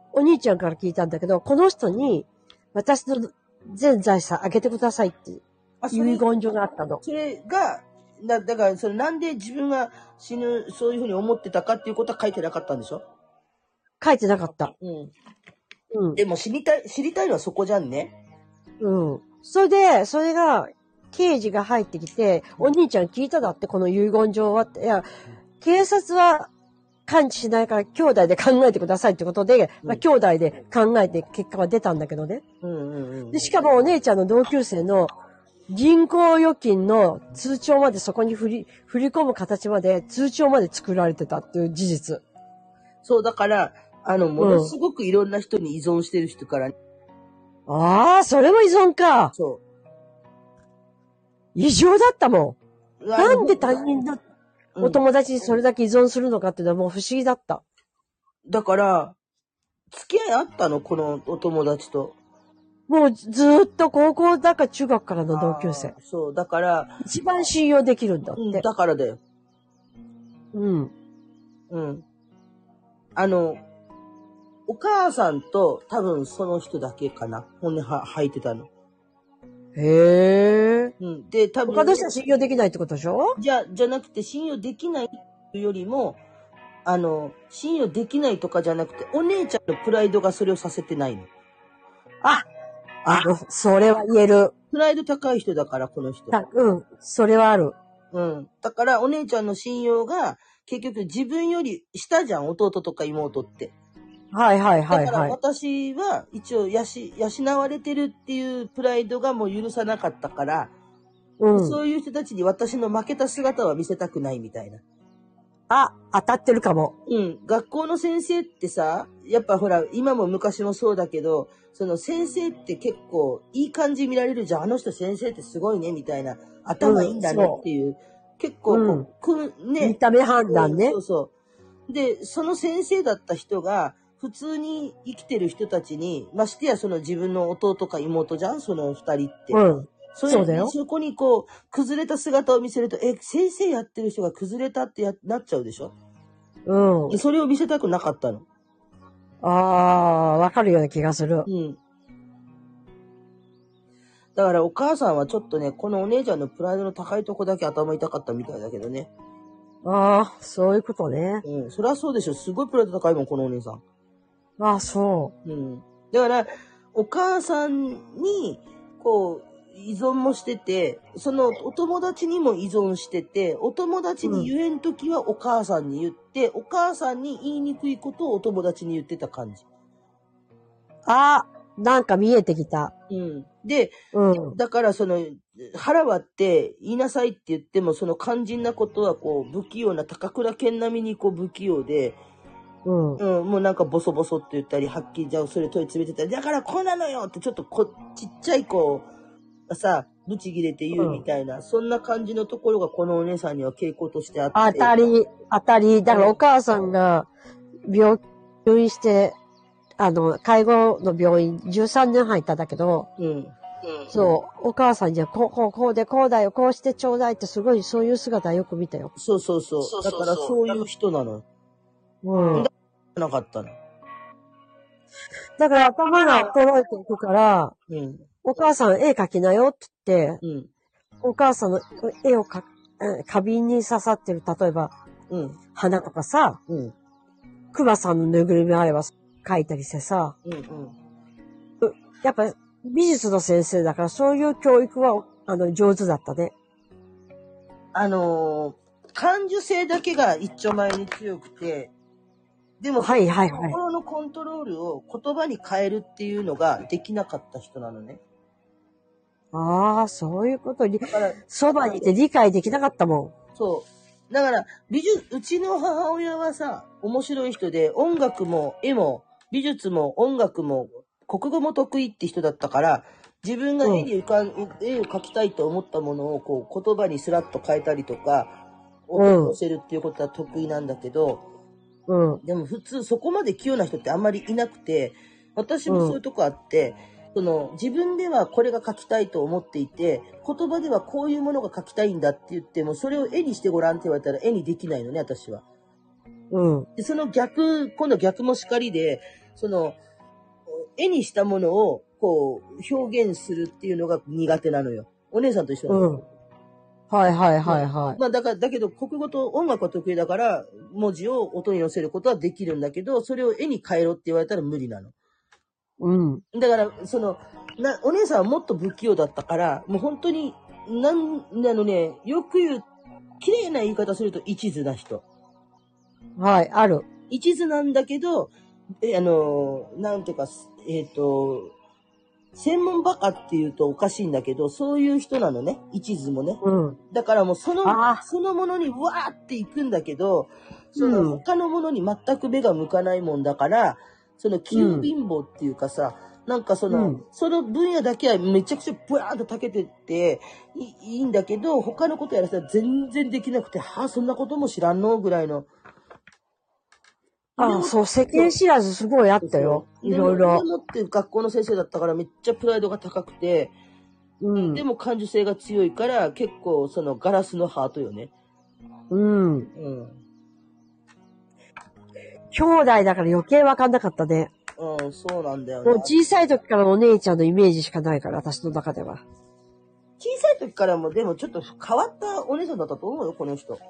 お兄ちゃんから聞いたんだけど、この人に私の全財産あげてくださいって遺言状があったの。 それが、だだから、それなんで自分が死ぬ、そういうふうに思ってたかっていうことは書いてなかったんでしょ？ 書いてなかった。 うん。うん。でも知りたい、知りたいのはそこじゃんね。 うん。それで、それが、刑事が入ってきて、お兄ちゃん聞いただって、この遺言状はって。いや、警察は感知しないから兄弟で考えてくださいってことで、うん、まあ兄弟で考えて結果は出たんだけどね。うんうんうん、でしかもお姉ちゃんの同級生の銀行預金の通帳までそこに振り、振り込む形まで通帳まで作られてたっていう事実。 そう、だから、あの、ものすごくいろんな人に依存してる人から、うん。 ああ、それも依存か。そう。異常だったもん。なんで他人のお友達にそれだけ依存するのかっていうのはもう不思議だった。だから、付き合いあったの？このお友達と。もうずーっと高校だか中学からの同級生。そう、だから。一番信用できるんだって。うん、だからだよ。うん。うん。あの、お母さんと多分その人だけかな。骨は吐いてたの。へえ。うん。で、多分。他の人は信用できないってことでしょ？じゃ、じゃなくて信用できないというよりも、あの、信用できないとかじゃなくて、お姉ちゃんのプライドがそれをさせてないの。ああの、それは言える。プライド高い人だから、この人。うん。それはある。うん。だから、お姉ちゃんの信用が、結局自分より下じゃん、弟とか妹って。はいはいはいはい。だから私は一応やし、養われてるっていうプライドがもう許さなかったから、うん、そういう人たちに私の負けた姿は見せたくないみたいな。あ、当たってるかも。うん。学校の先生ってさ、やっぱほら、今も昔もそうだけど、その先生って結構いい感じ見られるじゃん。あの人先生ってすごいね、みたいな。頭いいんだねっていう。うん、結構こう、うん、ね。見た目判断ね。そうそう。で、その先生だった人が、普通に生きてる人たちに、ましてやその自分の弟か妹じゃん、その二人って。うん。それそうだよ。そこにこう、崩れた姿を見せると、え、先生やってる人が崩れたってやなっちゃうでしょ？うん。それを見せたくなかったの。ああ、わかるような気がする。うん。だからお母さんはちょっとね、このお姉ちゃんのプライドの高いとこだけ頭痛かったみたいだけどね。ああ、そういうことね。うん。そりゃそうでしょ。すごいプライド高いもん、このお姉さん。ああ、そう。うん。だから、お母さんに、こう、依存もしてて、そのお友達にも依存してて、お友達に言えんときはお母さんに言って、うん、お母さんに言いにくいことをお友達に言ってた感じ。あ、なんか見えてきた。うん。で、うん、だからその、腹割って言いなさいって言っても、その肝心なことはこう、不器用な高倉健並みにこう不器用で、うん、うん、もうなんかボソボソって言ったり、はっきりじゃあそれ問い詰めてたり、だからこうなのよってちょっとこちっちゃい子がさ、ブチギレて言うみたいな、うん、そんな感じのところがこのお姉さんには傾向としてあって。当たり、当たり。だからお母さんが病院して、あの、介護の病院じゅうさんねん入ったんだけど、うん。そう、お母さんにはこう、こう、こうで、こうだよ、こうしてちょうだいってすごいそういう姿よく見たよ。そうそうそう。だからそういう人なの。うん。なかったの。だから頭が衰えていくから、うん、お母さん絵描きなよって言って、うん、お母さんの絵をか、花瓶に刺さってる、例えば、うん、花とかさ、うん、熊さんのぬいぐるみあれば描いたりしてさ、うんうん、やっぱ美術の先生だからそういう教育はあの上手だったね。あのー、感受性だけが一丁前に強くて、でも、はいはいはい。心のコントロールを言葉に変えるっていうのができなかった人なのね。ああ、そういうことに。だから、そばにいて理解できなかったもん。そう。だから、美術、うちの母親はさ、面白い人で、音楽も絵も、美術も音楽も、国語も得意って人だったから、自分が絵に浮かん、うん、絵を描きたいと思ったものを、こう、言葉にスラッと変えたりとか、音を乗せるっていうことは得意なんだけど、うん、でも普通そこまで器用な人ってあんまりいなくて、私もそういうとこあって、うん、その自分ではこれが描きたいと思っていて、言葉ではこういうものが描きたいんだって言っても、それを絵にしてごらんって言われたら絵にできないのね、私は。うん。でその逆、今度逆もしかりで、 その、絵にしたものを、こう、表現するっていうのが苦手なのよ。お姉さんと一緒なの。 うん。はいはいはいはい。 まあだから、だけど国語と音楽は得意だから、文字を音に乗せることはできるんだけど、それを絵に変えろって言われたら無理なの。 うん。 だから、その、な、お姉さんはもっと不器用だったから、もう本当に、なん、あのね、よく言う、綺麗な言い方すると一途な人。 はい、ある。 一途なんだけど、え、あの、なんていうか、えっと、専門バカって言うとおかしいんだけど、そういう人なのね。一途もね。 うん。 だからもうその、 あそのものにわーって行くんだけど、その他のものに全く目が向かないもんだから、その器用貧乏っていうかさ、うん、なんかその、うん、その分野だけはめちゃくちゃブワーンと長けてっていいんだけど、他のことやらせたら全然できなくて、はあ、そんなことも知らんのぐらいの。 ああ、そう、世間知らずすごいあったよ。いろいろ。 でもって学校の先生だったからめっちゃプライドが高くて、うん、でも感受性が強いから結構そのガラスのハートよね。 うん。うん。兄弟だから余計わかんなかったね。 うん、そうなんだよね。 もう小さい時からお姉ちゃんのイメージしかないから、私の中では。 小さい時からもでもちょっと変わったお姉さんだったと思うよ、この人。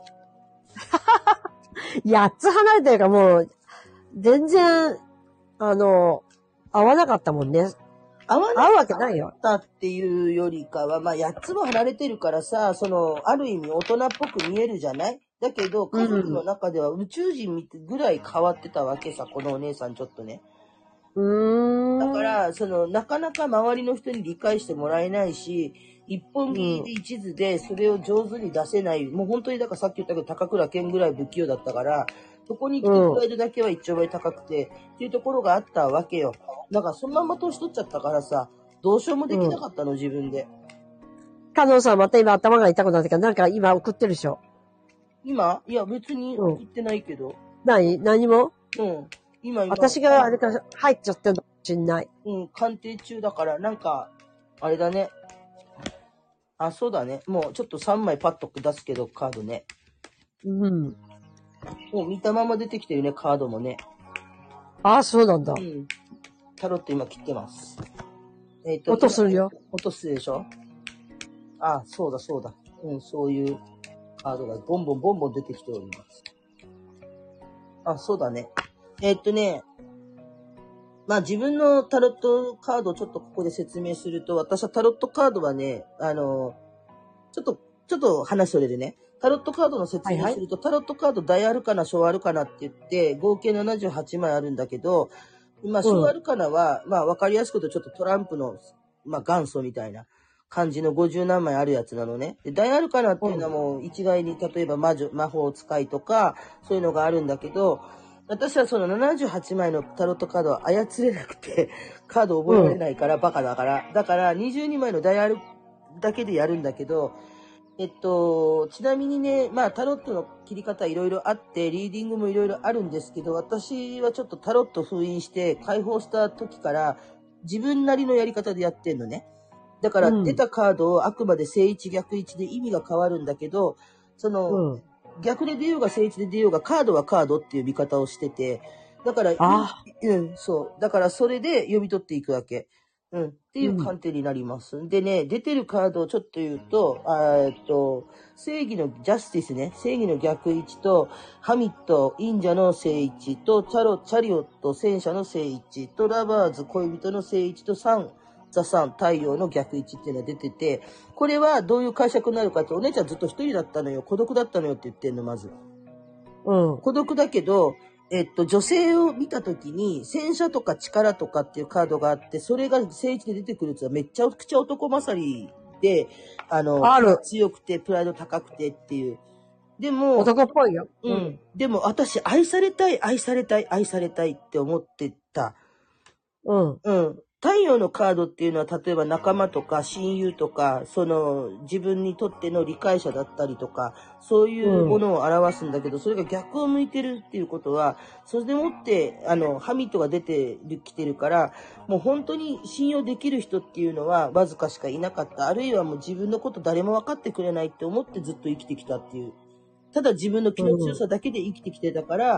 やっつ離れてるからもう、全然、あの、合わなかったもんね。 合わな合うわけないよ。 かったっていうよりかは、まあ、やっつも離れてるからさ、その、ある意味大人っぽく見えるじゃない？だけど、家族の中では宇宙人見てぐらい変わってたわけさ、このお姉さんちょっとね。 うーん。 だから、その、なかなか周りの人に理解してもらえないし、一本気で一途で、それを上手に出せない、うん、もう本当にだからさっき言ったけど、高倉健ぐらい不器用だったから、そこに来てプライドだけは一丁倍高くて、っていうところがあったわけよ。だからそのまま年取っちゃったからさ、どうしようもできなかったの、うん、自分で。 カノンさんまた今頭が痛くなったけど、なんか今送ってるでしょ。 今？いや別に送ってないけど。うん、 何？何も？ うん。今今。 私があれか入っちゃってるのかもしんない。 うん、鑑定中だから、なんか、あれだね。あ、そうだね。もうちょっとさんまいパッと出すけど、カードね。 うん。 もう見たまま出てきてるね、カードもね。 ああ、そうなんだ。 うん。タロット今切ってます。えっと、 音するよ。 音するでしょ？あ、そうだそうだ。うん、そういうカードがボンボンボンボン出てきております。あ、そうだね。えっとね、まあ自分のタロットカードをちょっとここで説明すると、私はタロットカードはね、あの、ちょっと、ちょっと話それでね、タロットカードの説明すると、はいはい、タロットカード大アルカナ、小アルカナって言って、合計ななじゅうはちまいあるんだけど、まあ小アルカナは、うん、まあわかりやすく言うとちょっとトランプの、まあ元祖みたいな感じのごじゅうなんまいあるやつなのね。で、大アルカナっていうのはもう一概に、例えば魔女、魔法使いとか、そういうのがあるんだけど、私はそのななじゅうはちまいのタロットカードは操れなくて、カード覚えられないから、うん、バカだから。だからにじゅうにまいの大アルだけでやるんだけど、えっと、ちなみにね、まあタロットの切り方いろいろあって、リーディングもいろいろあるんですけど、私はちょっとタロット封印して解放した時から自分なりのやり方でやってんのね。だから出たカードをあくまで正位置逆位置で意味が変わるんだけど、その、うん逆で出ようが正位置で出ようがカードはカードっていう見方をしてて、だから、 あうん、そう。だからそれで読み取っていくわけ。うん。っていう観点になります。うん、でね、出てるカードをちょっと言うと、えっと、正義のジャスティスね、正義の逆位置と、ハミット、忍者の正位置と、チャロ、チャリオット、戦車の正位置と、ラバーズ、恋人の正位置と、サン、ザ・サン、太陽の逆位置っていうのが出てて、これはどういう解釈になるかって、お姉ちゃんずっと一人だったのよ、孤独だったのよって言ってんの、まず。うん。孤独だけど、えっと、女性を見たときに、戦車とか力とかっていうカードがあって、それが正位置で出てくるってめっちゃくちゃ男勝りで、あの、 ある強くて、プライド高くてっていう。でも、 男っぽいよ。 うん。うん、でも、私、愛されたい、愛されたい、愛されたいって思ってた。 うん。 うん。太陽のカードっていうのは、例えば仲間とか親友とか、その自分にとっての理解者だったりとか、そういうものを表すんだけど、うん、それが逆を向いてるっていうことは、それでもって、あの、ハミットが出てきてるから、もう本当に信用できる人っていうのはわずかしかいなかった。あるいはもう自分のこと誰も分かってくれないって思ってずっと生きてきたっていう。ただ自分の気の強さだけで生きてきてたから、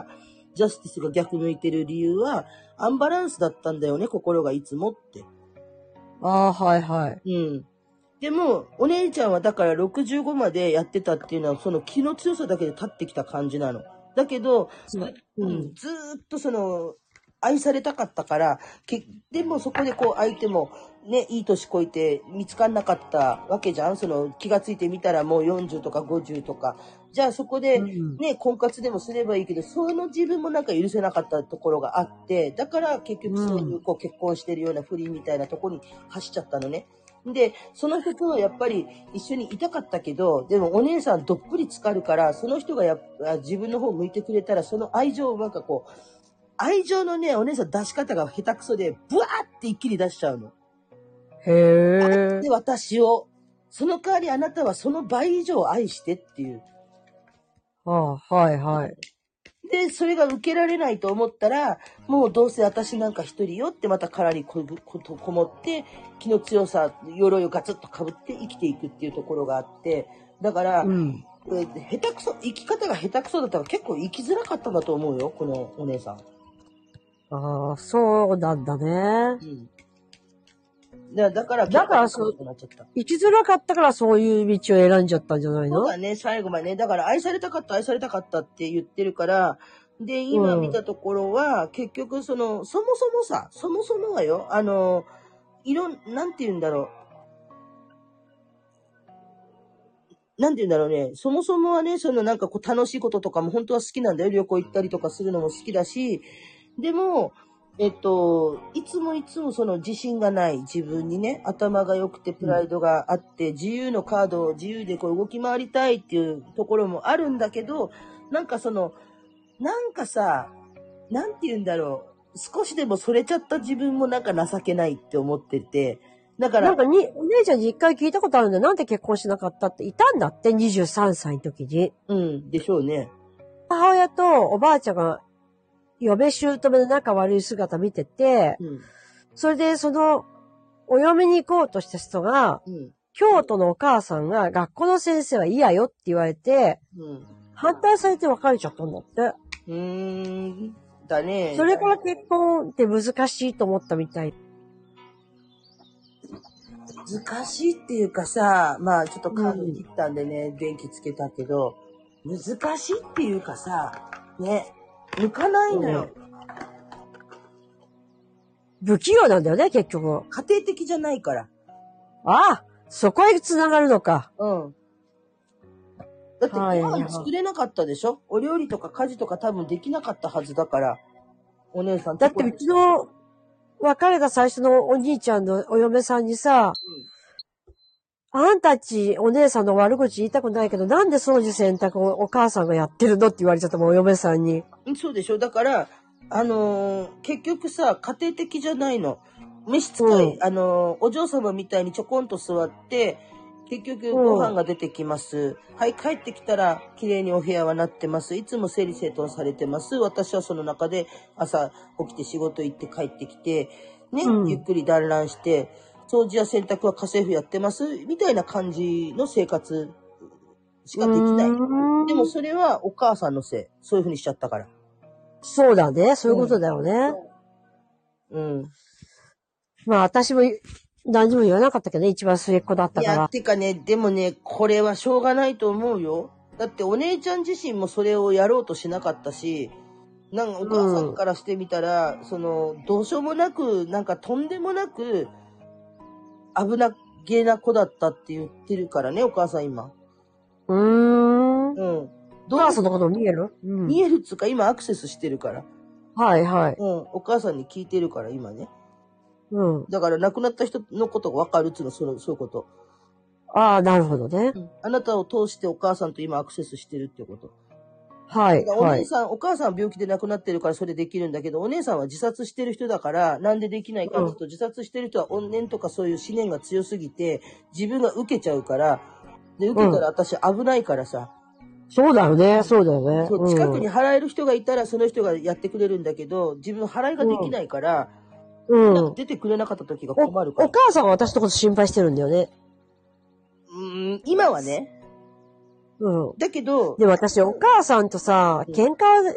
ジャスティスが逆向いてる理由は、アンバランスだったんだよね、心がいつもって。 ああ、はいはい。 うん。でも、お姉ちゃんはだからろくじゅうごまでやってたっていうのは、その気の強さだけで立ってきた感じなの。だけど、うん、ずーっとその、愛されたかったから、けでもそこでこう相手もね、いい年こいて見つかんなかったわけじゃん。その気がついてみたらもうよんじゅうとかごじゅうとか。じゃあそこでね、婚活でもすればいいけど、その自分もなんか許せなかったところがあって、だから結局そういうこう結婚してるような不倫みたいなところに走っちゃったのね。で、その人とやっぱり一緒にいたかったけど、でもお姉さんどっぷり浸かるから、その人がやっぱ自分の方向いてくれたら、その愛情をなんかこう、愛情のね、お姉さん出し方が下手くそで、ブワーって一気に出しちゃうの。 へー。 で、私を。その代わりあなたはその倍以上愛してっていう。 ああ、はいはい。 で、それが受けられないと思ったら、もうどうせ私なんか一人よってまた殻にこここもって、気の強さ、鎧をガツッと被って生きていくっていうところがあって、だから、うん、下手くそ、生き方が下手くそだったら結構生きづらかったんだと思うよ、このお姉さん。 ああ、そうなんだね。うん。 だだから、 だからそう、生きづらかったからそういう道を選んじゃったんじゃないの？ そうだね、最後までね。だから愛されたかった、愛されたかったって言ってるから、で、今見たところは、うん、結局その、そもそもさ、そもそもはよ、あの、いろん、なんて言うんだろう。なんて言うんだろうね。そもそもはね、そのなんかこう楽しいこととかも本当は好きなんだよ。旅行行ったりとかするのも好きだし、でも、えっと、いつもいつもその自信がない自分にね、頭が良くてプライドがあって、自由のカードを自由でこう動き回りたいっていうところもあるんだけど、なんかその、なんかさ、なんて言うんだろう。少しでもそれちゃった自分もなんか情けないって思ってて、だから。 なんかに、お姉ちゃんに一回聞いたことあるんだよ。なんで結婚しなかったっていたんだって、にじゅうさんさいの時に。 うん、でしょうね。 母親とおばあちゃんが、嫁姑の仲悪い姿見てて、うん、それでその、お嫁に行こうとした人が、うん、京都のお母さんが学校の先生は嫌よって言われて、うん、反対されて別れちゃったんだって。 うーん、だね。 それから結婚って難しいと思ったみたい。 難しいっていうかさ、まあちょっとカード切ったんでね、うん、電気つけたけど、難しいっていうかさ、ね、抜かないのよ。 不器用なんだよね、結局。 家庭的じゃないから。 ああ、そこへ繋がるのか。 うん。だってご飯作れなかったでしょ？お料理とか家事とか多分できなかったはずだから。お姉さん。 だってうちの別れた最初のお兄ちゃんのお嫁さんにさ、うん、あんたちお姉さんの悪口言いたくないけど、なんで掃除洗濯をお母さんがやってるのって言われちゃったもん、お嫁さんに。 そうでしょ？だから、あのー、結局さ、家庭的じゃないの。召使い、うん、あのー、お嬢様みたいにちょこんと座って、結局ご飯が出てきます。うん、はい、帰ってきたら綺麗にお部屋はなってます。いつも整理整頓されてます。私はその中で朝起きて仕事行って帰ってきて、ね、うん、ゆっくり団らんして、掃除や洗濯は家政婦やってます。みたいな感じの生活しかできない。でもそれはお母さんのせい。そういう風にしちゃったから。 そうだね。そういうことだよね。 うん。うん、 まあ私も何も言わなかったけどね、一番末っ子だったから。 いや、てかね、でもね、これはしょうがないと思うよ。だってお姉ちゃん自身もそれをやろうとしなかったし、なんかお母さんからしてみたら、うん、その、どうしようもなく、なんかとんでもなく、危なげな子だったって言ってるからね、お母さん今。 うーん。 うん。 お母さんのこと見える？ うん、見えるっつうか、今アクセスしてるから。 はいはい。 うん。お母さんに聞いてるから、今ね。 うん。 だから亡くなった人のことが分かるっつうの、その、そういうこと。 ああ、なるほどね、 うん。あなたを通してお母さんと今アクセスしてるってこと。 はい。 お姉さん、はい、お母さんは病気で亡くなってるからそれできるんだけど、お姉さんは自殺してる人だから、なんでできないかっていうと、うん、自殺してる人は怨念とかそういう思念が強すぎて、自分が受けちゃうから、で、受けたら私危ないからさ。 うん、そうだよね、そうだよね。 そう、近くに払える人がいたらその人がやってくれるんだけど、自分払いができないから、うん。出てくれなかった時が困るから。 お、お母さんは私のこと心配してるんだよね。 うーん、今はね。 うん。 だけど。 でも私、お母さんとさ、喧嘩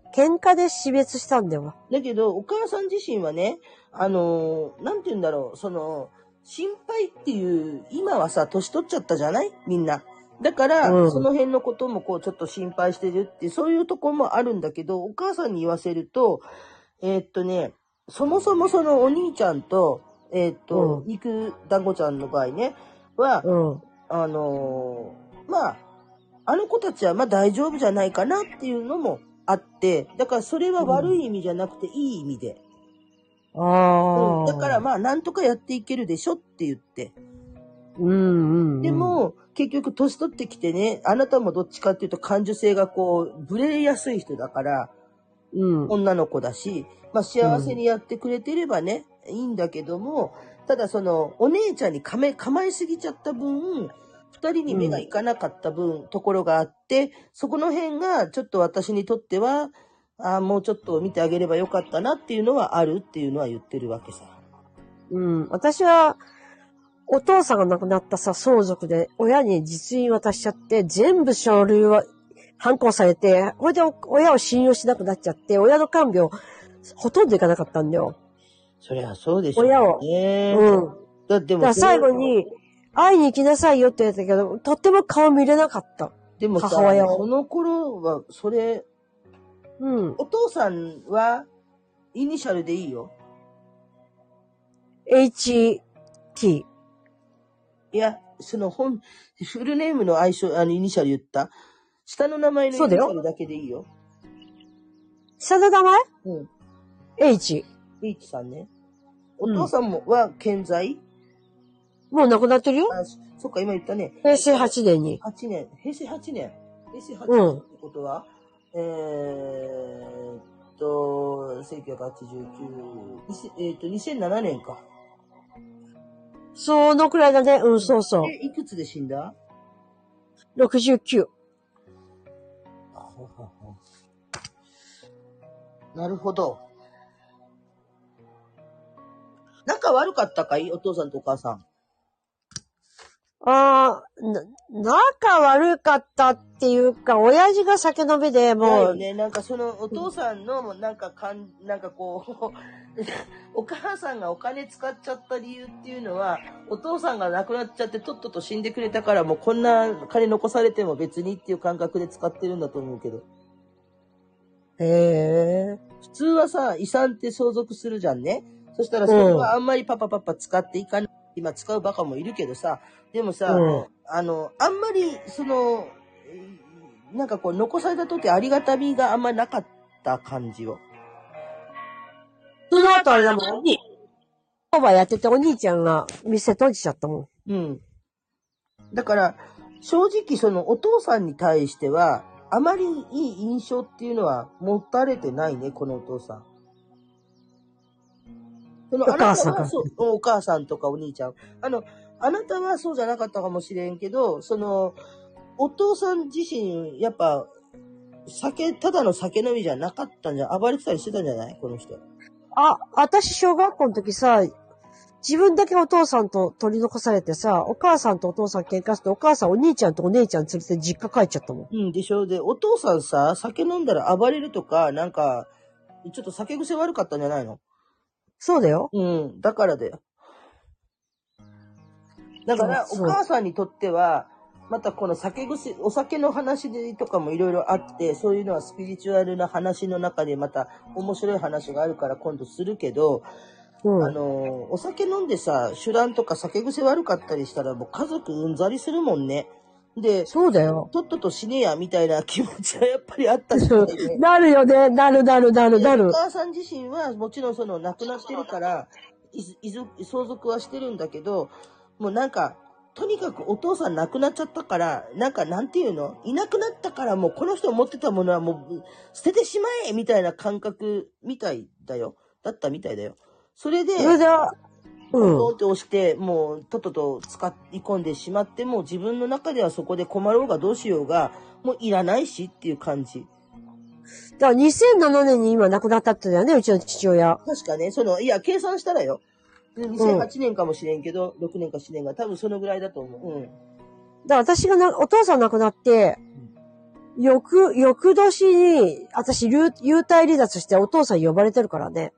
喧嘩で死別したんだよ。 だけど、お母さん自身はね、あのー、なんて言うんだろう、その、心配っていう、今はさ、年取っちゃったじゃないみんな。だから、うん、その辺のこともこう、ちょっと心配してるっていう、そういうところもあるんだけど、お母さんに言わせると、えー、っとね、そもそもそのお兄ちゃんと、えー、っと、うん、肉団子ちゃんの場合ね、は、うん、あのー、まあ、あの子たちはまあ大丈夫じゃないかなっていうのもあって、だからそれは悪い意味じゃなくていい意味で。 ああ、 うん。だからまあなんとかやっていけるでしょって言って。 うんうんうん、 でも、結局年取ってきてね、あなたもどっちかっていうと感受性がこう、ブレやすい人だから、うん、女の子だし、まあ幸せにやってくれてればね、うん、いいんだけども、ただその、お姉ちゃんに構え、構えすぎちゃった分、二人に目がいかなかった分、うん、ところがあって、そこの辺がちょっと私にとっては、ああ、もうちょっと見てあげればよかったなっていうのはあるっていうのは言ってるわけさ。 うん。私は、お父さんが亡くなったさ、相続で親に実印渡しちゃって、全部書類は反抗されて、これで親を信用しなくなっちゃって、親の看病、ほとんどいかなかったんだよ。 そりゃそうでしょうね。親を。うん。だってもだから最後に、会いに行きなさいよって言ったけど、とっても顔見れなかった。 でもさ、母親を。その頃は、それ、うん。お父さんは、イニシャルでいいよ。 エイチティー。 いや、その本、フルネームの相性、あの、イニシャル言った。下の名前のイニシャルだけでいいよ。 下の名前？ うん。 H。 H さんね。お父さんも、うん、は健在？ もう亡くなってるよ。 あ、そっか、今言ったね。 平成はちねんに。 はちねん。平成はちねん。平成はちねんってことは、うん、えーっと、せんきゅうひゃくはちじゅうきゅう、えーっと、にせんななねんか。 そのくらいだね。うん、そうそう。 え、いくつで死んだ？ ろくじゅうきゅう。 なるほど。仲悪かったかい？お父さんとお母さん。 ああ、仲悪かったっていうか、親父が酒飲みでもう。 ね、なんかそのお父さんの、なんかかん、なんかこう、お母さんがお金使っちゃった理由っていうのは、お父さんが亡くなっちゃってとっとと死んでくれたからもうこんな金残されても別にっていう感覚で使ってるんだと思うけど。 へえ。 普通はさ、遺産って相続するじゃんね。そしたらそれはあんまりパパパパ使っていかない。今使うバカもいるけどさ、でもさ、うん、あの、あんまり、その、なんかこう、残された時ありがたみがあんまりなかった感じを。 その後あれだもんね。商売やっててお兄ちゃんが店閉じちゃったもん。うん。だから、正直そのお父さんに対しては、あまりいい印象っていうのは持たれてないね、このお父さん。そのお母さんか。お母さんとかお兄ちゃん。あの、あなたはそうじゃなかったかもしれんけど、その、お父さん自身、やっぱ、酒、ただの酒飲みじゃなかったんじゃ、暴れてたりしてたんじゃないこの人。 あ、私小学校の時さ、自分だけお父さんと取り残されてさ、お母さんとお父さん喧嘩して、お母さんお兄ちゃんとお姉ちゃん連れて実家帰っちゃったもん。 うんでしょ。で、お父さんさ、酒飲んだら暴れるとか、なんか、ちょっと酒癖悪かったんじゃないの？ そうだよ。 うん、だからだよ。だから、お母さんにとっては、またこの酒癖、お酒の話とかもいろいろあって、そういうのはスピリチュアルな話の中でまた面白い話があるから今度するけど、うん、あの、お酒飲んでさ、酒乱とか酒癖悪かったりしたらもう家族うんざりするもんね。で、 そうだよ。 とっとと死ねや、みたいな気持ちはやっぱりあったし、ね。 なるよね。なるなるなるなる。 お母さん自身はもちろんその亡くなってるから、いず相続はしてるんだけど、もうなんか、とにかくお父さん亡くなっちゃったから、なんかなんていうの？いなくなったからもうこの人持ってたものはもう捨ててしまえみたいな感覚みたいだよ。だったみたいだよ。それで、 それで、 うん。ポンって押して、もうとっとと使い込んでしまって、もう自分の中ではそこで困ろうがどうしようが、もういらないしっていう感じ。 だからにせんななねんに今亡くなったってだよね、うちの父親。 確かね、その、いや、計算したらよ。にせんはちねんかもしれんけど、うん、ろくねんかななねんが多分そのぐらいだと思う。うん。 だから私がな、お父さん亡くなって、 翌、翌年に、私、優待離脱してお父さん呼ばれてるからね。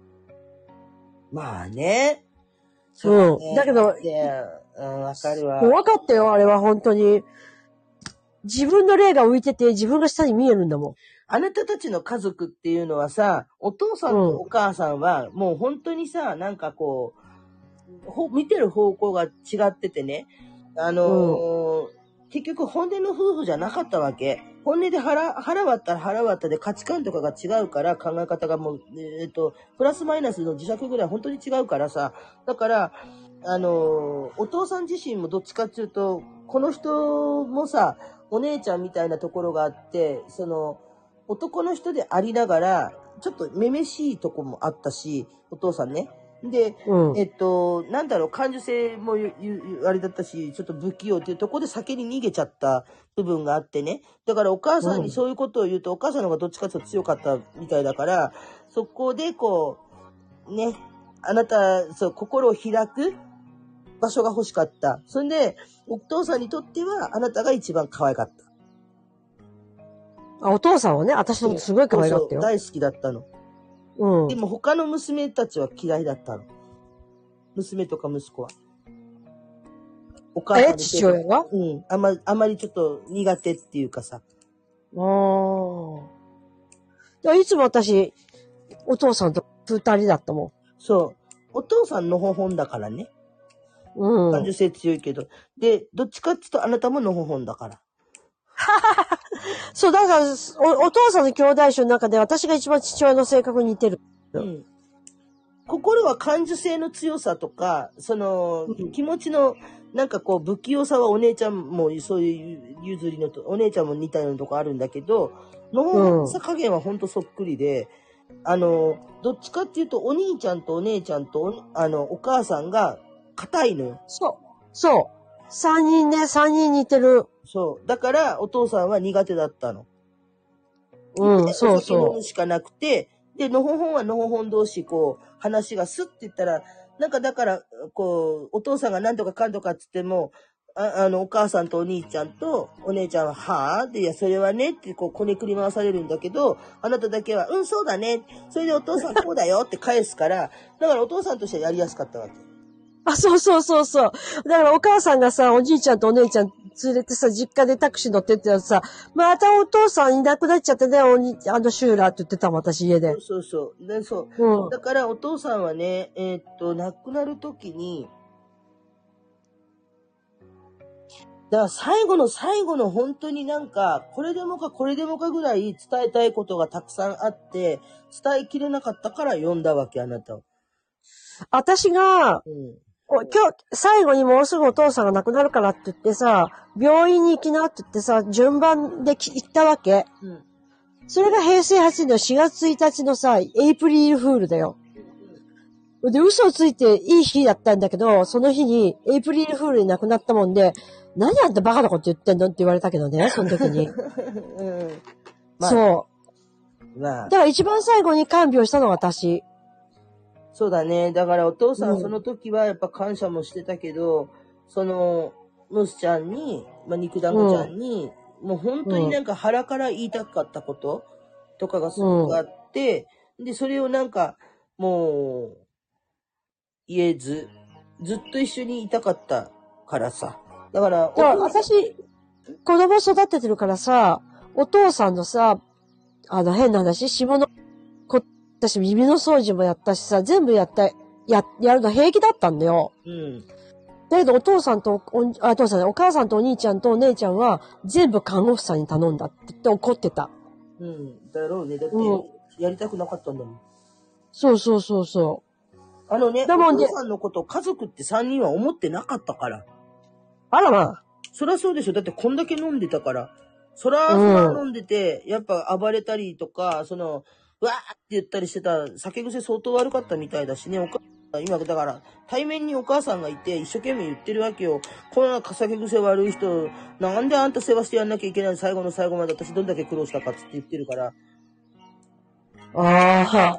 まあね。 そう、ね。うん。だけど、 うん、わかるわ。 怖かったよ、あれは本当に。自分の霊が浮いてて、自分が下に見えるんだもん。 あなたたちの家族っていうのはさ、お父さんとお母さんは、もう本当にさ、なんかこう、ほ見てる方向が違っててね。あのーうん、結局本音の夫婦じゃなかったわけ。本音で腹、腹割ったら腹割ったで価値観とかが違うから考え方がもう、えっと、プラスマイナスの磁石ぐらい本当に違うからさ。だから、あのー、お父さん自身もどっちかっていうと、この人もさ、お姉ちゃんみたいなところがあって、その、男の人でありながら、ちょっとめめしいとこもあったし、お父さんね。で、うん、えっと、なんだろう、感受性もあれだったし、ちょっと不器用っていうところで先に逃げちゃった部分があってね。だからお母さんにそういうことを言うと、うん、お母さんの方がどっちかというと強かったみたいだから、そこでこう、ね、あなた、そう、心を開く場所が欲しかった。それで、お父さんにとっては、あなたが一番可愛かった。 あ、お父さんはね、私のことすごい可愛かったよ。 そうそう、大好きだったの。うん。でも他の娘たちは嫌いだったの。娘とか息子は。 お母さん。え、父親が？ うん。あま、あまりちょっと苦手っていうかさ。 ああ。いつも私、お父さんと二人だったもん。 そう。お父さんのほほんだからね。 うん。 感受性強いけど。で、どっちかっていうとあなたものほほんだから。 そう、だからお、お父さんの兄弟種の中で私が一番父親の性格に似てる。 うん。心は感受性の強さとか、その、うん、気持ちの、なんかこう、不器用さはお姉ちゃんも、そういう譲りのと、お姉ちゃんも似たようなとこあるんだけど、のほほんさ加減はほんとそっくりで、うん、あの、どっちかっていうと、お兄ちゃんとお姉ちゃんと、あの、お母さんが硬いのよ。 そう。そう。三人ね、三人似てる。 そう。だから、お父さんは苦手だったの。 うん、そうそう。 飲むしかなくて、で、のほほんはのほほん同士、こう、話がスッって言ったら、なんかだから、こう、お父さんが何とかかんとかって言っても、あ, あの、お母さんとお兄ちゃんとお姉ちゃんは、はぁで、いや、それはねって、こう、こねくり回されるんだけど、あなただけは、うん、そうだね。それでお父さんこうだよって返すから、だからお父さんとしてはやりやすかったわけ。 あ、そうそうそうそう。だからお母さんがさ、おじいちゃんとお姉ちゃん連れてさ、実家でタクシー乗ってってさ、またお父さんいなくなっちゃってね、おに、あのシューラーって言ってたもん、私家で。 そうそうそう。で、そう。うん、だからお父さんはね、えー、っと、亡くなるときに、だから最後の最後の本当になんか、これでもかこれでもかぐらい伝えたいことがたくさんあって、伝えきれなかったから呼んだわけ、あなたを。 私が、うん今日、最後にもうすぐお父さんが亡くなるからって言ってさ、病院に行きなって言ってさ、順番で行ったわけ。うん、それが平成はちねんのしがつついたちのさ、エイプリルフールだよ。で、嘘をついていい日だったんだけど、その日にエイプリルフールに亡くなったもんで、何あんたバカなこと言ってんのって言われたけどね、その時に。うんまあ、そう。まあ、だから一番最後に看病したのは私。 そうだね。だからお父さんその時はやっぱ感謝もしてたけど、うん、その、ムスちゃんに、まあ、肉団子ちゃんに、うん、もう本当になんか腹から言いたかったこととかがすごくあって、うん、で、それをなんか、もう、言えず、ずっと一緒にいたかったからさ。だから、 だから私、子供育ててるからさ、お父さんのさ、あの変な話、下の、私耳の掃除もやったしさ、全部やった、や、やるの平気だったんだよ。うん。だけどお父さんと、お、あ、お父さんね、お母さんとお兄ちゃんとお姉ちゃんは全部看護婦さんに頼んだって言って怒ってた。 うん。だろうね。だって、やりたくなかったんだもん。 そうそうそうそう。 あのね、お父さんのこと家族ってさんにんは思ってなかったから。 あらまあ。 そりゃそうでしょ。だってこんだけ飲んでたから。そら、そら飲んでて、やっぱ暴れたりとか、その、わーって言ったりしてた、酒癖相当悪かったみたいだしね、お母さん、今だから、対面にお母さんがいて、一生懸命言ってるわけよ。こんな酒癖悪い人、なんであんた世話してやんなきゃいけないの、最後の最後まで私どんだけ苦労したかって言ってるから。 ああ。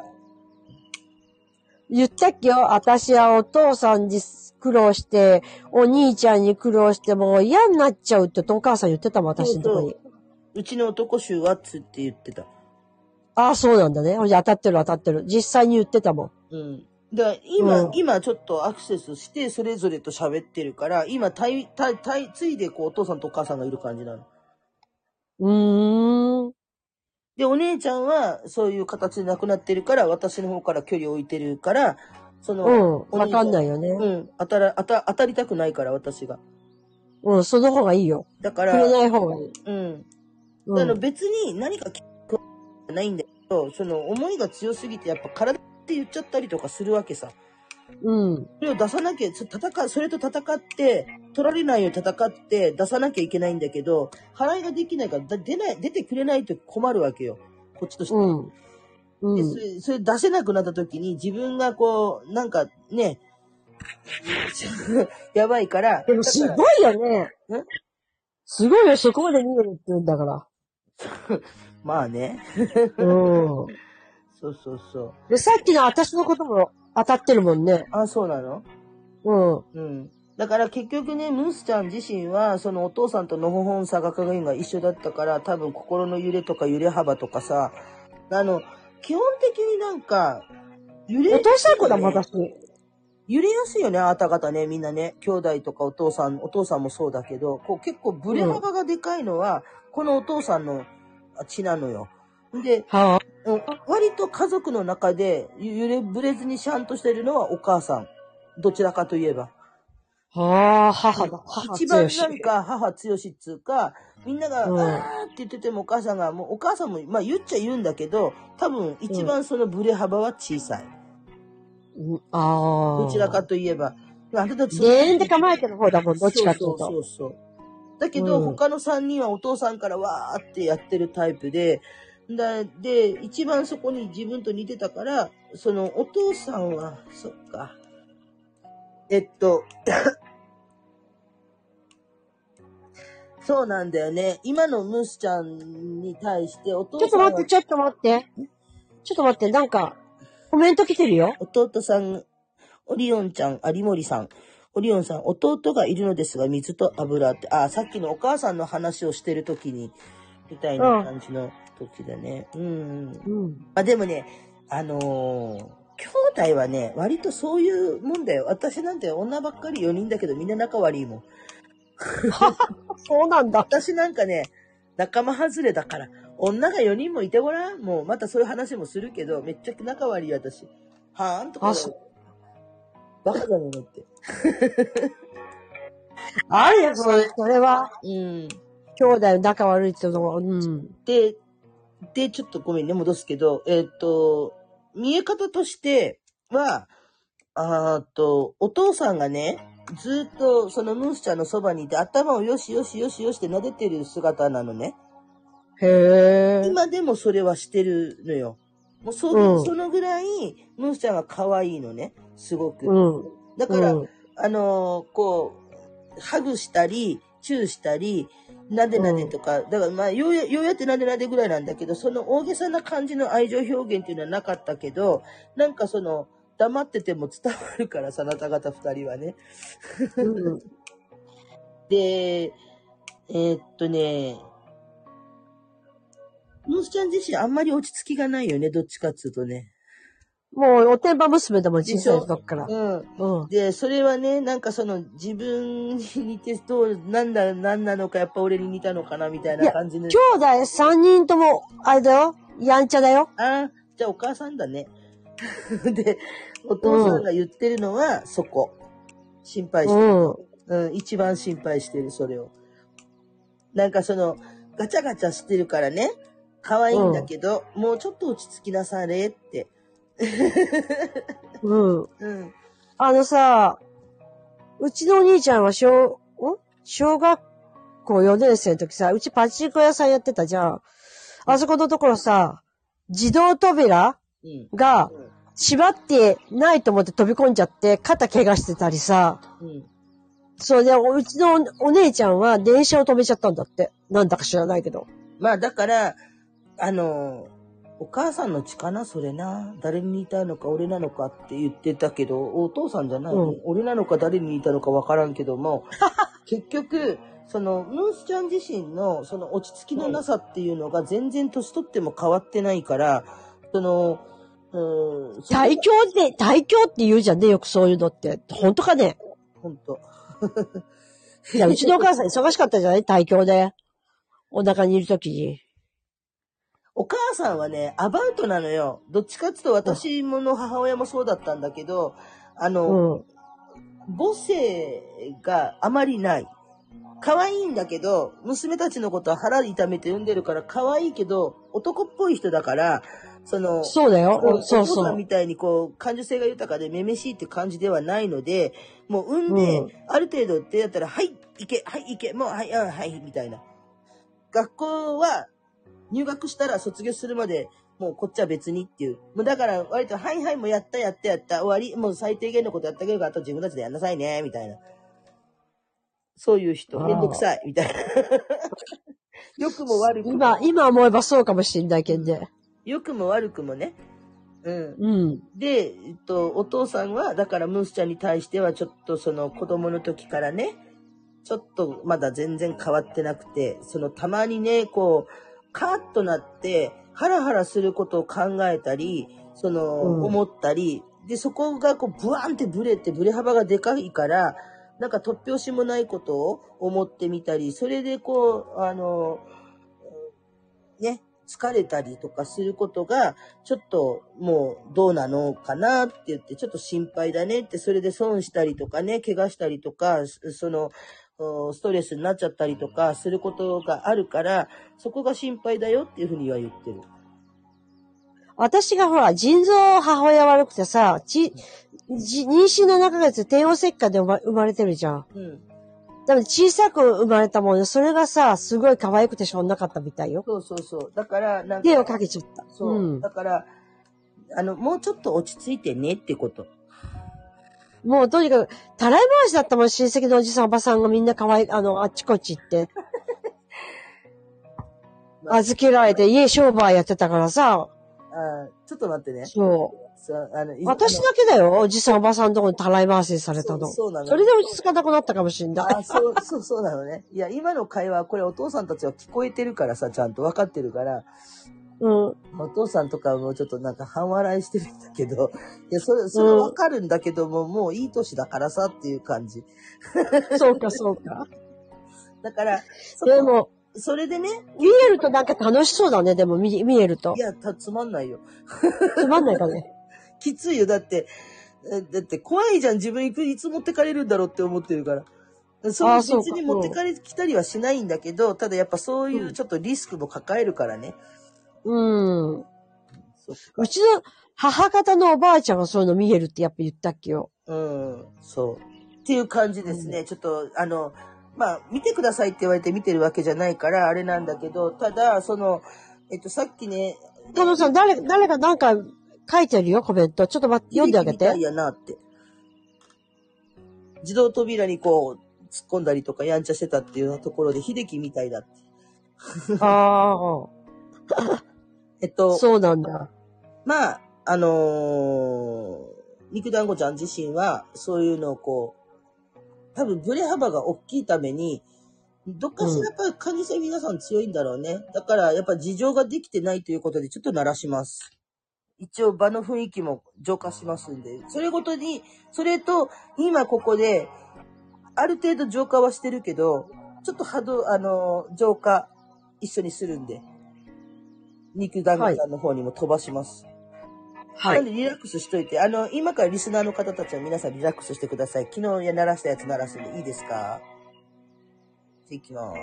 言ったっけよ、私はお父さんに苦労して、お兄ちゃんに苦労して、もう嫌になっちゃうってお母さん言ってたもん、私のとこに。 うちの男衆はつって言ってた。 ああ、そうなんだね。当たってる当たってる。実際に言ってたもん。 うん。だ今、 うん、今ちょっとアクセスして、それぞれと喋ってるから、今、たい、たい、たい、ついでこう、お父さんとお母さんがいる感じなの。 うーん。 で、お姉ちゃんは、そういう形で亡くなってるから、私の方から距離を置いてるから、その、 うん、わかんないよね。 うん、当たら、当た、当たりたくないから、私が。 うん、その方がいいよ。 だから、 触れない方がいい。 うん。 うん、 あの、別に何か聞くないんだけど、その、思いが強すぎて、やっぱ体って言っちゃったりとかするわけさ。 うん。 それを出さなきゃ、戦、それと戦って、取られないように戦って出さなきゃいけないんだけど、払いができないから出ない、出てくれないと困るわけよ。こっちとして。 うん。うん、 でそれ、それ出せなくなった時に自分がこう、なんかね、やばいから。 でもすごいよね。すごいよ、そこまで見えるって言うんだから。 まあね。 うん。 そうそうそう。 で、さっきの私のことも当たってるもんね。 あ、そうなの？ うん。 うん。だから結局ね、ムースちゃん自身は、そのお父さんとのほほんさが加減が一緒だったから、多分心の揺れとか揺れ幅とかさ、あの、基本的になんか、 揺れ、ね、お父さん子だもん、私。 揺れやすいよね、あなた方ね、みんなね。兄弟とかお父さん、お父さんもそうだけど、こう結構ブレ幅がでかいのは、うん、このお父さんの血なのよ。で、はあ、割と家族の中で揺れぶれずにシャンとしてるのはお母さん。どちらかといえば。 はあ、母だ。 母一番なんか母強しっつうか、みんなが、うん、あーって言っててもお母さんが、もうお母さんも、まあ言っちゃ言うんだけど、多分一番そのブレ幅は小さい。 うん、ああ。 どちらかといえば。あなたでーんって構えてる方だもん、どっちかっていうと。 そうそうそうそう。だけど、うん、他のさんにんはお父さんからわーってやってるタイプで、だで、一番そこに自分と似てたから、そのお父さんは、そっか。えっと、そうなんだよね。今のムスちゃんに対してお父さんは。 ちょっと待って、ちょっと待って。ちょっと待って、なんか、コメント来てるよ。 弟さん、オリオンちゃん、有森さん。オリオンさん、弟がいるのですが、水と油って、あ、さっきのお母さんの話をしてるときに、みたいな感じの時だね。うん。うん。うん、あ、でもね、あのー、兄弟はね、割とそういうもんだよ。私なんて女ばっかりよにんだけど、みんな仲悪いもん。 そうなんだ。 私なんかね、仲間外れだから。女がよにんもいてごらん。もうまたそういう話もするけど、めっちゃ仲悪い私。はーんとか。バカだね、だって。 あるよ、それ、それは。 うん。 兄弟仲悪いってのは、うん。 で、で、ちょっとごめんね、戻すけど、えっと、見え方としては、あーと、お父さんがね、ずっとそのムースちゃんのそばにいて頭をよしよしよしよしって撫でてる姿なのね。 へー。 今でもそれはしてるのよ。もうそ、うん、そのぐらいムースちゃんが可愛いのね。すごく。うん、だから、うん、あのー、こう、ハグしたり、チューしたり、なでなでとか、うん、だからまあ、ようや、ようやってなでなでぐらいなんだけど、その大げさな感じの愛情表現っていうのはなかったけど、なんかその、黙ってても伝わるからさ、あなた方二人はね。うん、で、えー、っとね、ムースちゃん自身あんまり落ち着きがないよね、どっちかっつうとね。 もう、おてんば娘だもん、小さい時から。 うん。うん。で、それはね、なんかその、自分に似て、どう、なんだ、なんなのか、やっぱ俺に似たのかな、みたいな感じで。 兄弟三人とも、あれだよ、やんちゃだよ。 ああ、じゃあお母さんだね。で、お父さんが言ってるのは、そこ。心配してる。うん。うん、一番心配してる、それを。なんかその、ガチャガチャしてるからね、可愛いんだけど、うん、もうちょっと落ち着きなされって。 うん。うん。あのさ、うちのお兄ちゃんは小、ん小学校よねん生の時さ、うちパチンコ屋さんやってたじゃん。あそこのところさ、自動扉が縛ってないと思って飛び込んじゃって肩怪我してたりさ。うん。それで、うちのお姉ちゃんは電車を止めちゃったんだって。なんだか知らないけど。 まあだから、あの、お母さんの血かなそれな。誰に似たのか俺なのかって言ってたけど、お父さんじゃない、うん、俺なのか誰に似たのかわからんけども、 結局、その、ムースちゃん自身の、その落ち着きのなさっていうのが全然年取っても変わってないから、その、 うん。大凶って、大凶って言うじゃんね、よくそういうのって。本当かね？ 本当。 いや、うちのお母さん忙しかったじゃない大凶で。お腹にいるときに。 お母さんはね、アバウトなのよ。どっちかっていうと私もの母親もそうだったんだけど、あの、うん、母性があまりない。可愛いんだけど、娘たちのことは腹痛めて産んでるから可愛いけど、男っぽい人だから、その、 そうだよ。そうそう。 お父さんみたいにこう、感受性が豊かでめめしいって感じではないので、もう産んで、うん、ある程度ってやったら、はい、行け、はい、行け、もう、はい、うん、はい、みたいな。学校は、入学したら卒業するまで、もうこっちは別にっていう。もうだから割と、はいはいもうやったやったやった、終わり、もう最低限のことやってあげるから、あと自分たちでやんなさいね、みたいな。そういう人、めんどくさい、みたいな。良くも悪くも。 今、今思えばそうかもしれないけどね。 良くも悪くもね。うん。 うん。 で、えっと、お父さんは、だからムースちゃんに対しては、ちょっとその子供の時からね、ちょっとまだ全然変わってなくて、そのたまにね、こう、カーッとなって、ハラハラすることを考えたり、その、うん、思ったり、で、そこがこう、ブワーンってブレて、ブレ幅がでかいから、なんか突拍子もないことを思ってみたり、それでこう、あの、ね、疲れたりとかすることが、ちょっともうどうなのかなって言って、ちょっと心配だねって、それで損したりとかね、怪我したりとか、その、ストレスになっちゃったりとかすることがあるから、そこが心配だよっていうふうには言ってる。 私がほら、腎臓母親悪くてさ、ち、妊娠ななかげつ帝王切開で生まれてるじゃん。うん。でも小さく生まれたもんね、それがさ、すごい可愛くてしょうがなかったみたいよ。 そうそうそう。だから、なんか。 手をかけちゃった。 そう。うん、だから、あの、もうちょっと落ち着いてねってこと。 もうとにかく、たらい回しだったもん、親戚のおじさんおばさんがみんな可愛い、あの、あっちこっち行って。預けられて、家商売やってたからさ。 あちょっと待ってね。 そう。あの私だけだよ、おじさんおばさんのとこにたらい回しされたの。そう、そうなの。それで落ち着かなくなったかもしれない。 あ、そう、そう、そうなのね。いや、今の会話、これお父さんたちは聞こえてるからさ、ちゃんと分かってるから。うん。お父さんとかもちょっとなんか半笑いしてるんだけど、いや、それ、それは分かるんだけども、うん、もういい年だからさっていう感じ。 そうか、そうか。 だから、 でも、 それでね。 見えるとなんか楽しそうだね、でも見、見えると。 いや、た、つまんないよ。 つまんないかね。 きついよ。だって、だって怖いじゃん。自分いく、いつ持ってかれるんだろうって思ってるから。そう、別に持ってかれきたりはしないんだけど、ただやっぱそういうちょっとリスクも抱えるからね。 うん。うちの母方のおばあちゃんがそういうの見えるってやっぱ言ったっけよ。 うん、そう。っていう感じですね。うん、ちょっと、あの、まあ、見てくださいって言われて見てるわけじゃないから、あれなんだけど、ただ、その、えっと、さっきね。 多分さん、誰、誰かなんか書いてるよ、コメント。ちょっと待って、読んであげて。 みたいやなって。自動扉にこう、突っ込んだりとかやんちゃしてたっていうところで、秀樹みたいだって。 ああ。 えっと。 そうなんだ。 まあ、あのー、肉団子ちゃん自身は、そういうのをこう、多分ブレ幅が大きいために、どっかしらやっぱり感受性皆さん強いんだろうね。だからやっぱ事情ができてないということでちょっと鳴らします。一応場の雰囲気も浄化しますんで。それごとに、それと今ここで、ある程度浄化はしてるけど、ちょっと波動、あの、浄化一緒にするんで。肉団子さんの方にも飛ばします。はい。なんでリラックスしといて、あの、今からリスナーの方たちは皆さんリラックスしてください。昨日鳴らしたやつ鳴らすんでいいですか？いきます。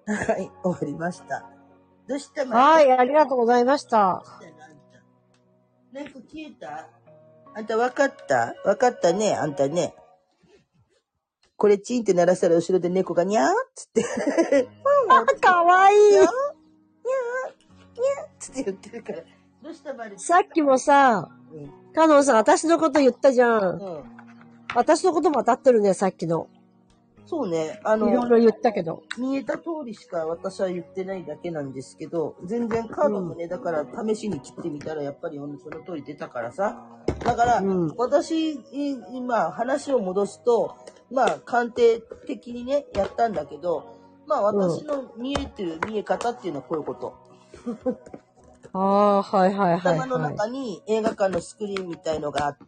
はい、終わりました。どうしたまはい、ありがとうございました。 猫消えた？あんた分かった分かったね、あんたね。これチンって鳴らしたら後ろで猫がニャーっつって。 かわいい。ニャー、ニャー、ニャーっつって言ってるから。どうしたまる？ さっきもさ、うん、カノンさん、私のこと言ったじゃん。うん。私のことも当たってるね、さっきの。 そうね。あの、 いろいろ言ったけど。 見えた通りしか私は言ってないだけなんですけど、全然カードもね、うん、だから試しに切ってみたらやっぱりその通り出たからさ。だから、うん、私、今話を戻すと、まあ鑑定的にね、やったんだけど、まあ私の見えてる見え方っていうのはこういうこと。 ああ、はいはいはい、はい。 頭の中に映画館のスクリーンみたいのがあって、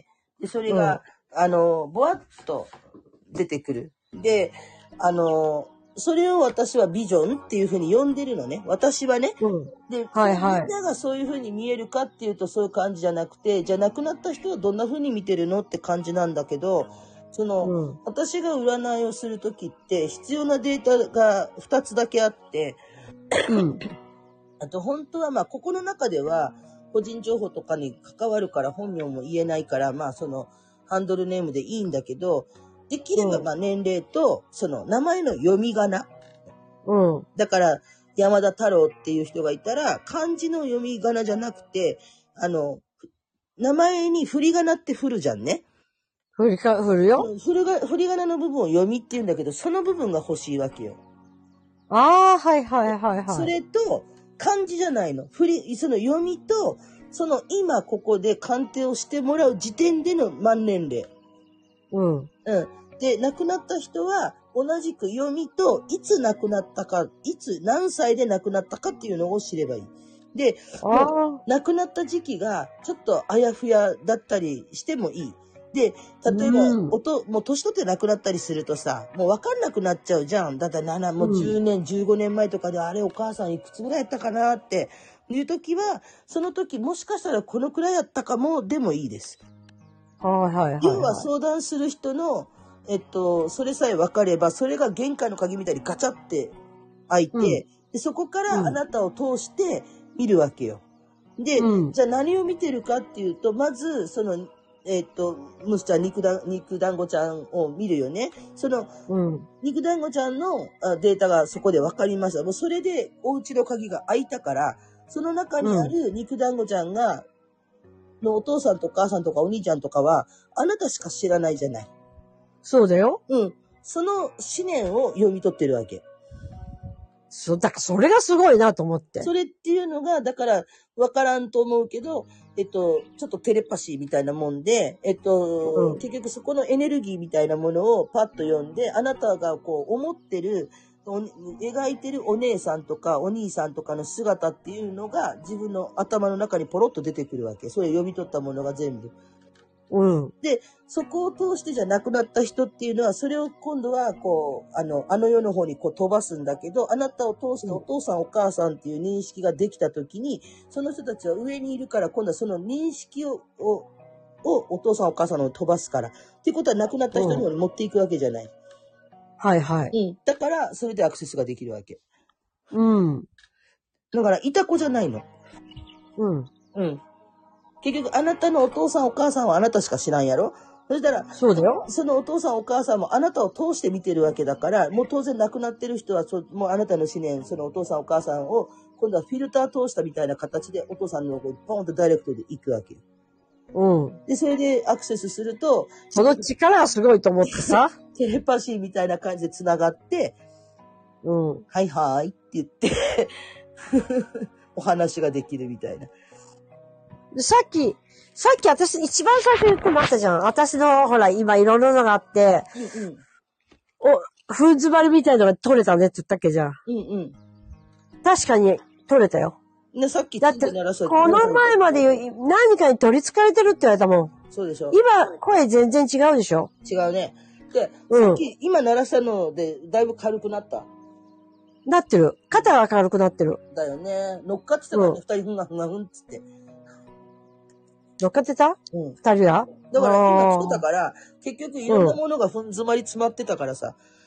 で、それが、うん、あの、ぼわっと出てくる。で、あの、それを私はビジョンっていうふうに呼んでるのね。私はね。うん、で、はいはい、みんながそういうふうに見えるかっていうとそういう感じじゃなくて、じゃあ亡くなった人はどんなふうに見てるのって感じなんだけど、その、うん、私が占いをするときって必要なデータがふたつだけあって、うん、あと本当はまあここの中では個人情報とかに関わるから本名も言えないから、まあそのハンドルネームでいいんだけど、できればまあ年齢とその名前の読み仮名。うん。だから山田太郎っていう人がいたら漢字の読み仮名じゃなくて、あの、名前に振り仮名って振るじゃんね。 振りか、振るよ。 振るが、振り仮名の部分を読みって言うんだけど、その部分が欲しいわけよ。 ああ、はいはいはいはい。 それと、漢字じゃないの。振り、その読みと、その今ここで鑑定をしてもらう時点での満年齢。うん。うん。で、亡くなった人は、同じく読みと、いつ亡くなったか、いつ、何歳で亡くなったかっていうのを知ればいい。で、もう亡くなった時期が、ちょっとあやふやだったりしてもいい。で、例えば、うん、おと、もう年取って亡くなったりするとさ、もう分かんなくなっちゃうじゃん。だってなな、もうじゅうねん、うん、じゅうごねんまえとかで、あれお母さんいくつぐらいやったかなっていう時は、その時もしかしたらこのくらいやったかもでもいいです。はいはいはい、はい。要は相談する人の、えっと、それさえ分かれば、それが玄関の鍵みたいにガチャって開いて、うん、でそこからあなたを通して見るわけよ。で、うん、じゃあ何を見てるかっていうと、まず、その、えっと、むすちゃん、肉だ、肉団子ちゃんを見るよね。その、うん、肉団子ちゃんのデータがそこで分かりました。もうそれでお家の鍵が開いたから、その中にある肉団子ちゃんが、のお父さんとお母さんとかお兄ちゃんとかは、あなたしか知らないじゃない。 そうだよ。 うん。その思念を読み取ってるわけ。 そう、だからそれがすごいなと思って。 それっていうのが、だから、わからんと思うけど、えっと、ちょっとテレパシーみたいなもんで、えっと、うん、結局そこのエネルギーみたいなものをパッと読んで、あなたがこう思ってる、描いてるお姉さんとかお兄さんとかの姿っていうのが自分の頭の中にポロッと出てくるわけ。それ読み取ったものが全部。うん。で、そこを通してじゃなくなった人っていうのは、それを今度は、こう、あの、あの世の方にこう飛ばすんだけど、あなたを通してお父さんお母さんっていう認識ができたときに、その人たちは上にいるから、今度はその認識を、を、をお父さんお母さんの方に飛ばすから。っていうことは亡くなった人の方に持っていくわけじゃない。うん、 はいはい。 うん。だから、それでアクセスができるわけ。 うん。 だから、いた子じゃないの。 うん。 うん。結局、あなたのお父さんお母さんはあなたしか知らんやろ？そしたら、 そうだよ。 そのお父さんお母さんもあなたを通して見てるわけだから、もう当然亡くなってる人はそ、もうあなたの思念、そのお父さんお母さんを、今度はフィルター通したみたいな形でお父さんの方にポンとダイレクトで行くわけ。うん。で、それでアクセスすると、 その力はすごいと思ってさ。 テレパシーみたいな感じで繋がって、うん。はいはいって言って、お話ができるみたいな。 さっき、さっき私一番最初言ってましたじゃん。私の、ほら、今いろんなのがあって、うんうん、お、ふん詰まりみたいなのが取れたねって言ったっけじゃん。うんうん。確かに取れたよ。 ね、さっきだって、この前まで何かに取り憑かれてるって言われたもん。 そうでしょ。 今、声全然違うでしょ。 違うね。で、うん、さっき、今鳴らしたので、だいぶ軽くなった。 なってる。肩が軽くなってる。 だよね。乗っかってたからね、二、うん、人ふがふがふんっつって。 乗っかってた？うん。二人が？ だから今来てたから、結局いろんなものがふん詰まり詰まってたからさ。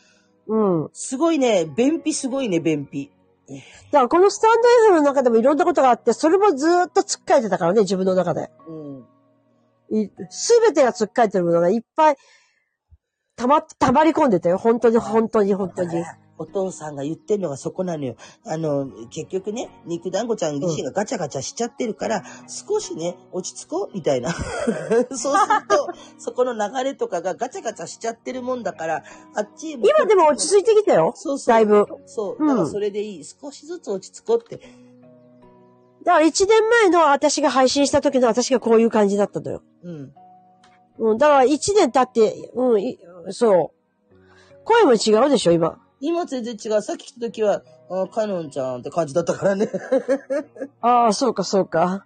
うん。 すごいね、便秘すごいね、便秘。 だからこのスタンド エフエム の中でもいろんなことがあって、それもずーっとつっかえてたからね、自分の中で。うん。すべてがつっかえてるものがいっぱい、たま、たまり込んでたよ。本当に、本当に、本当に。 お父さんが言ってるのがそこなのよ。あの、結局ね、肉団子ちゃん自身がガチャガチャしちゃってるから、うん、少しね、落ち着こう、みたいな。そうすると、そこの流れとかがガチャガチャしちゃってるもんだから、あっち今でも落ち着いてきたよ。そうそう。だいぶ。 そう。だからそれでいい。うん、少しずつ落ち着こうって。 だから一年前の私が配信した時の私がこういう感じだったのよ。うん。うん。だから一年経って、うん、そう。声も違うでしょ、今。 今全然違う。さっき来た時は、あ、カノンちゃんって感じだったからね。 ああ、そうか、そうか。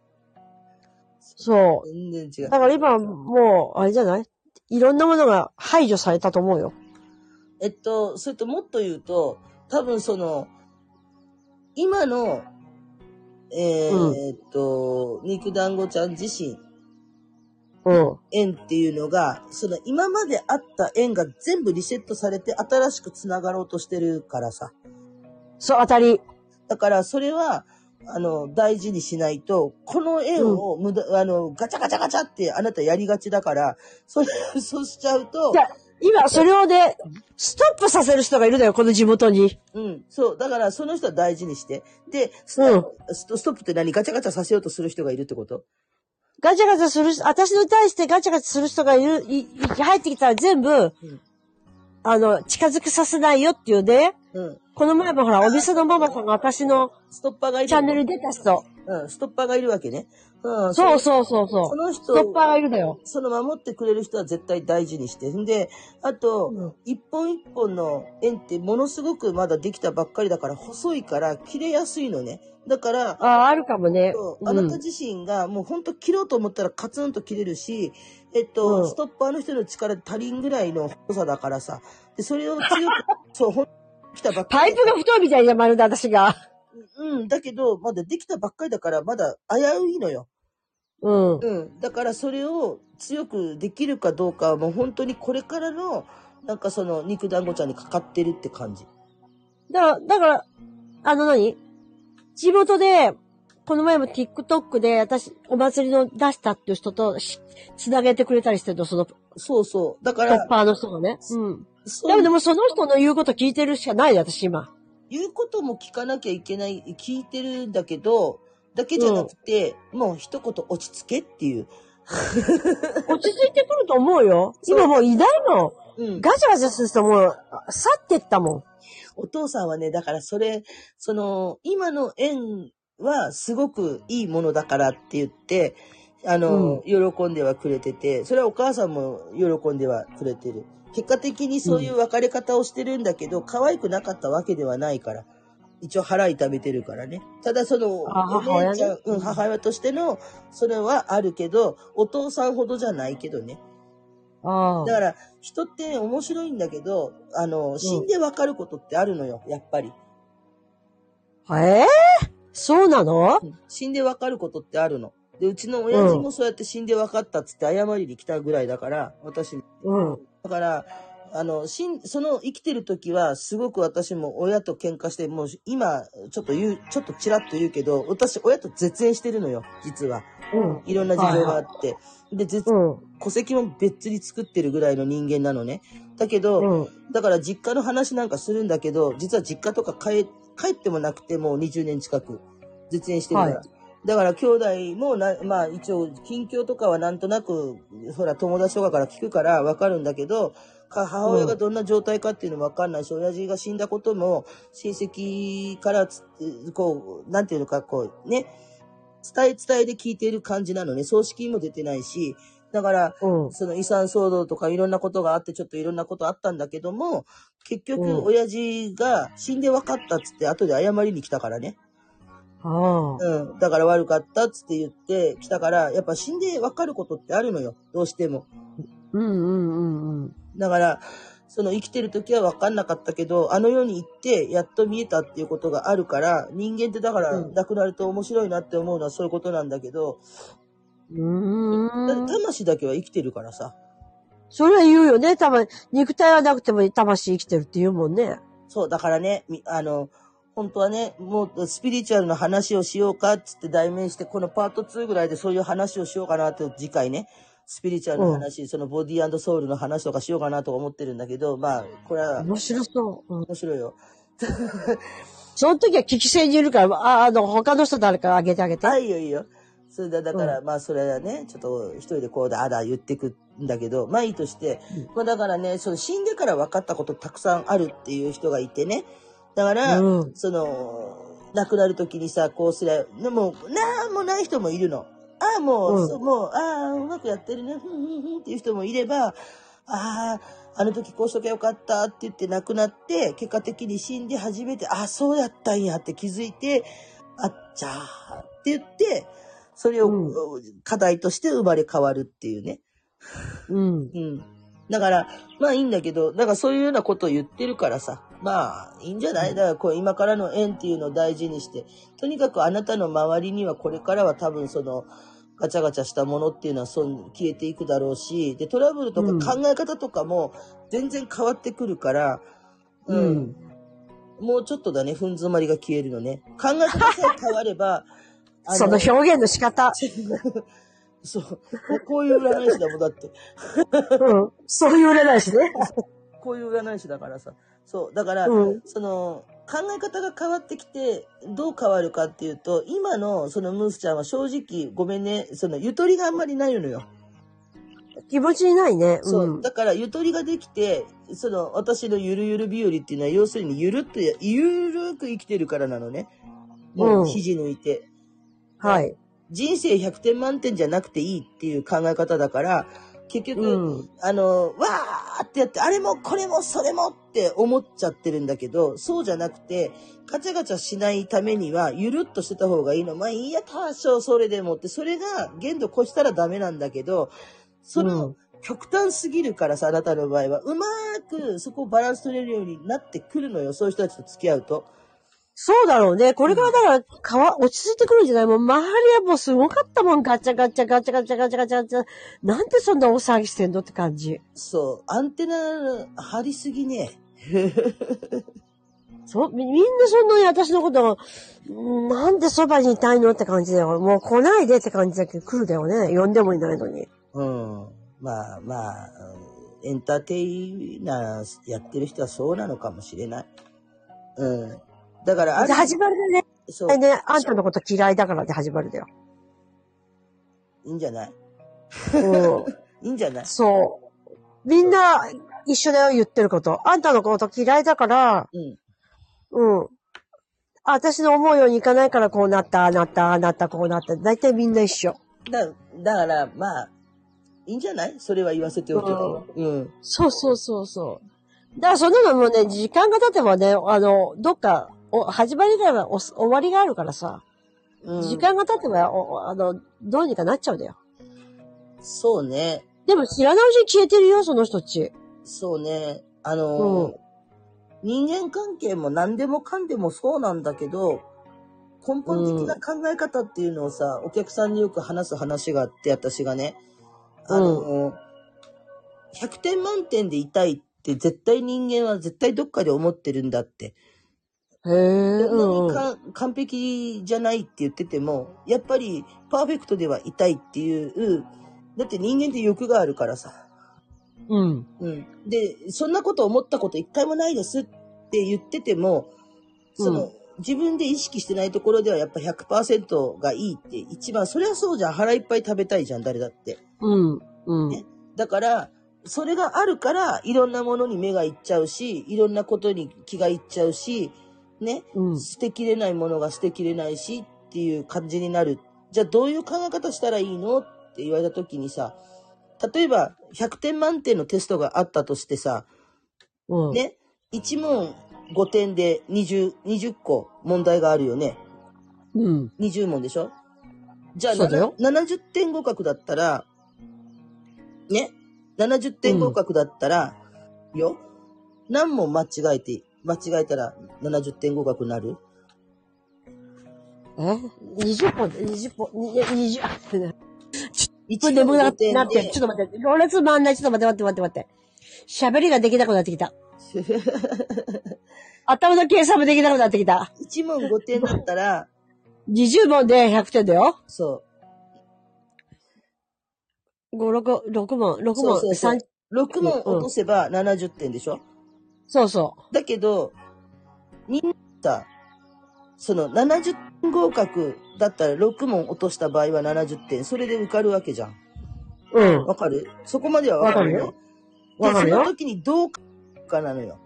そう。 全然違う。 だから今、もう、あれじゃない？いろんなものが排除されたと思うよ。 えっと、それともっと言うと、多分その、今の、えー、うん、えっと、肉団子ちゃん自身、うん。縁っていうのが、その今まであった縁が全部リセットされて新しく繋がろうとしてるからさ。 そう、当たり。 だからそれは、あの、大事にしないと、この縁を無駄、うん、あの、ガチャガチャガチャってあなたやりがちだから、それ、そうしちゃうと。 じゃ今、それをね、ストップさせる人がいるのよ、この地元に。 うん。そう。だから、その人は大事にして。で、ストップ、うん、ストップって何？ガチャガチャさせようとする人がいるってこと？ ガチャガチャする、私に対してガチャガチャする人がいる、い、入ってきたら全部、うん、あの、近づくさせないよっていうね。うん。この前もほら、お店のママさんが私の、ストッパーがいる。チャンネルに出た人。 うん、ストッパーがいるわけね。 うん、そうそうそうそう。 その人、 ストッパーがいるのよ。 その守ってくれる人は絶対大事にして。んで、あと、うん、一本一本の縁ってものすごくまだできたばっかりだから細いから切れやすいのね。だから、 ああ、あるかもね。 あなた自身がもうほんと切ろうと思ったらカツンと切れるし、えっと、うん、ストッパーの人の力足りんぐらいの太さだからさ。で、それを強く、そう、ほんと来たばっかり。 パイプが太いみたいな、まるで私が。 うん、だけど、まだできたばっかりだから、まだ危ういのよ。うん。うん。だからそれを強くできるかどうかはもう本当にこれからの、なんかその肉団子ちゃんにかかってるって感じ。 だから、だから、あの何？地元で、この前も TikTok で私、お祭りの出したっていう人とつなげてくれたりしてるの、その。 そうそう。だから。 トッパーの人がね。うん。でもでもその人の言うこと聞いてるしかないよ、私今。 言うことも聞かなきゃいけない、聞いてるんだけど、だけじゃなくて、うん、もう一言落ち着けっていう。 落ち着いてくると思うよ。今もういないもん。うん、ガチャガチャする人もう去ってったもん。 お父さんはね、だからそれ、その、今の縁はすごくいいものだからって言って、あの、うん、喜んではくれてて、それはお母さんも喜んではくれてる。結果的にそういう別れ方をしてるんだけど、うん、可愛くなかったわけではないから。一応腹痛めてるからね。ただその、お姉ちゃん、うん、母親としての、それはあるけど、お父さんほどじゃないけどね。あだから、人って面白いんだけど、あの、死んでわかることってあるのよ、やっぱり。 ええー、そうなの？ 死んでわかることってあるの。で、うちの親父もそうやって死んでわかったっつって謝りに来たぐらいだから、私。うん。だから、あの、しん、その生きてる時は、すごく私も親と喧嘩して、もう今、ちょっと言う、ちょっとチラッと言うけど、私、親と絶縁してるのよ、実は。うん。いろんな事情があって。はい、で、絶、うん、戸籍も別に作ってるぐらいの人間なのね。だけど、うん、だから実家の話なんかするんだけど、実は実家とか帰、帰ってもなくて、もうにじゅうねん近く、絶縁してるから。はい、だから兄弟もな、まあ一応、近況とかはなんとなく、ほら、友達とかから聞くからわかるんだけど、母親がどんな状態かっていうのもわかんないし、親父が死んだことも親戚からつ、こう、なんていうのか、こう、ね、伝え伝えで聞いている感じなのね。葬式も出てないし、だから、うん、その遺産騒動とかいろんなことがあって、ちょっといろんなことあったんだけども、結局、親父が死んで分かったっつって後で謝りに来たからね。あうん。だから悪かったっつって言って来たから、やっぱ死んで分かることってあるのよ。どうしても。うんうんうんうん。だから、その生きてる時は分かんなかったけど、あの世に行ってやっと見えたっていうことがあるから、人間ってだから亡くなると面白いなって思うのはそういうことなんだけど、うーん。魂だけは生きてるからさ。 それは言うよね。たまに、肉体はなくても魂生きてるって言うもんね。 そう、だからね、あの、本当はね、もうスピリチュアルの話をしようかっつって題名して、このパートツーぐらいでそういう話をしようかなと、次回ね、スピリチュアルの話、うん、そのボディ&ソウルの話とかしようかなと思ってるんだけど、まあ、これは。 面白そう。 うん、面白いよ。 その時は聞き戦にいるから、あ、あの、他の人誰かあげてあげて。 あ、いいよいいよ。それで、だから、うん、まあ、それはね、ちょっと一人でこうだ、あだ言ってくんだけど、まあいいとして、うん、まあだからね、その死んでから分かったことたくさんあるっていう人がいてね。だから、うん、その、亡くなる時にさ、こうすりゃ、でも、なんもない人もいるの。ああ、もう、うん、そうもう、ああ、うまくやってるね、ふんふんふんっていう人もいれば、ああ、あの時こうしときゃよかったって言って亡くなって、結果的に死んで初めて、ああ、そうやったんやって気づいて、あっちゃーって言って、それを課題として生まれ変わるっていうね。 うん。 うん。だから、まあいいんだけど、だからそういうようなことを言ってるからさ、まあいいんじゃない？だからこう今からの縁っていうのを大事にして、とにかくあなたの周りにはこれからは多分その、ガチャガチャしたものっていうのはそう消えていくだろうし、で、トラブルとか考え方とかも全然変わってくるから、うん。うん、もうちょっとだね、ふん詰まりが消えるのね。考え方さえ変われば、 その表現の仕方。 そう。こういう占い師だもんだって。 うん。そういう占い師ね。 こういう占い師だからさ。そう。だから、うん、その、考え方が変わってきて、どう変わるかっていうと、今のそのムースちゃんは正直、ごめんね、その、ゆとりがあんまりないのよ。 気持ちにないね。 そう。うん、だから、ゆとりができて、その、私のゆるゆる日和っていうのは、要するにゆるっと、ゆるく生きてるからなのね。もう、肘抜いて。 うん、はい。 人生ひゃくてん満点じゃなくていいっていう考え方だから、結局、うん、あの、わーってやって、あれもこれもそれもって思っちゃってるんだけど、そうじゃなくて、ガチャガチャしないためには、ゆるっとしてた方がいいの。まあいいや、多少それでもって、それが限度越したらダメなんだけど、その、極端すぎるからさ、あなたの場合は、うまーくそこをバランス取れるようになってくるのよ。そういう人たちと付き合うと。 そうだろうね。これからだから、かわ、落ち着いてくるんじゃない？もう周りはもうすごかったもん。ガチャガチャガチャガチャガチャガチャガチャ。なんでそんな大騒ぎしてんのって感じ。 そう。アンテナ張りすぎね。 そう、みんなそんなに私のことを、なんでそばにいたいのって感じだよ。もう来ないでって感じだけど来るだよね。呼んでもいないのに。 うん。まあまあ、エンターテイナーやってる人はそうなのかもしれない。うん。だからあれ。始まるだね。そう。ね、あんたのこと嫌いだからで始まるだよ。 いいんじゃない？ うん。 いいんじゃない？ そう。みんな一緒だよ、言ってること。あんたのこと嫌いだから、うん。うん。私の思うようにいかないからこうなった、ああなった、ああなった、こうなった。だいたいみんな一緒。 だ、だから、まあ、いいんじゃない？それは言わせておく。うん。うん。 そうそうそうそう。だからそんなのもね、時間が経てばね、あの、どっか、お始まりがら終わりがあるからさ。うん、時間が経てば、おあの、どうにかなっちゃうんだよ。 そうね。 でも知らないうちに消えてるよ、その人っち。 そうね。あのー、うん、人間関係も何でもかんでもそうなんだけど、根本的な考え方っていうのをさ、うん、お客さんによく話す話があって、私がね、あのー、うん、ひゃくてん満点でいたいって絶対人間は絶対どっかで思ってるんだって。 へー、 どんなに完璧じゃないって言ってても、やっぱりパーフェクトではいたいっていう、だって人間って欲があるからさ。 うん。 うん。で、そんなこと思ったこと一回もないですって言ってても、その、うん、自分で意識してないところではやっぱ ひゃくパーセント がいいって一番、それはそうじゃん。腹いっぱい食べたいじゃん、誰だって。 うん。うん。 ね、だから、それがあるから、いろんなものに目がいっちゃうし、いろんなことに気がいっちゃうし、ね、うん、捨てきれないものが捨てきれないしっていう感じになる。じゃあどういう考え方したらいいのって言われた時にさ、例えばひゃくてん満点のテストがあったとしてさ、うん、ね、いち問ごてんでにじゅう、にじゅっこ問題があるよね。 うん。 にじゅう問でしょ？じゃあななじゅってん合格だったら、ね、ななじゅってん合格だったら、うん、よ、何問間違えて、間違えたらななじゅってん合格になる？ え ?にじゅっ 本、にじゅっ本、にじゅう、 いち問ごてんで。 なって、ちょっと待って、行列回んない、ちょっと待って待って待って待って。喋りができなくなってきた。頭の計算もできなくなってきた。 いち問ごてんだったら、 にじゅう問でひゃくてんだよ。 そう。 ご、ろく、ろく問、ろく問、 そうそうそうろく問落とせばななじゅってんでしょ、うん、 そうそう。 だけど、みんなさ、そのななじゅってん合格だったらろく問落とした場合はななじゅってん。それで受かるわけじゃん。 うん。 わかる？そこまではわかるよ。わかるよ。で、その時にどうかなのよ。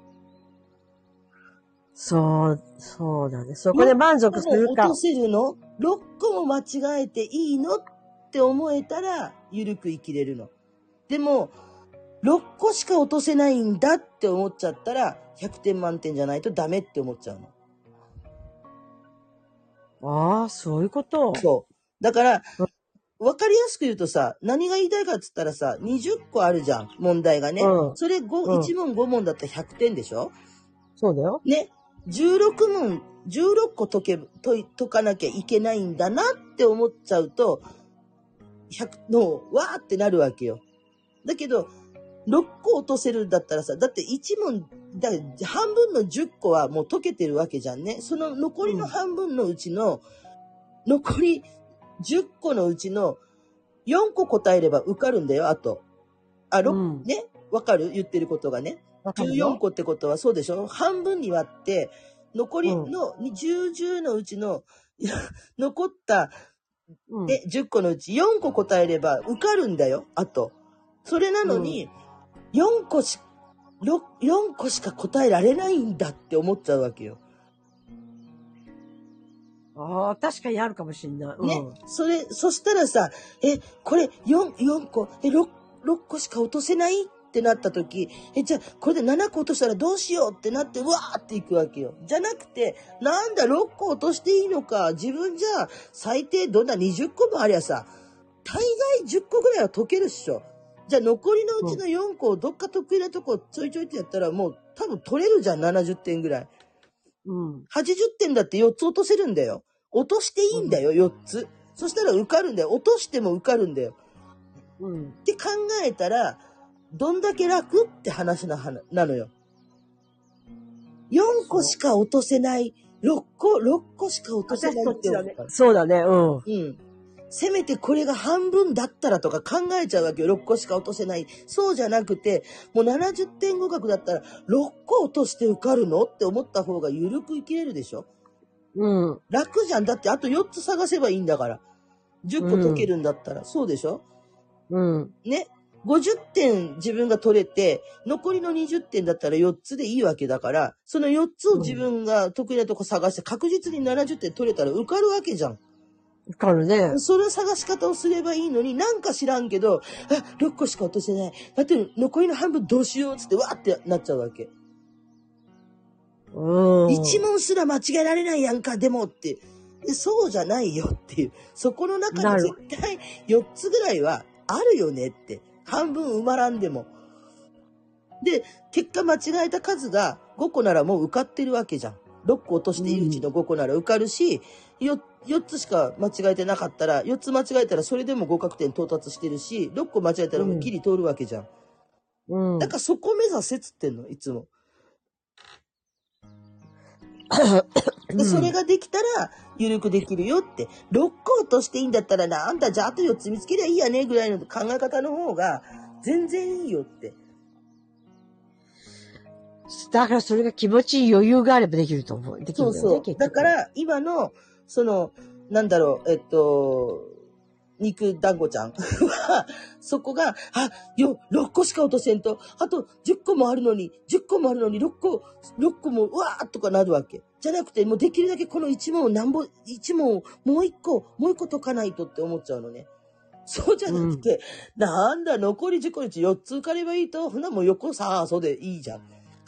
そう、そうだね。そこで満足するか。 落とせるの？ ろっ 個も間違えていいのって思えたら、ゆるく生きれるの。でも、ろっこしか落とせないんだって思っちゃったら、ひゃくてん満点じゃないとダメって思っちゃうの。ああ、そういうこと。 そう。だから、わかりやすく言うとさ、何が言いたいかっつったらさ、にじゅっこあるじゃん、問題がね。うん、それご、うん、いち問ご問だったらひゃくてんでしょ？ そうだよ。 ね。じゅうろく問、じゅうろっこ解け、解、解かなきゃいけないんだなって思っちゃうと、ひゃくの、わーってなるわけよ。だけど、ろっこ落とせるんだったらさ、だっていち問、だ半分のじゅっこはもう解けてるわけじゃんね。その残りの半分のうちの、うん、残りじゅっこのうちのよんこ答えれば受かるんだよ、あと。あ、ろく、うん、ね。わかる？言ってることがね。じゅうよんこってことはそうでしょ？半分に割って、残りのじゅう、じゅうのうちの、残った、うん、で、じゅっこのうちよんこ答えれば受かるんだよ、あと。それなのに、うん、よんこし、よんこしか答えられないんだって思っちゃうわけよ。 ああ、確かにあるかもしんない。うん、 ね。それ、そしたらさ、え、これよん、よんこ、え、ろっこしか落とせないってなった時、え、じゃあ、これでななこ落としたらどうしようってなって、うわーっていくわけよ。じゃなくて、なんだ、ろっこ落としていいのか。自分じゃ、最低どんなにじゅっこもありゃさ、大概じゅっこぐらいは解けるっしょ。じゃあ、残りのうちのよんこをどっか得意なとこちょいちょいってやったら、もう多分取れるじゃん、ななじゅってんぐらい。うん。はちじゅってんだってよっつ落とせるんだよ。落としていいんだよ、よっつ。そしたら受かるんだよ。落としても受かるんだよ。うん。って考えたら、どんだけ楽って話な、なのよ。よんこしか落とせない。ろっこ、ろっこしか落とせないって思った。 そうだね、うん。 うん。せめてこれが半分だったらとか考えちゃうわけよ。ろっこしか落とせない。そうじゃなくて、もうななじゅってん合格だったら、ろっこ落として受かるのって思った方がゆるく生きれるでしょ？うん。楽じゃん。だってあとよっつ探せばいいんだから。じゅっこ解けるんだったら。うん、そうでしょ？うん。ね。ごじゅってん自分が取れて、残りのにじゅってんだったらよっつでいいわけだから、そのよっつを自分が得意なとこ探して確実にななじゅってん取れたら受かるわけじゃん。 受かるね。 その探し方をすればいいのに、なんか知らんけど、あ、ろっこしか落とせない。だって残りの半分どうしようっつってわーってなっちゃうわけ。一問すら間違えられないやんか、でもって。そうじゃないよっていう。そこの中に絶対よっつぐらいはあるよねって。半分埋まらんでも。で、結果間違えた数がごこならもう受かってるわけじゃん。ろっこ落としているうちのごこなら受かるし、よ、よっつしか間違えてなかったら、よっつ間違えたらそれでも合格点到達してるし、ろっこ間違えたらもうギリ通るわけじゃん。うん。だからそこ目指せっつってんの、いつも。で、それができたら、ゆるくできるよって。ろっこ落としていいんだったらな、あんたじゃああとよっつ見つけりゃいいやね、ぐらいの考え方の方が、全然いいよって。 だからそれが気持ちいい余裕があればできると思う。できるよね。 そうそう。だから、今の、その、なんだろう、えっと、肉団子ちゃんは、そこが、あ、よ、ろっこしか落とせんと、あとじゅっこもあるのに、じゅっこもあるのに、ろっこ、ろっこも、うわーっとかなるわけ。じゃなくて、もうできるだけこのいち問をなんぼ、いち問をもういっこ、もういっこ解かないとって思っちゃうのね。そうじゃなくて、うん、なんだ、残りじゅっこのうちよっつ受かればいいと、ほなもう横さあ、そうでいいじゃん。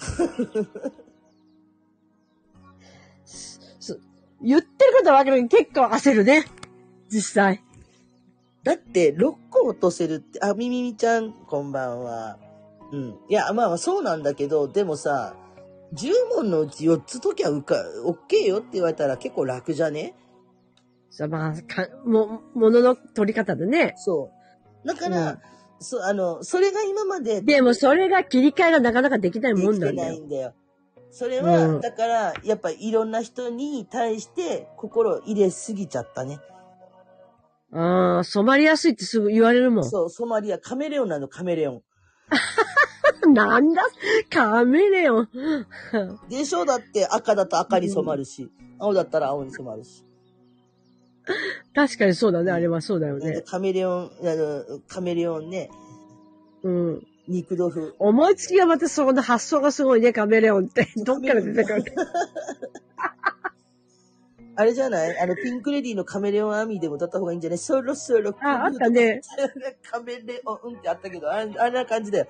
言ってることはわかるけど結構焦るね。実際。 だって、ろっこ落とせるって、あ、みみみちゃん、こんばんは。うん。いや、まあそうなんだけど、でもさ、じゅう問のうちよっつ解きゃうか、オッケーよって言われたら結構楽じゃね？ そう、まあ、か、も、ものの取り方でね。 そだから、うん、そ、あの、それが今まで。 でもそれが切り替えがなかなかできないもんなんだよ。できてないんだよ。 それは、うん、だから、やっぱいろんな人に対して心入れすぎちゃったね。 ああ、染まりやすいってすぐ言われるもん。 そう、染まりや、カメレオンなの、カメレオン。 なんだカメレオン。 でしょ？だって赤だと赤に染まるし、うん、青だったら青に染まるし。 確かにそうだね、あれはそうだよね。 カメレオン、あの、カメレオンね。 うん。 肉豆腐。 思いつきがまたその発想がすごいね、カメレオンって。どっから出てくるあれじゃないあの、ピンクレディーのカメレオンアミーでも歌った方がいいんじゃないそろそろ。 あ、あったね。 カメレオンってあったけど、あんな感じだよ。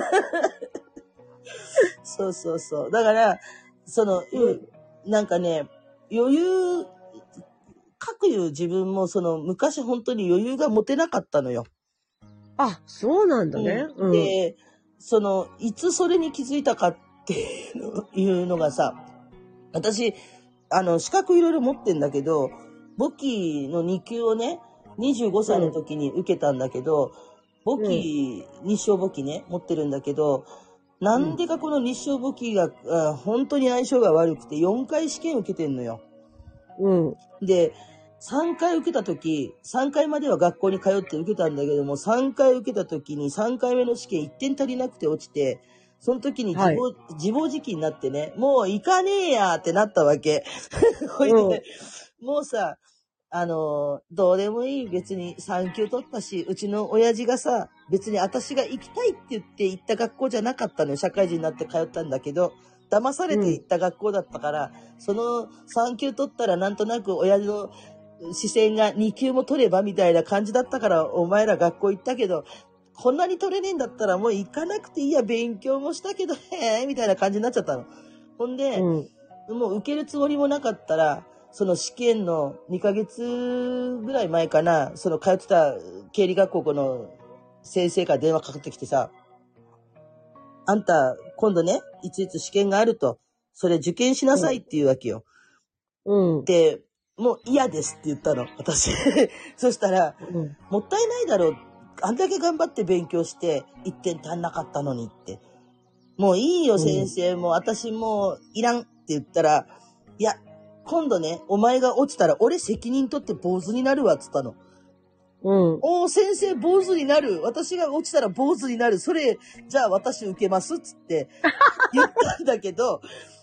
そうそうそう。だから、その、うん、なんかね、余裕、かくいう自分もその、昔本当に余裕が持てなかったのよ。 あ、そうなんだね。 うん、で、その、いつそれに気づいたかっていうのがさ、私、あの、資格いろいろ持ってんだけど、簿記のに級をね、にじゅうごさいの時に受けたんだけど、簿記、うん、日照簿記ね、持ってるんだけど、なんでかこの日照簿記が、うん、本当に相性が悪くてよんかい試験受けてんのよ。 うん。 で、さんかい受けた時、さんかいまでは学校に通って受けたんだけども、さんかい受けた時にさんかいめの試験いってん足りなくて落ちて、その時に自暴、はい、自暴自棄になってね、もう行かねえやってなったわけ。ほいで、うん、もうさ、あの、どうでもいい別にさん級取ったし、うちの親父がさ、別に私が行きたいって言って行った学校じゃなかったのよ。社会人になって通ったんだけど、騙されて行った学校だったから、うん、そのさん級取ったらなんとなく親父の視線がに級も取ればみたいな感じだったから、お前ら学校行ったけど、こんなに取れねえんだったらもう行かなくていいや、勉強もしたけど、へぇみたいな感じになっちゃったの。ほんで、うん、もう受けるつもりもなかったら、その試験のにかげつぐらい前かな、その通ってた経理学校の先生から電話かかってきてさ、あんた今度ね、いついつ試験があると、それ受験しなさいって言うわけよ。 うん。 で、もう嫌ですって言ったの、私。そしたら、うん、もったいないだろう。あんだけ頑張って勉強していってん足んなかったのにって。もういいよ先生、うん、もう私もういらんって言ったら、いや、今度ね、お前が落ちたら俺責任取って坊主になるわっつったの。 うん。 おー先生坊主になる。私が落ちたら坊主になる。それ、じゃあ私受けますっつって言ったんだけど、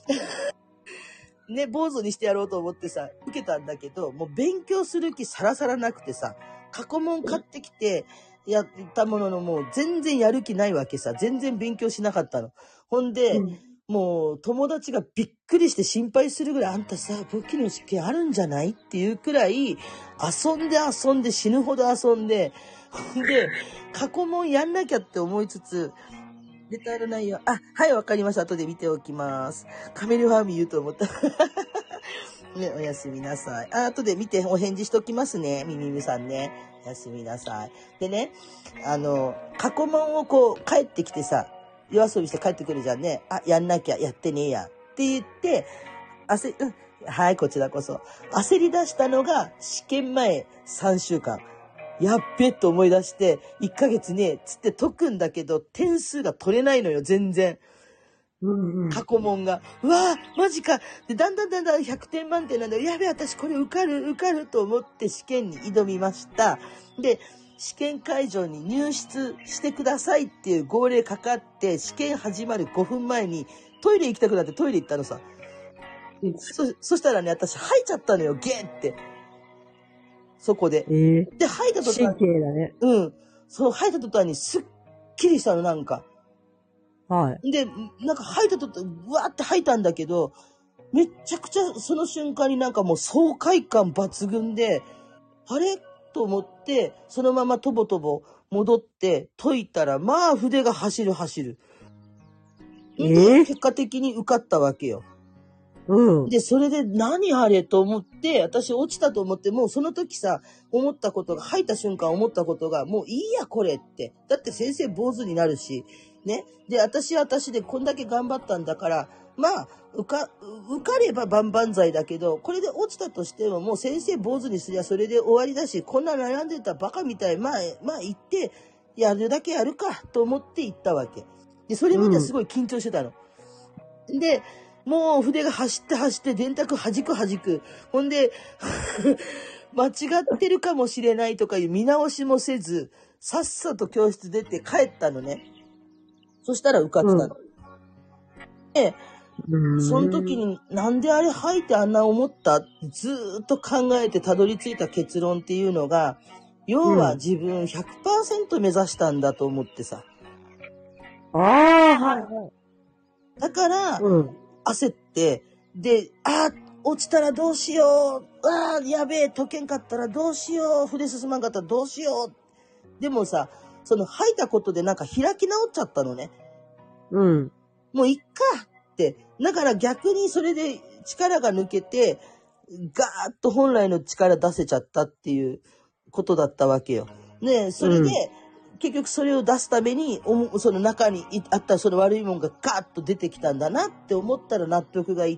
ね、坊主にしてやろうと思ってさ、受けたんだけど、もう勉強する気さらさらなくてさ、過去問買ってきて、やったもののもう全然やる気ないわけさ。全然勉強しなかったの。ほんで、うん、もう友達がびっくりして心配するぐらい、あんたさ、簿記の試験あるんじゃないっていうくらい、遊んで遊んで死ぬほど遊んで、ほんで、過去問やんなきゃって思いつつ、レターの内容。あ、はい、わかりました。後で見ておきます。カメルファーミー言うと思った。ね、おやすみなさい。あ、後で見てお返事しときますね。みみみさんね。おやすみなさい。でね、あの、過去問をこう、帰ってきてさ、夜遊びして帰ってくるじゃんね。あ、やんなきゃ、やってねえや。って言って、焦、うん、はい、こちらこそ。焦り出したのが、試験前さんしゅうかん。やっべと思い出して、いっかげつね、つって解くんだけど、点数が取れないのよ、全然。 うんうん、 過去問が。うわぁ、マジか。で、だんだんだんだんひゃくてん満点なんだよ。やべえ、私これ受かる、受かると思って試験に挑みました。で、試験会場に入室してくださいっていう号令かかって、試験始まるごふんまえにトイレ行きたくなってトイレ行ったのさ。うん、そ、そしたらね、私吐いちゃったのよ、ゲーって。そこで。 えー、 で、吐いた途端。 神経だね。 うん。そう、吐いた途端にすっきりしたの、なんか。 はい。 で、なんか吐いた途端、うわーって吐いたんだけど、めちゃくちゃその瞬間になんかもう爽快感抜群で、あれと思って、そのままとぼとぼ戻って解いたら、まあ筆が走る走る。 えー、 結果的に受かったわけよ。 うん。 で、それで何あれと思って、私落ちたと思って、もうその時さ、思ったことが、吐いた瞬間思ったことが、もういいやこれって。だって先生坊主になるし、ね。で、私は私でこんだけ頑張ったんだから、 まあ、受か、受かれば万々歳だけど、これで落ちたとしても、もう先生坊主にすりゃそれで終わりだし、こんな悩んでたバカみたい、まあ、まあ行って、やるだけやるか、と思って行ったわけ。で、それまではすごい緊張してたの。うん、で、もう筆が走って走って電卓弾く弾く。ほんで、間違ってるかもしれないとかいう見直しもせず、さっさと教室出て帰ったのね。そしたら受かってたの。うん、で、その時になんであれ吐いてあんな思ったってずーっと考えてたどり着いた結論っていうのが、要は自分 ひゃくパーセント 目指したんだと思ってさ。 ああ、はいはい。 だから、うん、焦って、で、ああ、落ちたらどうしよう。ああ、やべえ、解けんかったらどうしよう。筆進まんかったらどうしよう。でもさ、その吐いたことでなんか開き直っちゃったのね。 うん。 もういっかって。だから逆にそれで力が抜けて、ガーッと本来の力出せちゃったっていうことだったわけよ。ね、それで、うん、結局それを出すために、その中にあったその悪いものがガーッと出てきたんだなって思ったら納得がいって、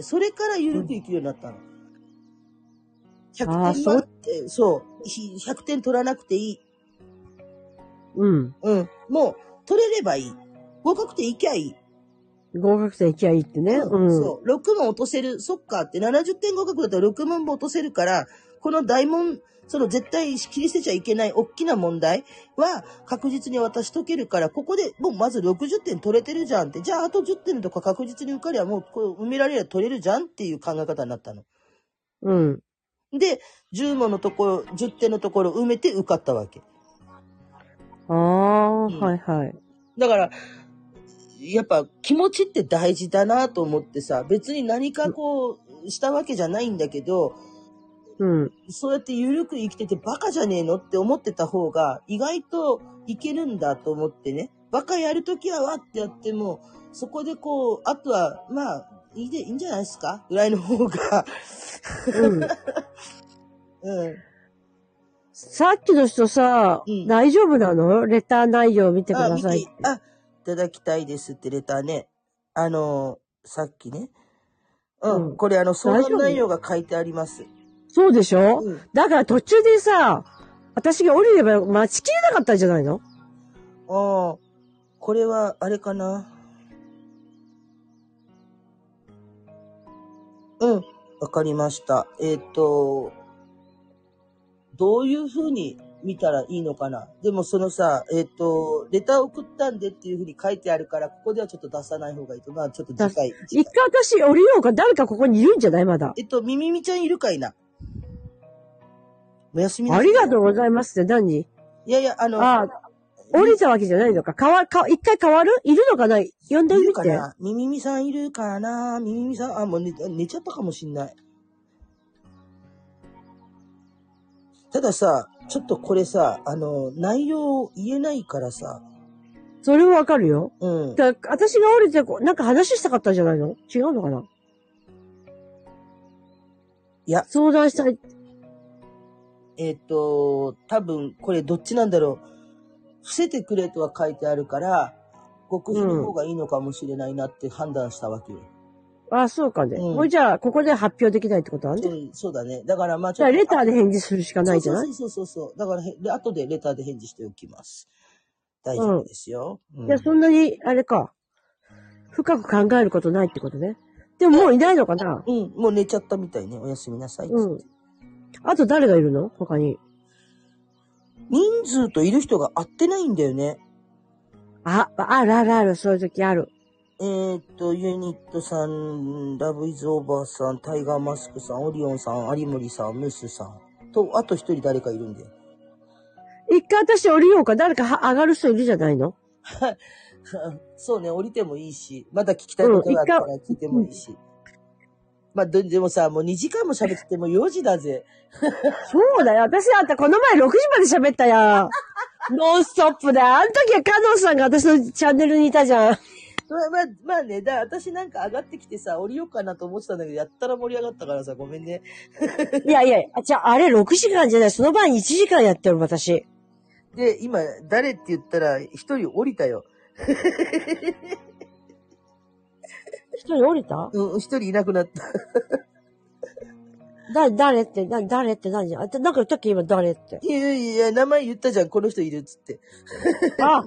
それから緩く生きるようになったの。ひゃくてん満点、そう、ひゃくてん取らなくていい。 うん。 うん。もう、取れればいい。合格点いきゃいい。 合格点いきゃいいってね。 うん。うん、そう。ろく問落とせる。そっかってななじゅってん合格だったらろく問も落とせるから、この大問、その絶対切り捨てちゃいけない大きな問題は確実に私解けるから、ここでもうまずろくじゅってん取れてるじゃんって。じゃああとじゅってんとか確実に受かりゃもうこう埋められりゃ取れるじゃんっていう考え方になったの。 うん。 で、じゅう問のところ、じゅってんのところ埋めて受かったわけ。 ああ、うん、はいはい。 だから、やっぱ気持ちって大事だなと思ってさ、別に何かこうしたわけじゃないんだけど、 うん、 そうやって緩く生きててバカじゃねえのって思ってた方が意外といけるんだと思ってね。バカやるときはわってやっても、そこでこう、あとはまあ、いいで、いいんじゃないですかぐらいの方が。うん。うん。 さっきの人さ、うん、大丈夫なの？レター内容見てください。 あ、あ、いただきたいですってレターね。あの、さっきね。うん。うん、これあの、相談内容が書いてあります。 そうでしょ、うん、だから途中でさ、私が降りれば待ちきれなかったんじゃないの？ ああ、これはあれかな。うん。わかりました。えっと、どういう風に見たらいいのかな。でもそのさ、えっと、レター送ったんでっていう風に書いてあるから、ここではちょっと出さない方がいいと。まあちょっと次回。 一回私降りようか。誰かここにいるんじゃないまだ。 えっと、みみみちゃんいるかいな。おやすみなさい。ありがとうございますって何？いやいや、あの、 あ降りたわけじゃないのか。変わ、か、一回変わる？いるのかな？呼んでみて。いるかな？みみみさんいるかな？みみみさん、あ、もう寝、寝ちゃったかもしんない。たださ、ちょっとこれさ、あの、内容言えないからさ。 それはわかるよ。 うん。 だ私が降りて、なんか話したかったんじゃないの？違うのかな？ いや。 相談したい。 えっと、多分、これどっちなんだろう。伏せてくれとは書いてあるから、極秘の方がいいのかもしれないなって判断したわけよ。 うん、ああ、そうかね。うん、もうじゃあ、ここで発表できないってことなんで、 うん、そうだね。だからまあちょっと。じゃあ、レターで返事するしかないじゃない？ そうそうそうそう。だから、で、後でレターで返事しておきます。大丈夫ですよ。 うん。じゃあ、そんなに、あれか。深く考えることないってことね。でももういないのかな？ うん、もう寝ちゃったみたいね。おやすみなさい。 うん。あと誰がいるの？他に。 人数といる人が合ってないんだよね。 あ、あるあるある、そういう時ある。 えー、っと、ユニットさん、ラブイズオーバーさん、タイガーマスクさん、オリオンさん、有森さん、ムスさん。と、あと一人誰かいるんだよ。 一回私降りようか。誰かは上がる人いるじゃないの？ そうね、降りてもいいし、まだ聞きたいことがあったら聞いてもいいし。うん、まあ、でもさ、もうにじかんも喋っててもよじだぜ。 そうだよ。私だってこの前ろくじまで喋ったや。ノンストップで。あの時はカノンさんが私のチャンネルにいたじゃん。 まあ、まあ、まあね、だ私なんか上がってきてさ、降りようかなと思ってたんだけど、やったら盛り上がったからさ、ごめんね。 いやいや、じゃあ、あれろくじかんじゃない。その晩いちじかんやってる、私。 で、今、誰って言ったら、一人降りたよ。 一人降りた？ うん、一人いなくなった。 だ、誰って、な、誰って何じゃん。あ、なんか言ったっけ今誰って。 いやいや、名前言ったじゃん、この人いるっつって。 あ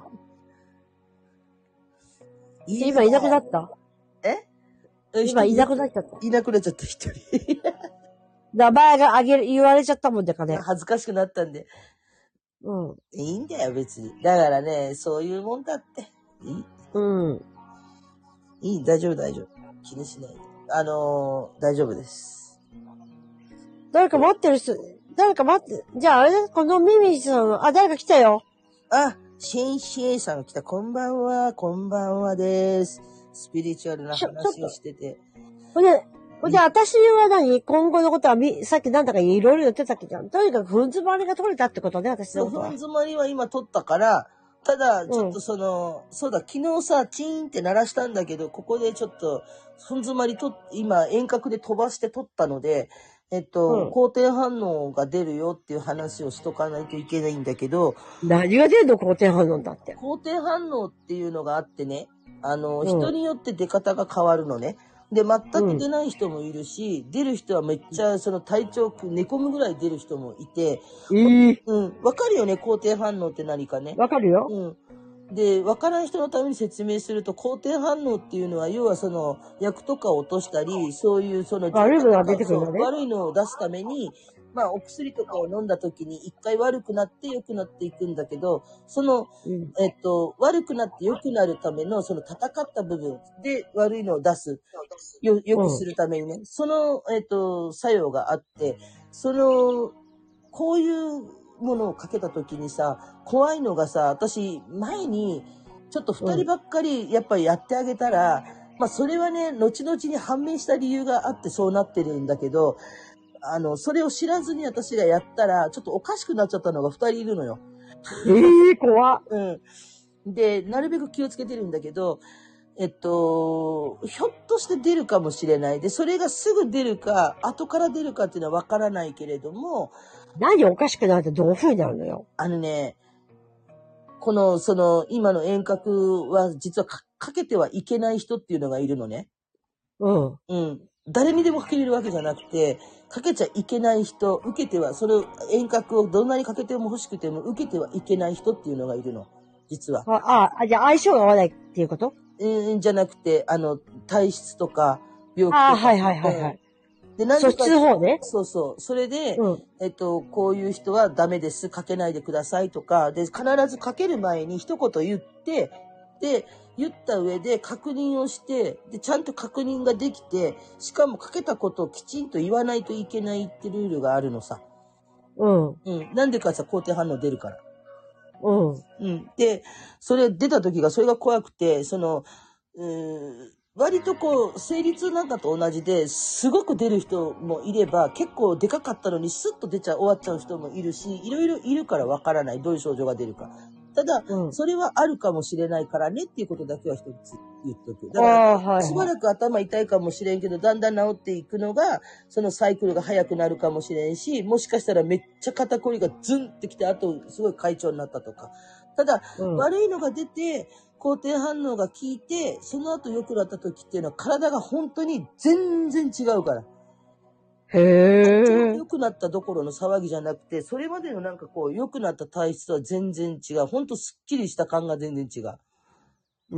今いなくなった？ え今いなくなっちゃった。 いなくなっちゃった、一人。 名前があげる、言われちゃったもんだからね。 恥ずかしくなったんで。 うん。 いいんだよ、別に。だからね、そういうもんだって。いい。 うん。 いい、大丈夫、大丈夫。気にしないで。あのー、大丈夫です。 誰か待ってる人、誰か待って、じゃああれだ、このミミさん、あ、誰か来たよ。 あ、シェンシエイさんが来た。こんばんは、こんばんはです。スピリチュアルな話をしてて。 ほんで、ほんで、私は何今後のことはみ、さっきなんだかいろいろ言ってたっけじゃん。とにかく、ふん詰まりが取れたってことね、私のことは。 ふん詰まりは今取ったから、ただ、ちょっとその、うん、そうだ、昨日さ、チーンって鳴らしたんだけど、ここでちょっと、ふん詰まりと、今、遠隔で飛ばして取ったので、えっと、うん、肯定反応が出るよっていう話をしとかないといけないんだけど。 何が出るの肯定反応だって。 肯定反応っていうのがあってね、あの、うん、人によって出方が変わるのね。で、全く出ない人もいるし、うん、出る人はめっちゃ、その体調、寝込むぐらい出る人もいて、 えー、 うん、わかるよね、肯定反応って何かね。 わかるよ。 うん。で、わからない人のために説明すると、肯定反応っていうのは、要はその、薬とかを落としたり、そういうその、 悪いのが出てくるのね。 悪いのを出すために、まあ、お薬とかを飲んだ時に、一回悪くなって良くなっていくんだけど、その、うん、えっと、悪くなって良くなるための、その戦った部分で悪いのを出す。よ、良くするためにね、うん、その、えっと、作用があって、その、こういう、ものをかけた時にさ、怖いのがさ、私前にちょっと二人ばっかりやっぱりやってあげたら、うん、まあそれはね、後々に判明した理由があってそうなってるんだけど、あの、それを知らずに私がやったら、ちょっとおかしくなっちゃったのが二人いるのよ。 ええー、怖っ。 うん。で、なるべく気をつけてるんだけど、えっと、ひょっとして出るかもしれない。で、それがすぐ出るか、後から出るかっていうのはわからないけれども、 何おかしくなるってどういう風になるのよ。 あのね、この、その、今の遠隔は実は か, かけてはいけない人っていうのがいるのね。 うん。 うん。誰にでもかけれるわけじゃなくて、かけちゃいけない人、受けては、その遠隔をどんなにかけても欲しくても受けてはいけない人っていうのがいるの。実は。 あ、あ、じゃあ相性が合わないっていうこと？ うん、じゃなくて、あの、体質とか、病気とか。 あ、はいはいはいはい。 で、何そっちの方ね。 そうそう。それで、 うん、 えっと、こういう人はダメです。かけないでくださいとか、で、必ずかける前に一言言って、で、言った上で確認をして、で、ちゃんと確認ができて、しかもかけたことをきちんと言わないといけないってルールがあるのさ。 うん。 うん。なんでかさ、肯定反応出るから。 うん。 うん。で、それ出た時が、それが怖くて、その、うーん、割とこう、生理痛なんかと同じで、すごく出る人もいれば、結構でかかったのにスッと出ちゃう、終わっちゃう人もいるし、いろいろいるからわからない、どういう症状が出るか。ただ、うん、それはあるかもしれないからねっていうことだけは一つ言っとく。だから、はいはい、しばらく頭痛いかもしれんけど、だんだん治っていくのが、そのサイクルが早くなるかもしれんし、もしかしたらめっちゃ肩こりがズンってきて、あとすごい快調になったとか。ただ、うん、悪いのが出て、肯定反応が効いて、その後良くなった時っていうのは体が本当に全然違うから。 へー。 良くなったどころの騒ぎじゃなくて、それまでのなんかこう良くなった体質とは全然違う。本当スッキリした感が全然違う。 うん。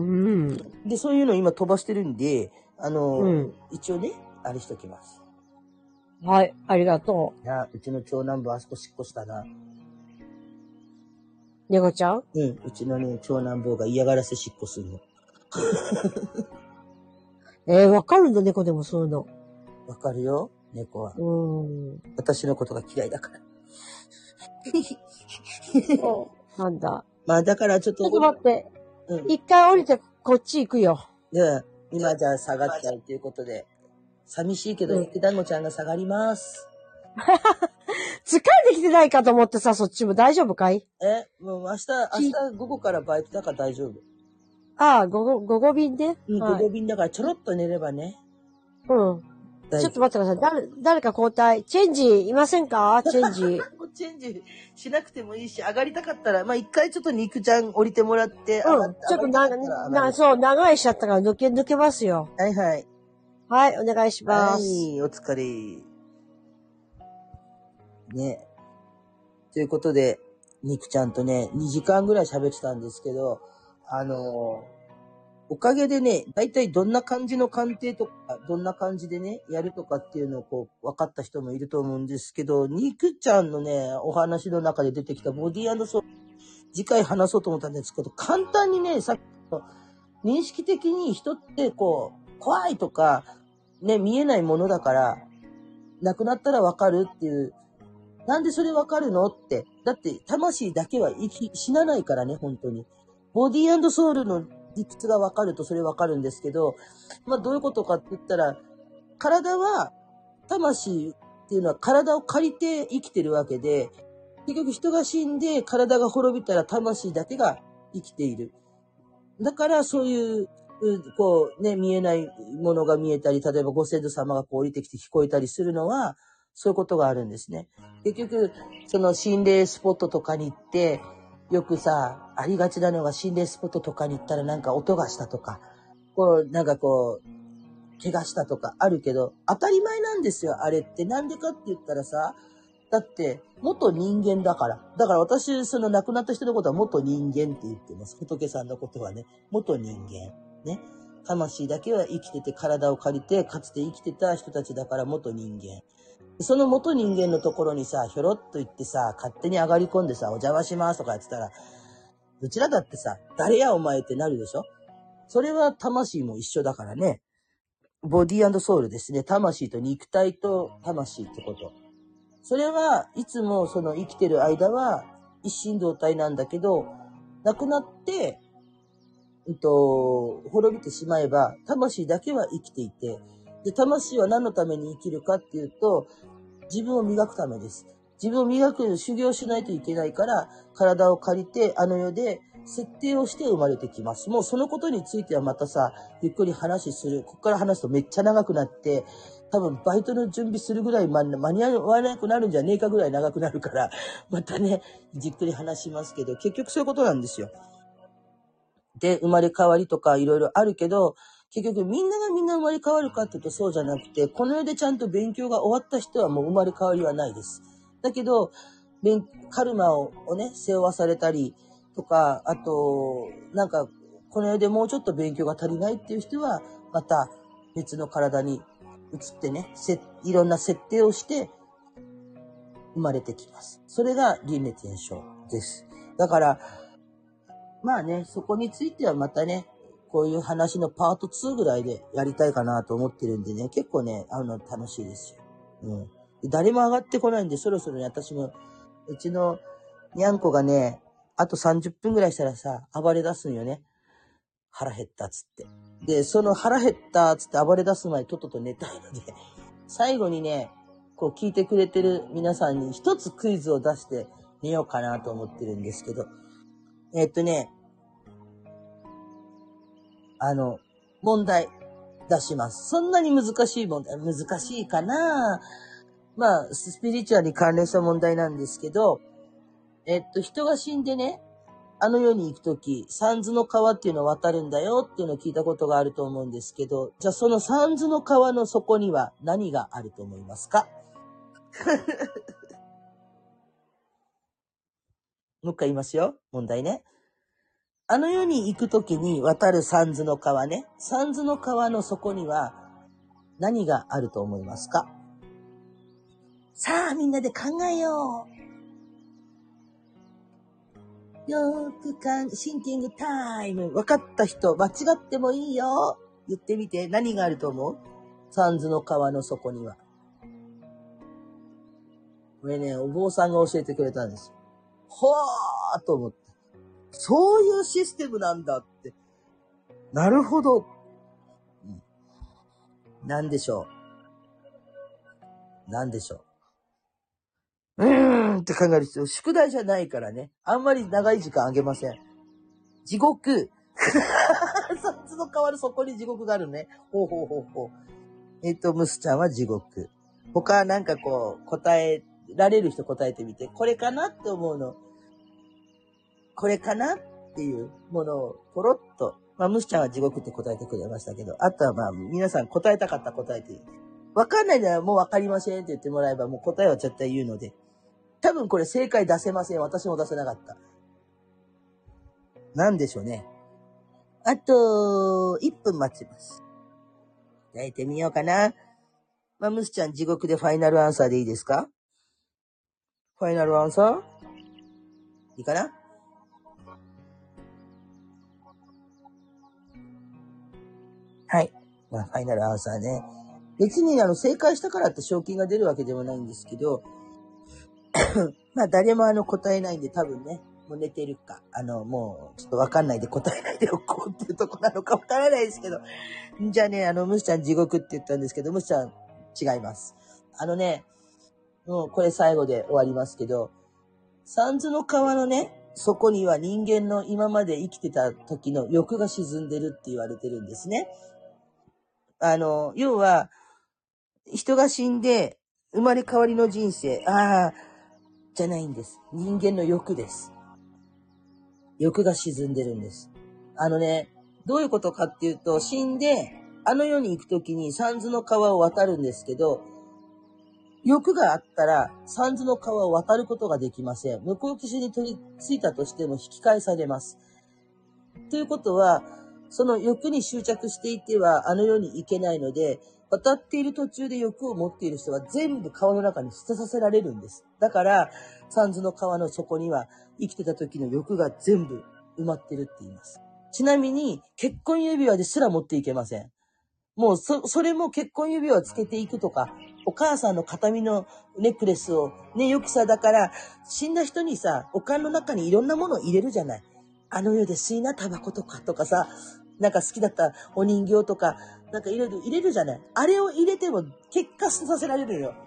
で、そういうのを今飛ばしてるんで、あの、 うん、 一応ね、あれしときます。 はい、ありがとう。な、うちの長男坊あそこしっこしたな。 猫ちゃん？ うん、うちのね、長男坊が嫌がらせしっこするの。 えー、わかるんだ、猫でもそういうの。 わかるよ、猫は。 うん。 私のことが嫌いだから。 なんだ。 まあだからちょっと。 ちょっと待って。うん、一回降りてこっち行くよ。 で、今じゃあ下がっちゃうということで。寂しいけど、ゆきだんごちゃんが下がります。 疲れてきてないかと思ってさ、そっちも大丈夫かい？ え、もう明日、明日午後からバイトだから大丈夫。 ああ、午後、午後便で？ うん、はい、午後便だからちょろっと寝ればね。 うん。 ちょっと待ってください。誰、誰か交代。チェンジいませんか？チェンジ。 チェンジしなくてもいいし、上がりたかったら、まあ、一回ちょっと肉ちゃん降りてもらって、 うん。ちょっとな、な、そう、長いしちゃったから抜け、抜けますよ。 はいはい。 はい、お願いします。はい、お疲れ。ね。ということで、肉ちゃんとね、にじかんぐらい喋ってたんですけど、あのー、おかげでね、だいたいどんな感じの鑑定とか、どんな感じでね、やるとかっていうのをこう、分かった人もいると思うんですけど、肉ちゃんのね、お話の中で出てきたボディー&ソウル、次回話そうと思ったんですけど、簡単にね、さっきの認識的に人ってこう、怖いとか、ね、見えないものだから、亡くなったらわかるっていう、なんでそれわかるのって。だって、魂だけは生き、死なないからね、本当に。ボディー&ソウルの理屈がわかるとそれわかるんですけど、まあどういうことかって言ったら、体は、魂っていうのは体を借りて生きてるわけで、結局人が死んで体が滅びたら魂だけが生きている。だからそういう、こうね、見えないものが見えたり、例えばご先祖様がこう降りてきて聞こえたりするのは、そういうことがあるんですね。結局、その心霊スポットとかに行って、よくさ、ありがちなのが心霊スポットとかに行ったらなんか音がしたとか、こう、なんかこう、怪我したとかあるけど、当たり前なんですよ、あれって。なんでかって言ったらさ、だって、元人間だから。だから私、その亡くなった人のことは元人間って言ってます。仏さんのことはね、元人間。ね。魂だけは生きてて体を借りて、かつて生きてた人たちだから元人間。その元人間のところにさ、ひょろっと行ってさ、勝手に上がり込んでさ、お邪魔しますとかやってたら、うちらだってさ、誰やお前ってなるでしょ？それは魂も一緒だからね。ボディー&ソウルですね。魂と肉体と魂ってこと。それはいつもその生きてる間は一心同体なんだけど、亡くなって、うんと、滅びてしまえば、魂だけは生きていて、で、魂は何のために生きるかっていうと、自分を磨くためです。自分を磨く修行しないといけないから、体を借りてあの世で設定をして生まれてきます。もうそのことについてはまたさ、ゆっくり話する。ここから話すとめっちゃ長くなって、多分バイトの準備するぐらい間に合わなくなるんじゃねえかぐらい長くなるから、またね、じっくり話しますけど、結局そういうことなんですよ。で、生まれ変わりとかいろいろあるけど、結局みんながみんな生まれ変わるかっていうとそうじゃなくて、この世でちゃんと勉強が終わった人はもう生まれ変わりはないです。だけど、カルマをね、背負わされたりとか、あと、なんか、この世でもうちょっと勉強が足りないっていう人は、また別の体に移ってね、いろんな設定をして生まれてきます。それが輪廻転生です。だから、まあね、そこについてはまたね、こういう話のパートツーぐらいでやりたいかなと思ってるんでね、結構ね、会うの楽しいですよ。うん。誰も上がってこないんで、そろそろね、私も、うちのにゃんこがね、あとさんじゅっぷんぐらいしたらさ、暴れ出すんよね。腹減ったっつって。で、その腹減ったっつって暴れ出す前にとっとと寝たいので、最後にね、こう聞いてくれてる皆さんに一つクイズを出して寝ようかなと思ってるんですけど、えっとね、あの、問題出します。そんなに難しい問題、難しいかな？まあ、スピリチュアルに関連した問題なんですけど、えっと、人が死んでね、あの世に行くとき、三途の川っていうのを渡るんだよっていうのを聞いたことがあると思うんですけど、じゃあその三途の川の底には何があると思いますか？もう一回言いますよ。問題ね。あの世に行くときに渡る三途の川ね。三途の川の底には何があると思いますか？さあ、みんなで考えよう。よーくかん、シンキングタイム。分かった人、間違ってもいいよ。言ってみて。何があると思う？三途の川の底には。これね、お坊さんが教えてくれたんですよ。ほーと思って。そういうシステムなんだって。なるほど。うん、なんでしょう。なんでしょう。うーんって考える必要。宿題じゃないからね。あんまり長い時間あげません。地獄。三途の川の底に地獄があるね。ほうほうほうほう。 えっと、ムスちゃんは地獄。他なんかこう、答えられる人答えてみて、これかなって思うの。これかなっていうものをポロッと、まあ、ムスちゃんは地獄って答えてくれましたけど、あとはまあ、皆さん答えたかったら答えていい。わかんないならもうわかりませんって言ってもらえば、もう答えは絶対言うので。多分これ正解出せません。私も出せなかった。なんでしょうね。あと、いっぷん待ちます。答えてみようかな。まあ、ムスちゃん地獄でファイナルアンサーでいいですか？ファイナルアンサーいいかな？はい。まあ、ファイナルアンサーね。別にあの、正解したからって賞金が出るわけでもないんですけど、まあ、誰もあの、答えないんで多分ね、もう寝てるか、あの、もう、ちょっとわかんないで答えないでおこうっていうとこなのかわからないですけど。じゃあね、あの、ムスちゃん地獄って言ったんですけど、ムスちゃん違います。あのね、もうこれ最後で終わりますけど、三途の川のね、そこには人間の今まで生きてた時の欲が沈んでるって言われてるんですね。あの、要は、人が死んで生まれ変わりの人生、ああ、じゃないんです。人間の欲です。欲が沈んでるんです。あのね、どういうことかっていうと、死んで、あの世に行くときに三途の川を渡るんですけど、欲があったら三途の川を渡ることができません。向こう岸に取り付いたとしても引き返されます。ということは、その欲に執着していてはあの世に行けないので、渡っている途中で欲を持っている人は全部川の中に捨てさせられるんです。だから、三途の川の底には生きてた時の欲が全部埋まってるって言います。ちなみに、結婚指輪ですら持っていけません。もうそ、それも結婚指輪をつけていくとか、お母さんの形見のネックレスを、ね、よくさ、だから、死んだ人にさ、お棺の中にいろんなものを入れるじゃない。あの世で吸いなタバコとかとかさ、なんか好きだったお人形とか、なんかいろいろ入れるじゃない。あれを入れても結果捨てさせられるよ。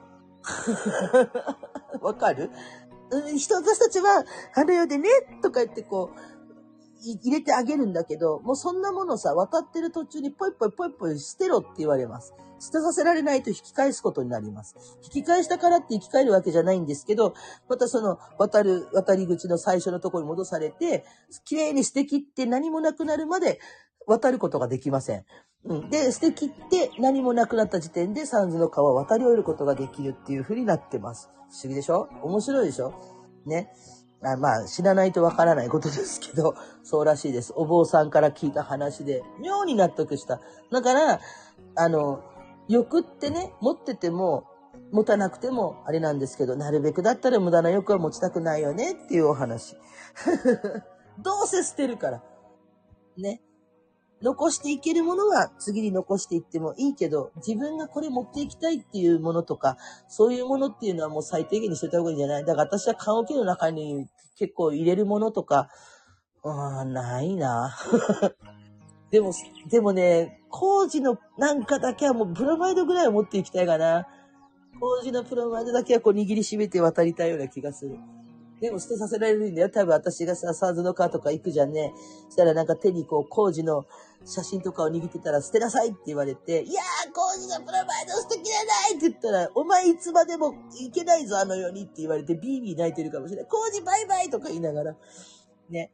わかる？人、私たちは、あの世でね、とか言ってこう、入れてあげるんだけど、もうそんなものさ、渡ってる途中にポイポイポイポイ捨てろって言われます。捨てさせられないと引き返すことになります。引き返したからって生き返るわけじゃないんですけど、またその渡る、渡り口の最初のところに戻されて、綺麗に捨て切って何もなくなるまで渡ることができません。うん、で、捨て切って何もなくなった時点で三途の川を渡り終えることができるっていう風になってます。不思議でしょ？面白いでしょ？ね。あまあ、知らないとわからないことですけど、そうらしいです。お坊さんから聞いた話で、妙に納得した。だから、あの、欲ってね、持ってても、持たなくてもあれなんですけど、なるべくだったら無駄な欲は持ちたくないよねっていうお話。どうせ捨てるから。ね。残していけるものは次に残していってもいいけど、自分がこれ持っていきたいっていうものとか、そういうものっていうのはもう最低限にしといた方がいいんじゃない？だから私は棺桶の中に結構入れるものとか、あーないな。でも、でもね、工事のなんかだけはもうプロマイドぐらいは持っていきたいかな。工事のプロマイドだけはこう握りしめて渡りたいような気がする。でも捨てさせられるんだよ。多分私がさ、サーズの川とか行くじゃんね。そしたらなんか手にこう工事の写真とかを握ってたら捨てなさいって言われて、いやー工事のプロマイド捨てきれないって言ったら、お前いつまでもいけないぞあの世にって言われてビービー泣いてるかもしれない。工事バイバイとか言いながら。ね。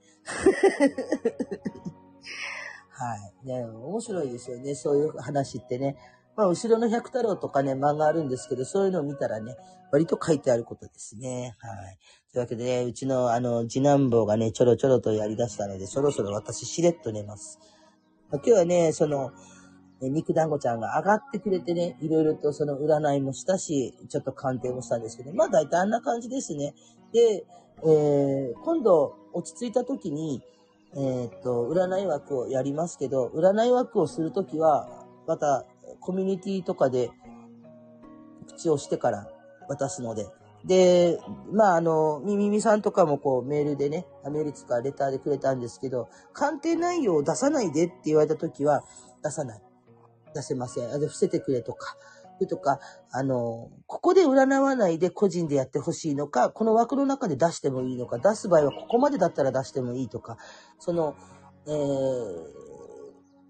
はい。ね、面白いですよね。そういう話ってね。まあ、後ろの百太郎とかね、漫画あるんですけど、そういうのを見たらね、割と書いてあることですね。はい。というわけでね、うちのあの、次男坊がね、ちょろちょろとやり出したので、そろそろ私しれっと寝ます。まあ、今日はね、その、肉団子ちゃんが上がってくれてね、いろいろとその占いもしたし、ちょっと鑑定もしたんですけど、まあ大体あんな感じですね。で、えー、今度落ち着いた時に、えー、っと、占い枠をやりますけど、占い枠をするときは、またコミュニティとかで口をしてから渡すので、で、まあ、あの、みみみさんとかもこうメールでね、メールつかレターでくれたんですけど、鑑定内容を出さないでって言われたときは出さない。出せません。あ、伏せてくれとか。とか、あの、ここで占わないで個人でやってほしいのか、この枠の中で出してもいいのか、出す場合はここまでだったら出してもいいとか、その、えー、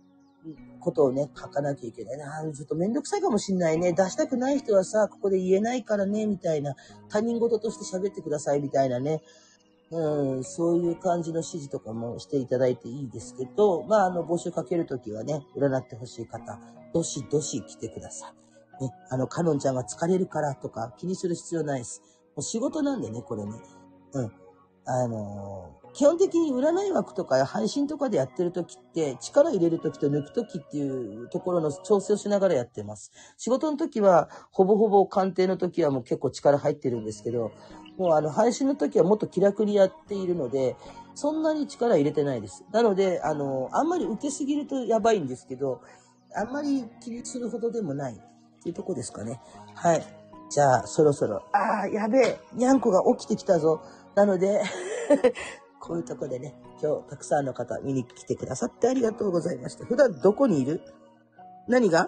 ことをね、書かなきゃいけないな。ちょっとめんどくさいかもしんないね。出したくない人はさ、ここで言えないからね、みたいな。他人事として喋ってください、みたいなね。うん、そういう感じの指示とかもしていただいていいですけど、まあ、あの、募集かけるときはね、占ってほしい方、どしどし来てください。ね、あの、かのんちゃんが疲れるからとか気にする必要ないです。もう仕事なんでね、これね。うん。あのー、基本的に占い枠とか配信とかでやってる時って力入れる時と抜く時っていうところの調整をしながらやってます。仕事の時はほぼほぼ鑑定の時はもう結構力入ってるんですけど、もうあの配信の時はもっと気楽にやっているので、そんなに力入れてないです。なので、あのー、あんまり受けすぎるとやばいんですけど、あんまり気にするほどでもないっていうとこですかね。はい。じゃあ、そろそろ、あー、やべえ、にゃんこが起きてきたぞ。なので、こういうとこでね、今日たくさんの方見に来てくださってありがとうございました。普段どこにいる？何が？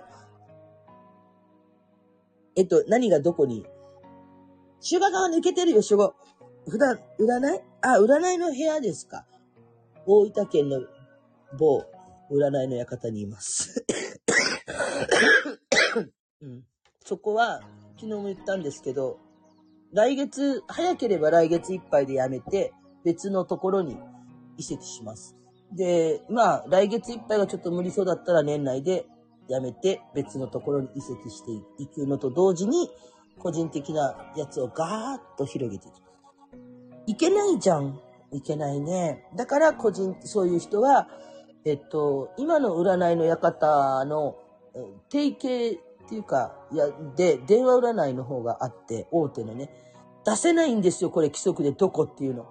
えっと、何がどこに？シュガが抜けてるよ、シュガ。普段、占い？あ、占いの部屋ですか。大分県の某占いの館にいます。うん、そこは、昨日も言ったんですけど、来月、早ければ来月いっぱいで辞めて、別のところに移籍します。で、まあ、来月いっぱいがちょっと無理そうだったら年内で辞めて、別のところに移籍していくのと同時に、個人的なやつをガーッと広げていく。いけないじゃん。いけないね。だから個人、そういう人は、えっと、今の占いの館の提携っていうか、いや、で、電話占いの方があって、大手のね、出せないんですよ、これ規則でどこっていうの。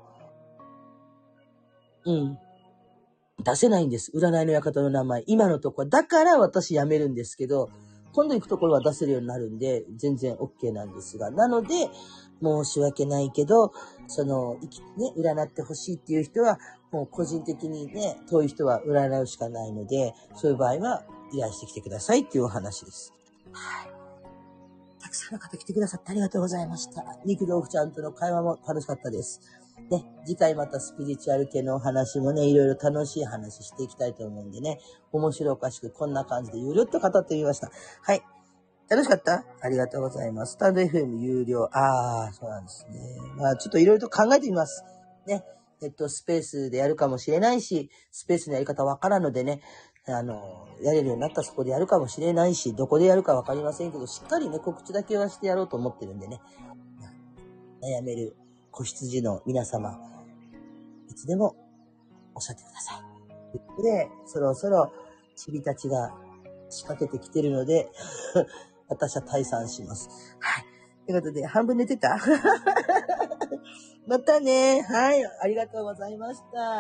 うん。出せないんです。占いの館の名前。今のところ。だから私辞めるんですけど、今度行くところは出せるようになるんで、全然 OK なんですが。なので、申し訳ないけど、その、ね、占ってほしいっていう人は、もう個人的にね、遠い人は占うしかないので、そういう場合は依頼してきてくださいっていうお話です。はい。たくさんの方来てくださってありがとうございました。肉豆腐ちゃんとの会話も楽しかったです。ね、次回またスピリチュアル系のお話もね、いろいろ楽しい話していきたいと思うんでね、面白おかしくこんな感じでゆるっと語ってみました。はい。楽しかった？ありがとうございます。スタンド エフエム 有料。あー、そうなんですね。まあちょっといろいろと考えてみます。ね。えっと、スペースでやるかもしれないし、スペースのやり方わからんのでね、あの、やれるようになったらそこでやるかもしれないし、どこでやるかわかりませんけど、しっかりね、告知だけはしてやろうと思ってるんでね。悩める子羊の皆様、いつでもおっしゃってください。ということで、そろそろチビたちが仕掛けてきてるので、私は退散します。はい。ということで、半分寝てたまたね。はい。ありがとうございました。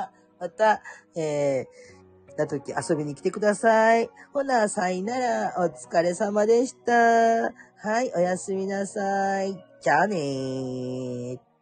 また、えー、来た時遊びに来てください。ほな、さいなら、お疲れ様でした。はい。おやすみなさい。じゃあねー。